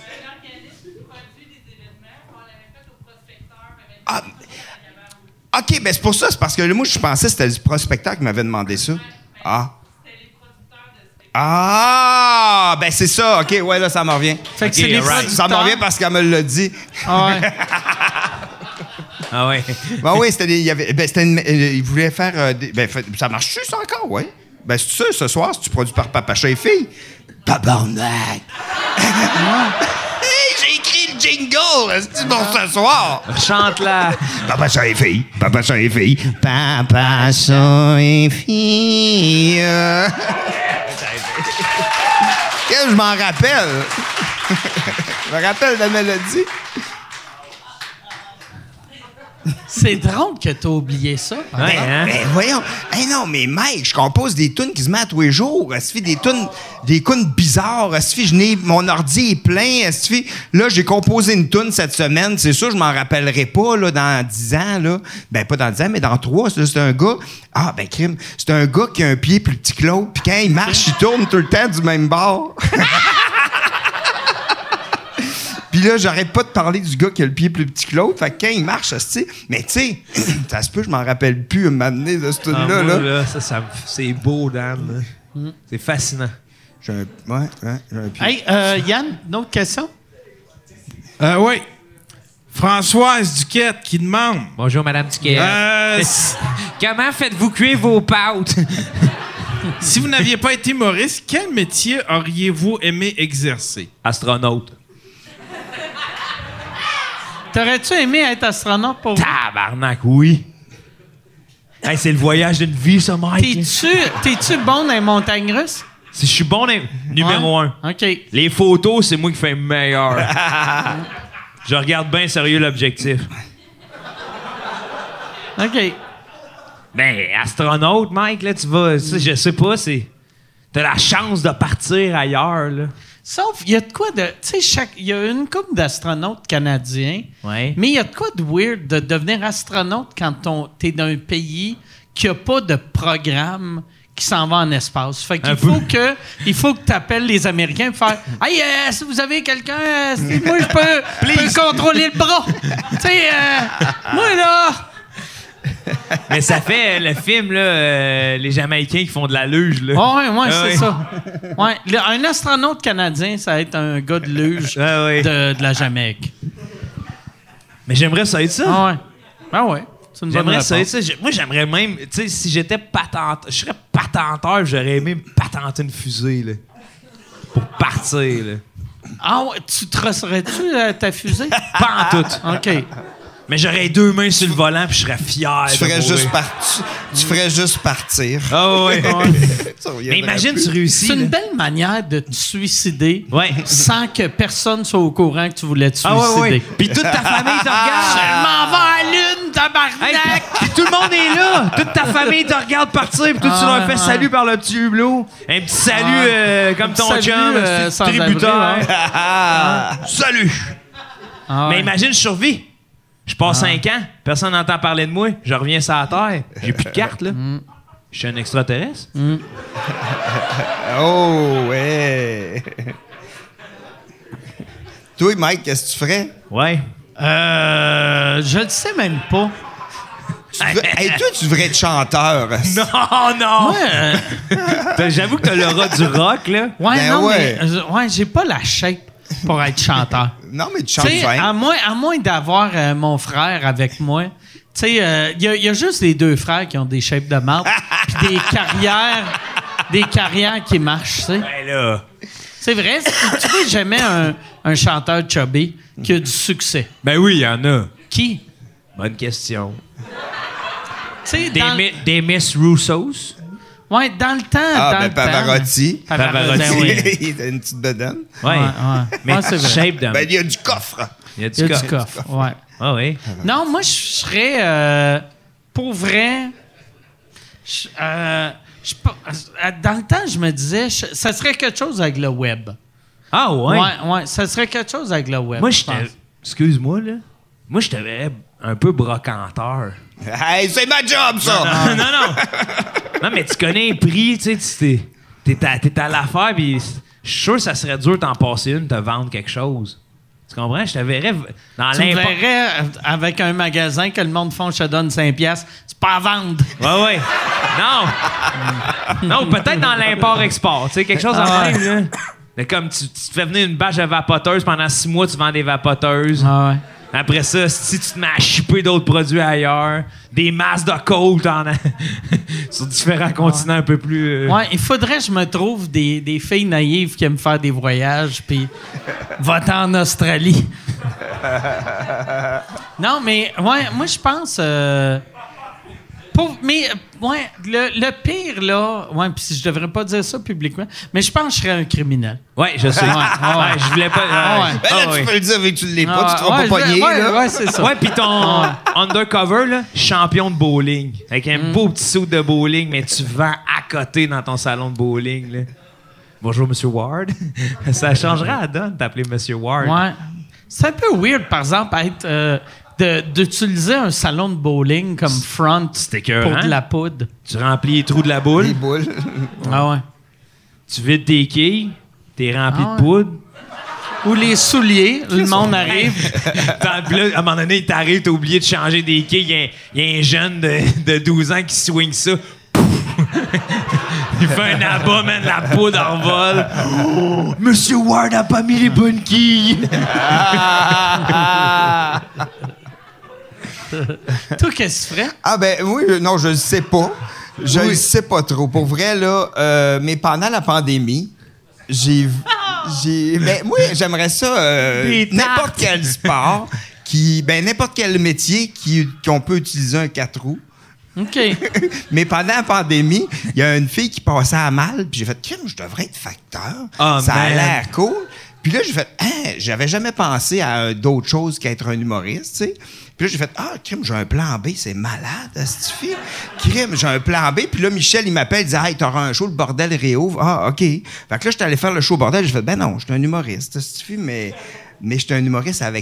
Ah, OK, ben c'est pour ça, c'est parce que moi, je pensais que c'était le prospecteur qui m'avait demandé ça. Ah. Ah, ben c'est ça. OK, ouais, là, ça m'en revient. Fait que Ok, c'est les alright. Ça m'en revient parce qu'elle me l'a dit. Ah ouais. Ah ouais. Ben oui, c'était des- il y avait, ben c'était une- euh, il voulait faire euh, des, ben fait- ça marche-tu ça encore, ouais? Ben c'est ça, ce soir, si tu produis par Papa Chat et Fille. Tabarnak! Hey, j'ai écrit le jingle, c'est pour ce soir. Chante-la. Papa Chat et Fille, Papa Chat et Fille, Papa Chat et Fille. Que je m'en rappelle. Je me rappelle la mélodie. C'est drôle que t'as oublié ça. Ouais, hein? Ben voyons. Hey non, mais mec, je compose des tunes qui se mettent tous les jours. Ça fait des tunes, des tunes bizarres. Ça fait, je n'ai, mon ordi est plein. Ça fait, là, j'ai composé une tune cette semaine. C'est sûr, je m'en rappellerai pas là, dans dix ans. Là. Ben pas dans dix ans, mais dans trois. C'est, c'est un gars. Ah, ben crime. C'est un gars qui a un pied plus petit que l'autre. Puis quand il marche, il tourne tout le temps du même bord. Puis là, j'arrête pas de parler du gars qui a le pied plus petit que l'autre. Fait que quand il marche, tu sais. Mais tu sais, ça se peut, je m'en rappelle plus m'amener de ce Ah, tune-là. moi, là. là, ça, ça me- c'est beau, Dan. là. C'est fascinant. J'ai un, ouais, ouais, j'ai un pied. Hey, euh, Yann, une autre question? Euh, oui. Françoise Duquette qui demande. Bonjour, Madame Tiquet. Euh, s- Comment faites-vous cuire vos pâtes? si vous n'aviez pas été humoriste, quel métier auriez-vous aimé exercer? Astronaute. T'aurais-tu aimé être astronaute pour vrai? Tabarnak, oui. Hey, c'est le voyage d'une vie, ça, Mike. T'es-tu, t'es-tu bon dans les montagnes russes? Si je suis bon, dans- numéro Ouais? un. OK. Les photos, c'est moi qui fais le meilleur. Je regarde bien sérieux l'objectif. OK. Ben, astronaute, Mike, là, tu vas. ça, je sais pas, c'est. T'as la chance de partir ailleurs, là. Sauf, il y a de quoi de... Tu sais, chaque... il y a une couple d'astronautes canadiens, Ouais. mais il y a de quoi de weird de devenir astronaute quand on, t'es dans un pays qui a pas de programme qui s'en va en espace. Fait qu'il Un faut peu. que, il faut que tu appelles les Américains et faire « Hey, euh, si vous avez quelqu'un, euh, si moi, je peux, peux contrôler le bras. Tu sais, euh, moi, là... » Mais ça fait euh, le film, là, euh, les Jamaïcains qui font de la luge, là. Ouais, ouais, Ah c'est ouais. ça. Ouais, le- un astronaute canadien, ça va être un gars de luge Ah ouais. de, de la Jamaïque. Mais j'aimerais ça être ça. Ah ouais. Ah ouais. C'est une bonne J'aimerais ça être réponse. ça. J'ai- Moi, j'aimerais même, tu sais, si j'étais patenteur, je serais patenteur, j'aurais aimé me patenter une fusée, là. Pour partir, là. Ah ouais, tu tracerais-tu euh, ta fusée? Pas en tout. OK. Mais j'aurais deux mains sur le volant, puis je serais fier. Tu de ferais, mourir. juste parti- tu ferais juste partir. Ah ouais. Ça reviendrait Mais imagine, plus. tu réussis. C'est une là. belle manière de te suicider Ouais. sans que personne soit au courant que tu voulais te Ah suicider. ouais, ouais. Puis toute ta famille te regarde. Je m'en vais à la lune, tabarnak! Hey, puis tout le monde est là. Toute ta famille te regarde partir, puis toi, tu Ah, leur fais ouais. salut par le petit hublot. Un petit salut Ouais. euh, comme ton Salut, chum, euh, un sans petit abri, tributeur. ouais. Ah, Salut. Ah Mais ouais. imagine, je survis. Je passe cinq ans, personne n'entend parler de moi, je reviens sur la Terre. J'ai plus de carte, là. Je suis un extraterrestre. oh, ouais. Toi, Mike, qu'est-ce que tu ferais? Ouais. Euh, je le sais même pas. Tu devrais- hey, toi, tu devrais être chanteur. Non, non! Moi, euh, T'as- J'avoue que t'as l'aura du rock, là. ouais, Ben non, ouais. mais euh, ouais, j'ai pas la shape pour être chanteur. Non, mais tu Tu chantes sais, bien. à moins, à moins d'avoir euh, mon frère avec moi, tu sais, euh, il y, a- y a juste les deux frères qui ont des shapes de marde, puis des carrières, des carrières qui marchent, tu sais. Ben là. C'est vrai, c'est- tu vois, j'aimais un, un chanteur chubby qui a du succès. Ben oui, il y en a. Qui? Bonne question. Tu sais, Des, dans, mi- des Miss Roussos? ouais, dans le temps. Ah, dans ben le temps. Pavarotti. Pavarotti, Pavarotti. oui. Il a une petite bedaine. Ouais. Ouais, ouais. Mais Ouais, c'est vrai. shape de... Ben, il y a du coffre. il y a du Il y a du coffre. coffre, ouais. Ah oui. Non, moi, je serais... euh, pour vrai... je- euh, je pas- euh, dans le temps, je me disais, je- ça serait quelque chose avec le web. Ah ouais? Ouais, ouais, ça serait quelque chose avec le web. Moi, je j'étais... pense. Excuse-moi, là. Moi, j'étais un peu brocanteur. Hey, c'est ma job, ça! Non, non, non. Non, mais tu connais les prix, tu sais, tu- t'es, t'es, à, t'es à l'affaire, puis je suis sûr que ça serait dur d'en passer une, de vendre quelque chose. Tu comprends? Je te verrais v- dans Tu me l'import. verrais euh, avec un magasin que le monde font, je te donne cinq piastres. C'est pas à vendre. Ouais, ouais. Non. Non, peut-être dans l'import-export, tu sais, quelque chose en Ah ouais. même, là. Mais comme tu, tu te fais venir une bâche de vapoteuses, pendant six mois, tu vends des vapoteuses. Ah ouais. Après ça, si tu te mets à shipper d'autres produits ailleurs, des masses de coke en sur différents continents un peu plus. euh, Ouais, il faudrait que je me trouve des, des filles naïves qui aiment faire des voyages, puis va-t'en en Australie. Non, mais ouais, moi, je pense. euh, pour- mais, euh, ouais, le, le pire, là. Ouais, puis je devrais pas dire ça publiquement, mais je pense que je serais un criminel. Ouais, je sais. Ouais, Ouais, ouais. je voulais pas. Ah ouais. ouais. Ben là, Ah tu ouais. peux le dire avec tu l'es pas, Ah, tu te feras ouais, pas je- pogner, ouais, là. ouais, c'est ça. Ouais, puis ton undercover, là, champion de bowling. Avec un beau petit saut de bowling, mais tu vends à côté dans ton salon de bowling. Là. Bonjour, Monsieur Ward. Ça changerait la donne d'appeler Monsieur Ward. Ouais. C'est un peu weird, par exemple, être, euh, de- d'utiliser un salon de bowling comme front écœurant. pour de la poudre. Tu remplis les trous de la boule, Les boules. Ah ouais. tu vides tes quilles, t'es rempli Ah ouais. de poudre. Ou les souliers, le monde arrive. T'en- Puis là, à un moment donné, t'arrives, t'as oublié de changer des quilles. Il y a un- il y, a un jeune de, de douze ans qui swing ça. Il fait un abat, man, la poudre en vol. Oh, Monsieur Ward a pas mis les bonnes quilles. Toi, qu'est-ce que tu ferais? Ah ben oui, euh, non, je le sais pas. Je le sais pas trop. Pour vrai, là, euh, mais pendant la pandémie, j'ai... j'ai ben, moi, j'aimerais ça, euh, Des tartes. n'importe quel sport, qui, ben, n'importe quel métier qui, qu'on peut utiliser un quatre roues. OK. Mais pendant la pandémie, il y a une fille qui passait à mal, puis j'ai fait, crime, je devrais être facteur. Oh, ça a man. l'air cool. Puis là, j'ai fait, hein, j'avais jamais pensé à euh, d'autres choses qu'être un humoriste, tu sais. Puis là, j'ai fait, ah, crime, j'ai un plan B, c'est malade, cette fille. Crime, j'ai un plan B. Puis là, Michel, il m'appelle, il dit, hey, t'auras un show, le bordel réouvre. Ah, OK. Fait que là, j'étais allé faire le show au bordel, j'ai fait, ben non, je suis un humoriste, cette fille, mais, mais je suis un humoriste avec